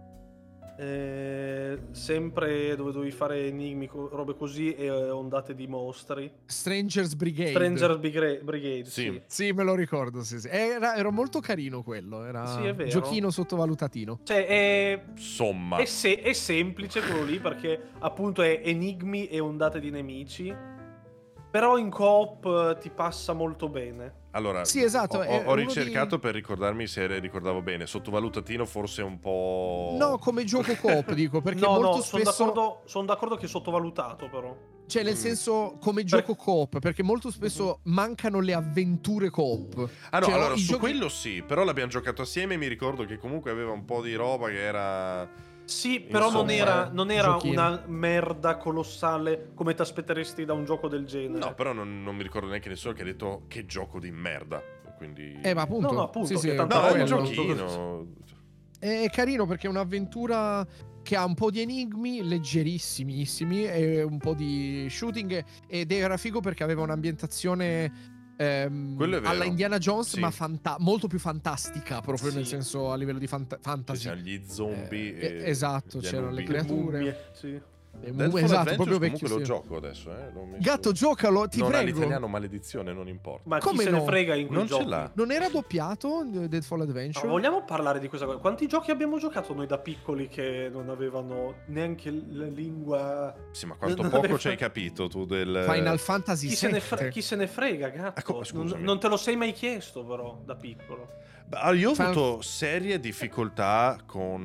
Sempre dove dovevi fare enigmi, robe così e ondate di mostri. Strangers Brigade. Stranger Brigade, Sì. sì. Sì, me lo ricordo. Sì. Era molto carino quello. Era Sì, è vero. giochino sottovalutatino. Cioè, Insomma, è semplice quello lì perché appunto è enigmi e ondate di nemici. Però in co-op ti passa molto bene. allora, Sì, esatto, è ho uno ricercato per ricordarmi se ricordavo bene. Sottovalutatino forse un po'... No, come gioco coop, dico, perché No, molto no, spesso. sono d'accordo che è sottovalutato però. Cioè, nel senso, come gioco coop, perché molto spesso mancano le avventure coop. Ah no, Cioè, allora i su giochi- quello sì, però l'abbiamo giocato assieme e mi ricordo che comunque aveva un po' di roba che era... Sì, però non Insomma, era giochino. una merda colossale come ti aspetteresti da un gioco del genere. No, però non mi ricordo neanche nessuno che ha detto che gioco di merda. Quindi... Ma appunto. No, appunto, Sì, che sì, tanto No, è quello. un bello. giochino. È carino perché è un'avventura che ha un po' di enigmi leggerissimissimi e un po' di shooting ed era figo perché aveva un'ambientazione Quello è vero. alla Indiana Jones, Sì. ma molto più fantastica, proprio Sì. nel senso a livello di Ci fantasy. siano gli zombie Esatto, gli c'erano le anubi. creature. Mummie, sì. Deadfall Esatto, Adventures proprio comunque vecchio. lo sì. gioco adesso, l'ho messo. Gatto, giocalo, ti non prego. all'italiano maledizione, non importa. Ma chi Come se no? ne frega in quei Non ce giochi? l'ha. Non era doppiato Deadfall No, Adventure? vogliamo parlare di questa cosa? Quanti giochi abbiamo giocato noi da piccoli che non avevano neanche la lingua? Sì, ma quanto Non poco aveva- ci hai capito tu del... Final Fantasy Chi VII. se ne frega, gatto? Ecco, scusami. Non te lo sei mai chiesto, però, da piccolo. Beh, io ho Final- avuto serie difficoltà con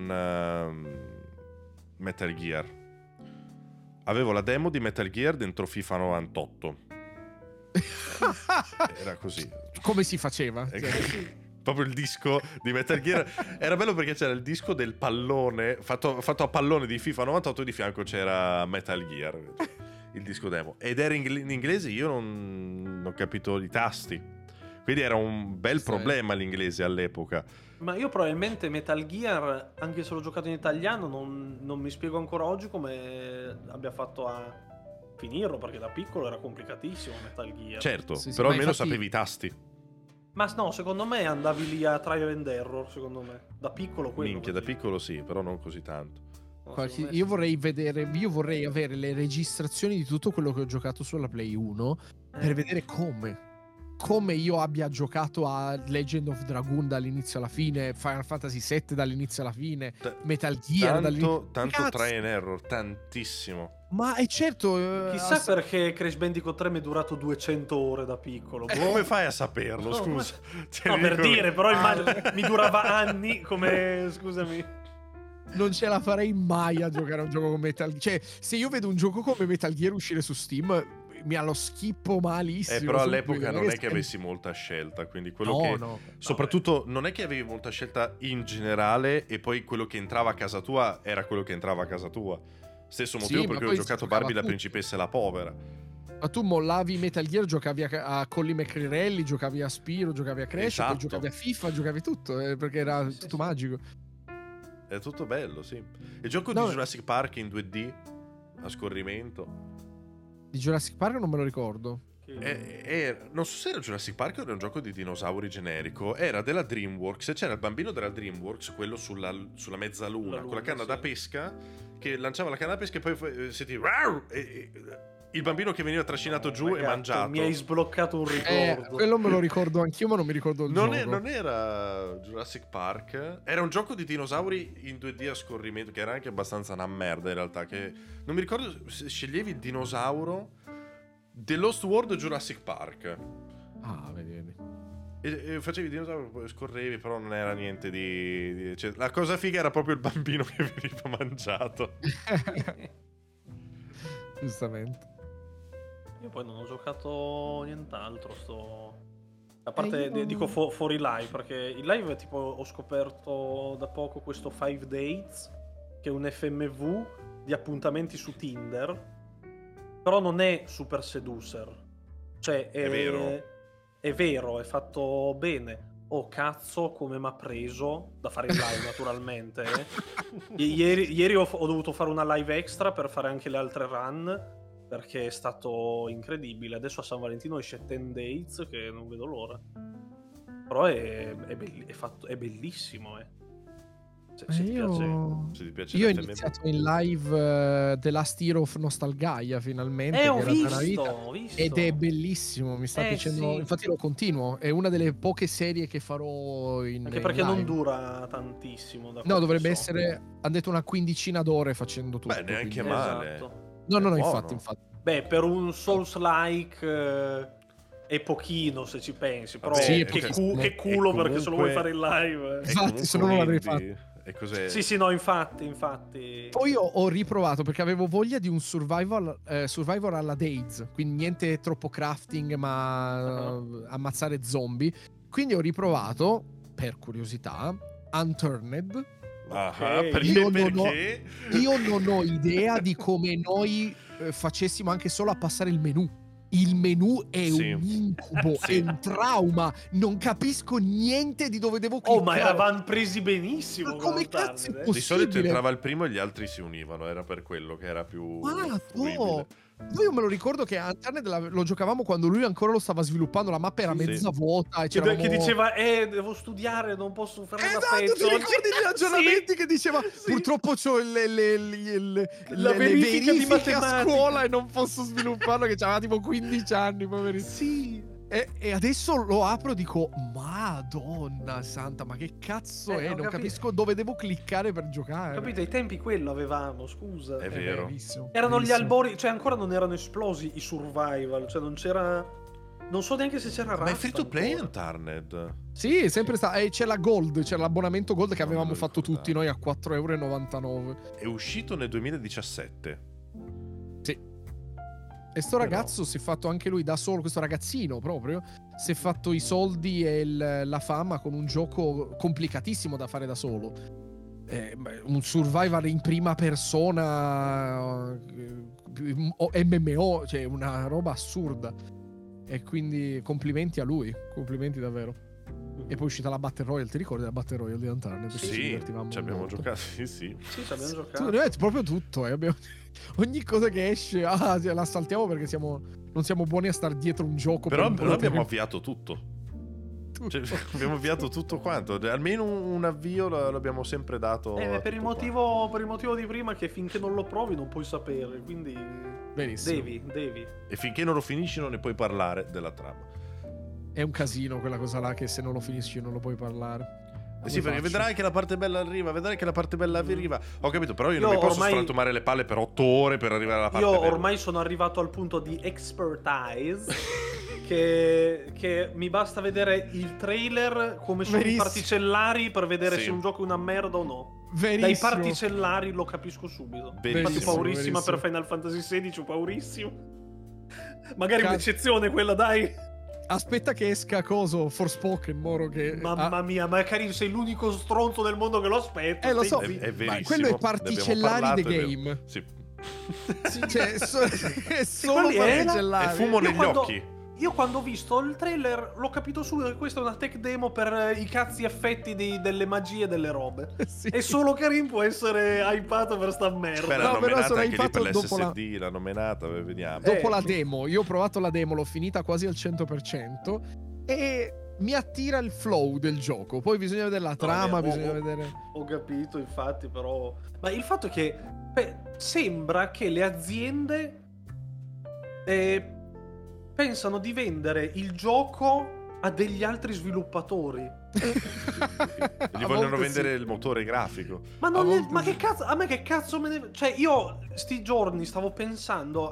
Metal Gear. Avevo la demo di Metal Gear dentro FIFA 98. Era così. Come si faceva? È Cioè, che- Proprio il disco di Metal Gear era bello perché c'era il disco del pallone fatto a pallone di FIFA 98 e di fianco c'era Metal Gear, il disco demo, ed era in inglese. Io non ho capito i tasti, Quindi era un bel problema l'inglese all'epoca. Ma io probabilmente Metal Gear, anche se l'ho giocato in italiano, non mi spiego ancora oggi come abbia fatto a finirlo, perché da piccolo era complicatissimo Metal Gear. Certo, Sì, però ma almeno infatti... sapevi i tasti. Ma no, secondo me andavi lì a trial and error, secondo me. Da piccolo quello. Minchia, da piccolo sì, però non così tanto. No, Io vorrei avere le registrazioni di tutto quello che ho giocato sulla Play 1 per vedere come io abbia giocato a Legend of Dragoon dall'inizio alla fine, Final Fantasy VII dall'inizio alla fine, Metal Gear dall'inizio. Tanto trial and error, tantissimo. Ma è certo. Chissà perché Crash Bandicoot 3 mi è durato 200 ore da piccolo. Come fai a saperlo? Scusa. No, per dire, però immagino mi durava anni come. Scusami. Non ce la farei mai a giocare a un gioco come Metal Gear. Cioè, se io vedo un gioco come Metal Gear uscire su Steam, mi ha lo schippo malissimo. Però all'epoca non è che avessi molta scelta, quindi quello soprattutto non è che avevi molta scelta in generale, e poi quello che entrava a casa tua era quello che entrava a casa tua. Stesso motivo per cui ho giocato Barbie la principessa e la povera. Ma tu mollavi Metal Gear, giocavi a Colli McCrirelli, giocavi a Spyro, giocavi a Crash, poi giocavi a FIFA, giocavi tutto, perché era tutto magico. È tutto bello, sì. Il gioco di Jurassic Park in 2D a scorrimento. Di Jurassic Park non me lo ricordo. Non so se era Jurassic Park o era un gioco di dinosauri generico. Era della DreamWorks, e c'era il bambino della DreamWorks, quello sulla mezzaluna, con la canna da pesca, che lanciava la canna da pesca e poi sentiva il bambino che veniva trascinato giù e mangiato. Mi hai sbloccato un ricordo. Quello me lo ricordo anch'io, ma non mi ricordo il gioco. Non era Jurassic Park. Era un gioco di dinosauri in 2D a scorrimento, che era anche abbastanza una merda in realtà, che non mi ricordo se sceglievi il dinosauro The Lost World o Jurassic Park. Ah, vedi. E facevi il dinosauro, poi scorrevi, però non era niente cioè, la cosa figa era proprio il bambino che veniva mangiato. Giustamente. Io poi non ho giocato nient'altro, a parte dico fuori live, perché in live tipo ho scoperto da poco questo 5 Dates, che è un FMV di appuntamenti su Tinder, però non è Super Seducer, cioè è vero, è fatto bene. Oh cazzo, come m'ha preso da fare in live naturalmente. Ieri ho dovuto fare una live extra per fare anche le altre run, perché è stato incredibile. Adesso a San Valentino esce 10 Dates, che non vedo l'ora. Però è bellissimo, se ti piace. Io ho iniziato in live The Last Hero of Nostalgaia finalmente. Ho visto. Ed è bellissimo, mi sta piacendo. Sì. Infatti lo continuo. È una delle poche serie che farò anche perché non dura tantissimo. No, dovrebbe essere. Hanno detto una quindicina d'ore facendo tutto. Beh, neanche male. Esatto. No, infatti. Beh, per un Souls-like è pochino, se ci pensi. Però che culo, perché se lo vuoi fare in live. Infatti, se no non l'avrei fatto. E cos'è? Sì, no, infatti. Poi ho riprovato perché avevo voglia di un survival alla Days, quindi niente troppo crafting, ma ammazzare zombie. Quindi ho riprovato, per curiosità, Unturned. Perché? Io non ho idea di come noi facessimo anche solo a passare il menu. Il menu è un incubo, è un trauma. Non capisco niente di dove devo cliccare. Ma eravamo presi benissimo. Ma come cazzo è possibile? Di solito entrava il primo e gli altri si univano. Era per quello che era più fruibile. Io me lo ricordo che Unturned lo giocavamo quando lui ancora lo stava sviluppando. La mappa era mezza vuota e che diceva devo studiare, non posso fare una pezzo. Ti ricordi gli ragionamenti che diceva purtroppo c'ho la verifica di matematica a scuola e non posso svilupparlo, che c'aveva tipo 15 anni, poverino. Sì. E adesso lo apro e dico Madonna santa, ma che cazzo è? Non capisco dove devo cliccare per giocare. Capito, ai tempi quello avevamo, scusa. È vero. Erano gli albori, cioè ancora non erano esplosi i survival, cioè non c'era. Non so neanche se c'era Ma è free to play Unturned? Sì, è sempre stato. E c'è la Gold, c'è l'abbonamento Gold che avevamo fatto tutti noi a 4,99 €. È uscito nel 2017. Sì. E sto ragazzo si è fatto anche lui da solo, questo ragazzino proprio, si è fatto i soldi e la fama con un gioco complicatissimo da fare da solo. Un survival in prima persona, MMO, cioè una roba assurda. E quindi complimenti a lui, complimenti davvero. E poi è uscita la Battle Royale, ti ricordi la Battle Royale di Uncharted? Sì, ci abbiamo giocato, sì. Sì, ci abbiamo giocato. Noi proprio tutto, ogni cosa che esce, la saltiamo perché non siamo buoni a star dietro un gioco. Però abbiamo avviato tutto. Cioè, abbiamo avviato tutto quanto. Almeno un avvio l'abbiamo sempre dato. Per il motivo di prima, che finché non lo provi non puoi sapere. Quindi benissimo. Devi. E finché non lo finisci non ne puoi parlare della trama. È un casino quella cosa là, che se non lo finisci non lo puoi parlare. Sì, perché vedrai che la parte bella arriva. Ho capito, però io non mi posso frantumare le palle per 8 ore per arrivare alla parte bella. Io ormai sono arrivato al punto di expertise che mi basta vedere il trailer come sono i particellari per vedere se un gioco è una merda o no. Verissimo. Dai particellari lo capisco subito. Infatti ho paurissima per Final Fantasy XVI, ho paurissimo. Magari un'eccezione quella, dai. Aspetta che esca Forspoken, Moro, che... Mamma mia, ma Karim, sei l'unico stronzo del mondo che lo aspetta. Lo so, è verissimo. Quello è particellari the game. Sì. Sì, cioè, è solo particellari. È fumo negli occhi. Io quando ho visto il trailer l'ho capito subito che questa è una tech demo per i cazzi effetti delle magie e delle robe. Sì. E solo Karim può essere hypato per sta merda. Spera, no, però sono anche lì per l'SSD, l'hanno menata, vediamo. Dopo la demo, io ho provato la demo, l'ho finita quasi al 100% e mi attira il flow del gioco. Poi bisogna vedere la trama, bisogna vedere... Ho capito, infatti, però... Ma il fatto è che sembra che le aziende... pensano di vendere il gioco a degli altri sviluppatori. Gli vogliono vendere il motore grafico. Ma che cazzo? A me che cazzo me ne... Cioè, io sti giorni stavo pensando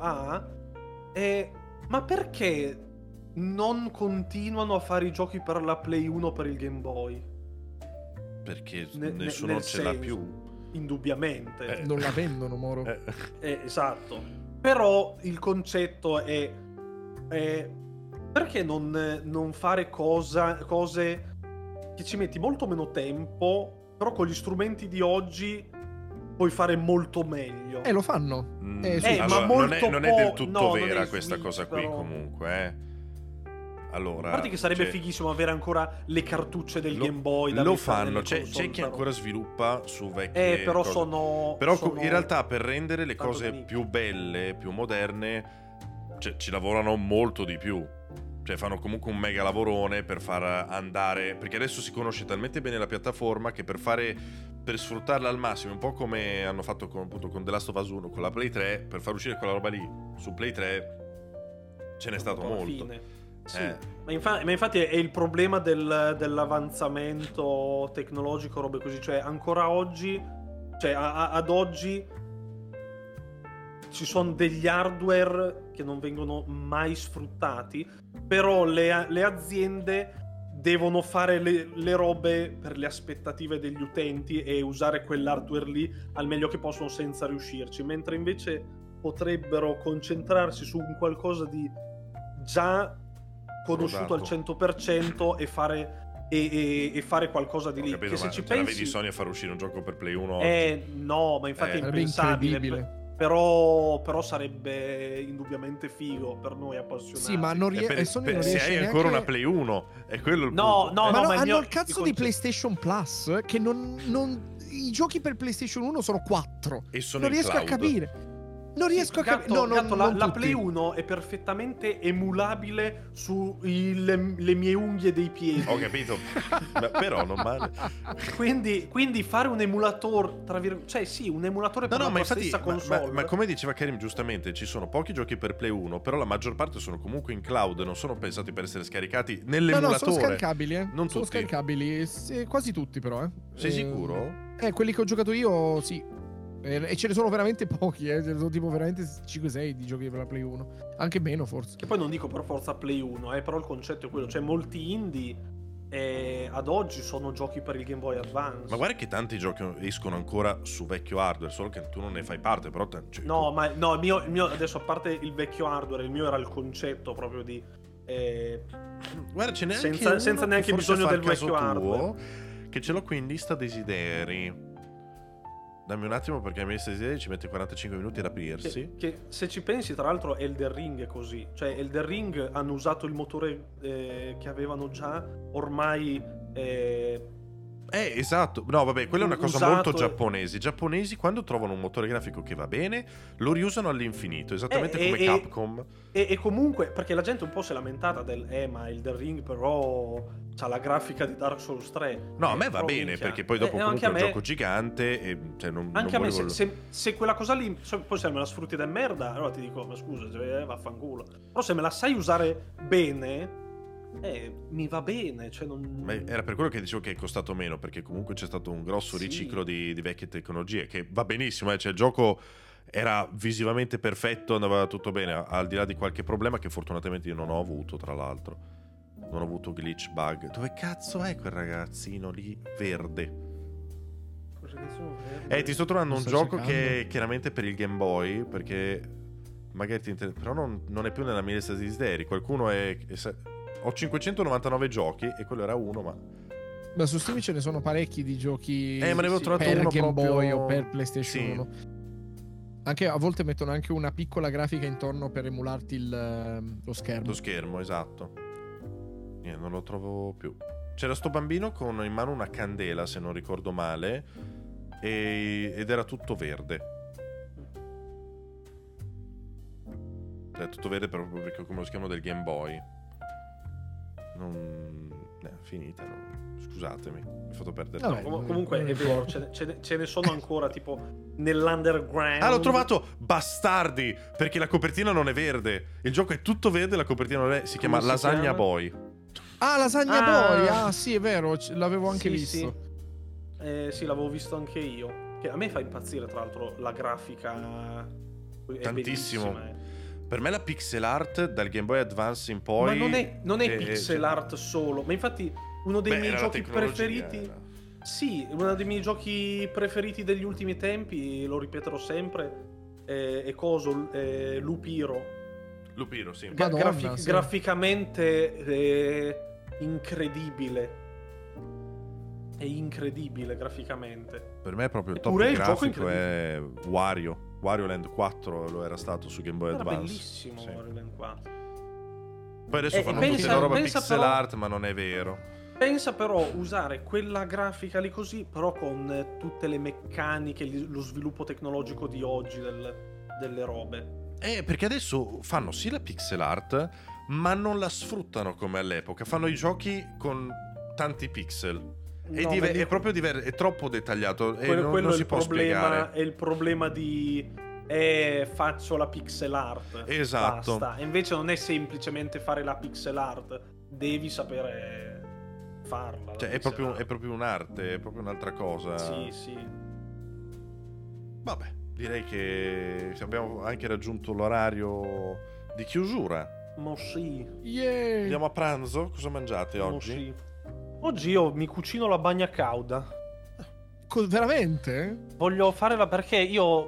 ma perché non continuano a fare i giochi per la Play 1 per il Game Boy? Perché nessuno ce l'ha più. Indubbiamente. Non la vendono, Moro. Esatto. Però il concetto è perché non fare cose che ci metti molto meno tempo, però con gli strumenti di oggi puoi fare molto meglio. Lo fanno. Allora, ma molto non è del tutto vera questa Switch, cosa qui, però. Comunque. Allora, a parte che sarebbe fighissimo avere ancora le cartucce del Game Boy. Lo fanno, c'è chi ancora sviluppa su vecchie però cose. Però in realtà per rendere le cose più belle, più moderne, ci lavorano molto di più. Cioè fanno comunque un mega lavorone per far andare, perché adesso si conosce talmente bene la piattaforma che per sfruttarla al massimo, un po' come hanno fatto con The Last of Us 1 con la Play 3, per far uscire quella roba lì su Play 3 ce n'è stato molto. Sì. Ma infatti è il problema dell'avanzamento tecnologico, robe così. Cioè ancora oggi, cioè ad oggi ci sono degli hardware che non vengono mai sfruttati, però le aziende devono fare le robe per le aspettative degli utenti e usare quell'hardware lì al meglio che possono senza riuscirci, mentre invece potrebbero concentrarsi su un qualcosa di già conosciuto al 100% e fare qualcosa di lì. Capito, che se ci pensi, la vedi Sony a far uscire un gioco per Play 1 oggi? No, ma infatti è impensabile. Però sarebbe indubbiamente figo per noi appassionati. Sì, ma non se hai ancora una Play 1 è quello il punto. No, ma hanno il cazzo di PlayStation Plus che i giochi per PlayStation 1 sono 4 e sono non riesco a capire. Non riesco a capire. La Play 1 è perfettamente emulabile su le mie unghie dei piedi. Ho capito, però non male. Quindi fare un emulatore, cioè sì, un emulatore per la stessa console. Ma come diceva Karim giustamente, ci sono pochi giochi per Play 1, però la maggior parte sono comunque in cloud, non sono pensati per essere scaricati nell'emulatore. No, sono scaricabili, Non sono tutti. Scaricabili, quasi tutti però. Sei sicuro? Quelli che ho giocato io, sì. E ce ne sono veramente pochi, ce ne sono tipo veramente 5-6 di giochi per la Play 1. Anche meno forse. Che poi non dico per forza Play 1, però il concetto è quello. Cioè molti indie ad oggi sono giochi per il Game Boy Advance. Ma guarda che tanti giochi escono ancora su vecchio hardware, solo che tu non ne fai parte, però il mio adesso, a parte il vecchio hardware, il mio era il concetto proprio di guarda, ce n'è senza neanche bisogno del vecchio hardware, che ce l'ho qui in lista desideri. Dammi un attimo perché la mia desiderio ci mette 45 minuti ad aprirsi. Che se ci pensi, tra l'altro, Elden Ring è così. Cioè, Elden Ring hanno usato il motore che avevano già ormai. Esatto. No, vabbè, quella è una cosa Usato molto giapponese. I giapponesi, quando trovano un motore grafico che va bene, lo riusano all'infinito, esattamente come Capcom. E comunque, perché la gente un po' si è lamentata ma Elden Ring però c'ha la grafica di Dark Souls 3. No, a me va però bene, minchia. perché poi dopo comunque è un me, gioco gigante e cioè, anche non a me, volevo... se quella cosa lì poi se me la sfrutti da merda, allora ti dico, ma scusa, vaffanculo. Però se me la sai usare bene, mi va bene, cioè non... Era per quello che dicevo che è costato meno, perché comunque c'è stato un grosso riciclo di vecchie tecnologie, che va benissimo, cioè il gioco era visivamente perfetto, andava tutto bene, al di là di qualche problema che fortunatamente io non ho avuto, tra l'altro. Non ho avuto glitch, bug. Dove cazzo è quel ragazzino lì verde? Ti sto trovando un gioco che è chiaramente per il Game Boy, perché magari però non è più nella mia lista di desideri. Qualcuno ho 599 giochi e quello era uno, ma su Steam ce ne sono parecchi di giochi ma ne avevo trovato per uno Game proprio... Boy o per PlayStation sì. 1. Anche a volte mettono anche una piccola grafica intorno per emularti lo schermo. Lo schermo, esatto. Non lo trovo più. C'era sto bambino con in mano una candela, se non ricordo male, ed era tutto verde. Tutto verde proprio perché come lo schermo del Game Boy. Finita, no. Scusatemi, mi ho fatto perdere. Vabbè, comunque è vero, ce ne sono ancora tipo nell'underground. L'ho trovato, bastardi, perché la copertina non è verde. Il gioco è tutto verde, la copertina non è. Si chiama Lasagna Boy. Lasagna Boy, sì, è vero, l'avevo anche visto. Sì, l'avevo visto anche io. Che a me fa impazzire, tra l'altro, la grafica. Tantissimo. Per me la pixel art dal Game Boy Advance in poi... Ma non è pixel art solo, ma infatti uno dei miei giochi preferiti... Sì, uno dei miei giochi preferiti degli ultimi tempi, lo ripeterò sempre, è Lupiro. Lupiro, sì. Madonna, sì. Graficamente incredibile. È incredibile graficamente. Per me è proprio il top grafico è Wario Land 4 lo era stato su Game Boy Advance. Bellissimo, sì. Wario Land 4. Poi adesso fanno tutta la roba pixel art, ma non è vero. Pensa però usare quella grafica lì così, però con tutte le meccaniche, lo sviluppo tecnologico di oggi delle robe. Perché adesso fanno sì la pixel art, ma non la sfruttano come all'epoca. Fanno i giochi con tanti pixel. È proprio diverso, è troppo dettagliato e non si può spiegare. È il problema di faccio la pixel art. Esatto. Basta. E invece non è semplicemente fare la pixel art, devi sapere farla. Cioè è proprio un'arte, è proprio un'altra cosa. Sì. Vabbè, direi che abbiamo anche raggiunto l'orario di chiusura. Ma sì. Yeah. Andiamo a pranzo? Cosa mangiate oggi? Sì. Oggi io mi cucino la bagna cauda. Veramente? Voglio farla perché io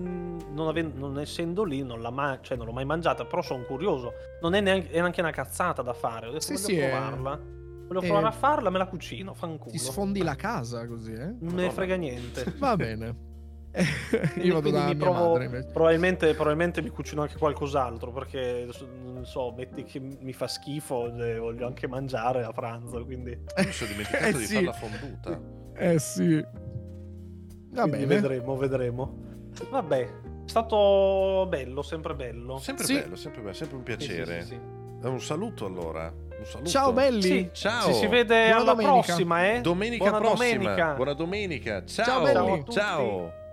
non essendo lì non l'ho mai mangiata, però sono curioso. Non è neanche una cazzata da fare. Ho detto voglio provarla. Voglio provare a farla, me la cucino, fanculo. Ti sfondi la casa così, Non me ne frega niente. Va bene. Io vado da mia madre invece. Probabilmente mi cucino anche qualcos'altro, perché non so, metti che mi fa schifo, voglio anche mangiare a pranzo, quindi mi sono dimenticato di fare la fonduta. Sì. Va bene. Vedremo. Vabbè, è stato bello, sempre bello. Sempre bello, sempre un piacere. Sì. Un saluto allora. Un saluto. Ciao belli. Sì, ciao. Si vede alla prossima, Domenica Buona prossima. domenica. Buona domenica. Ciao belli. Ciao.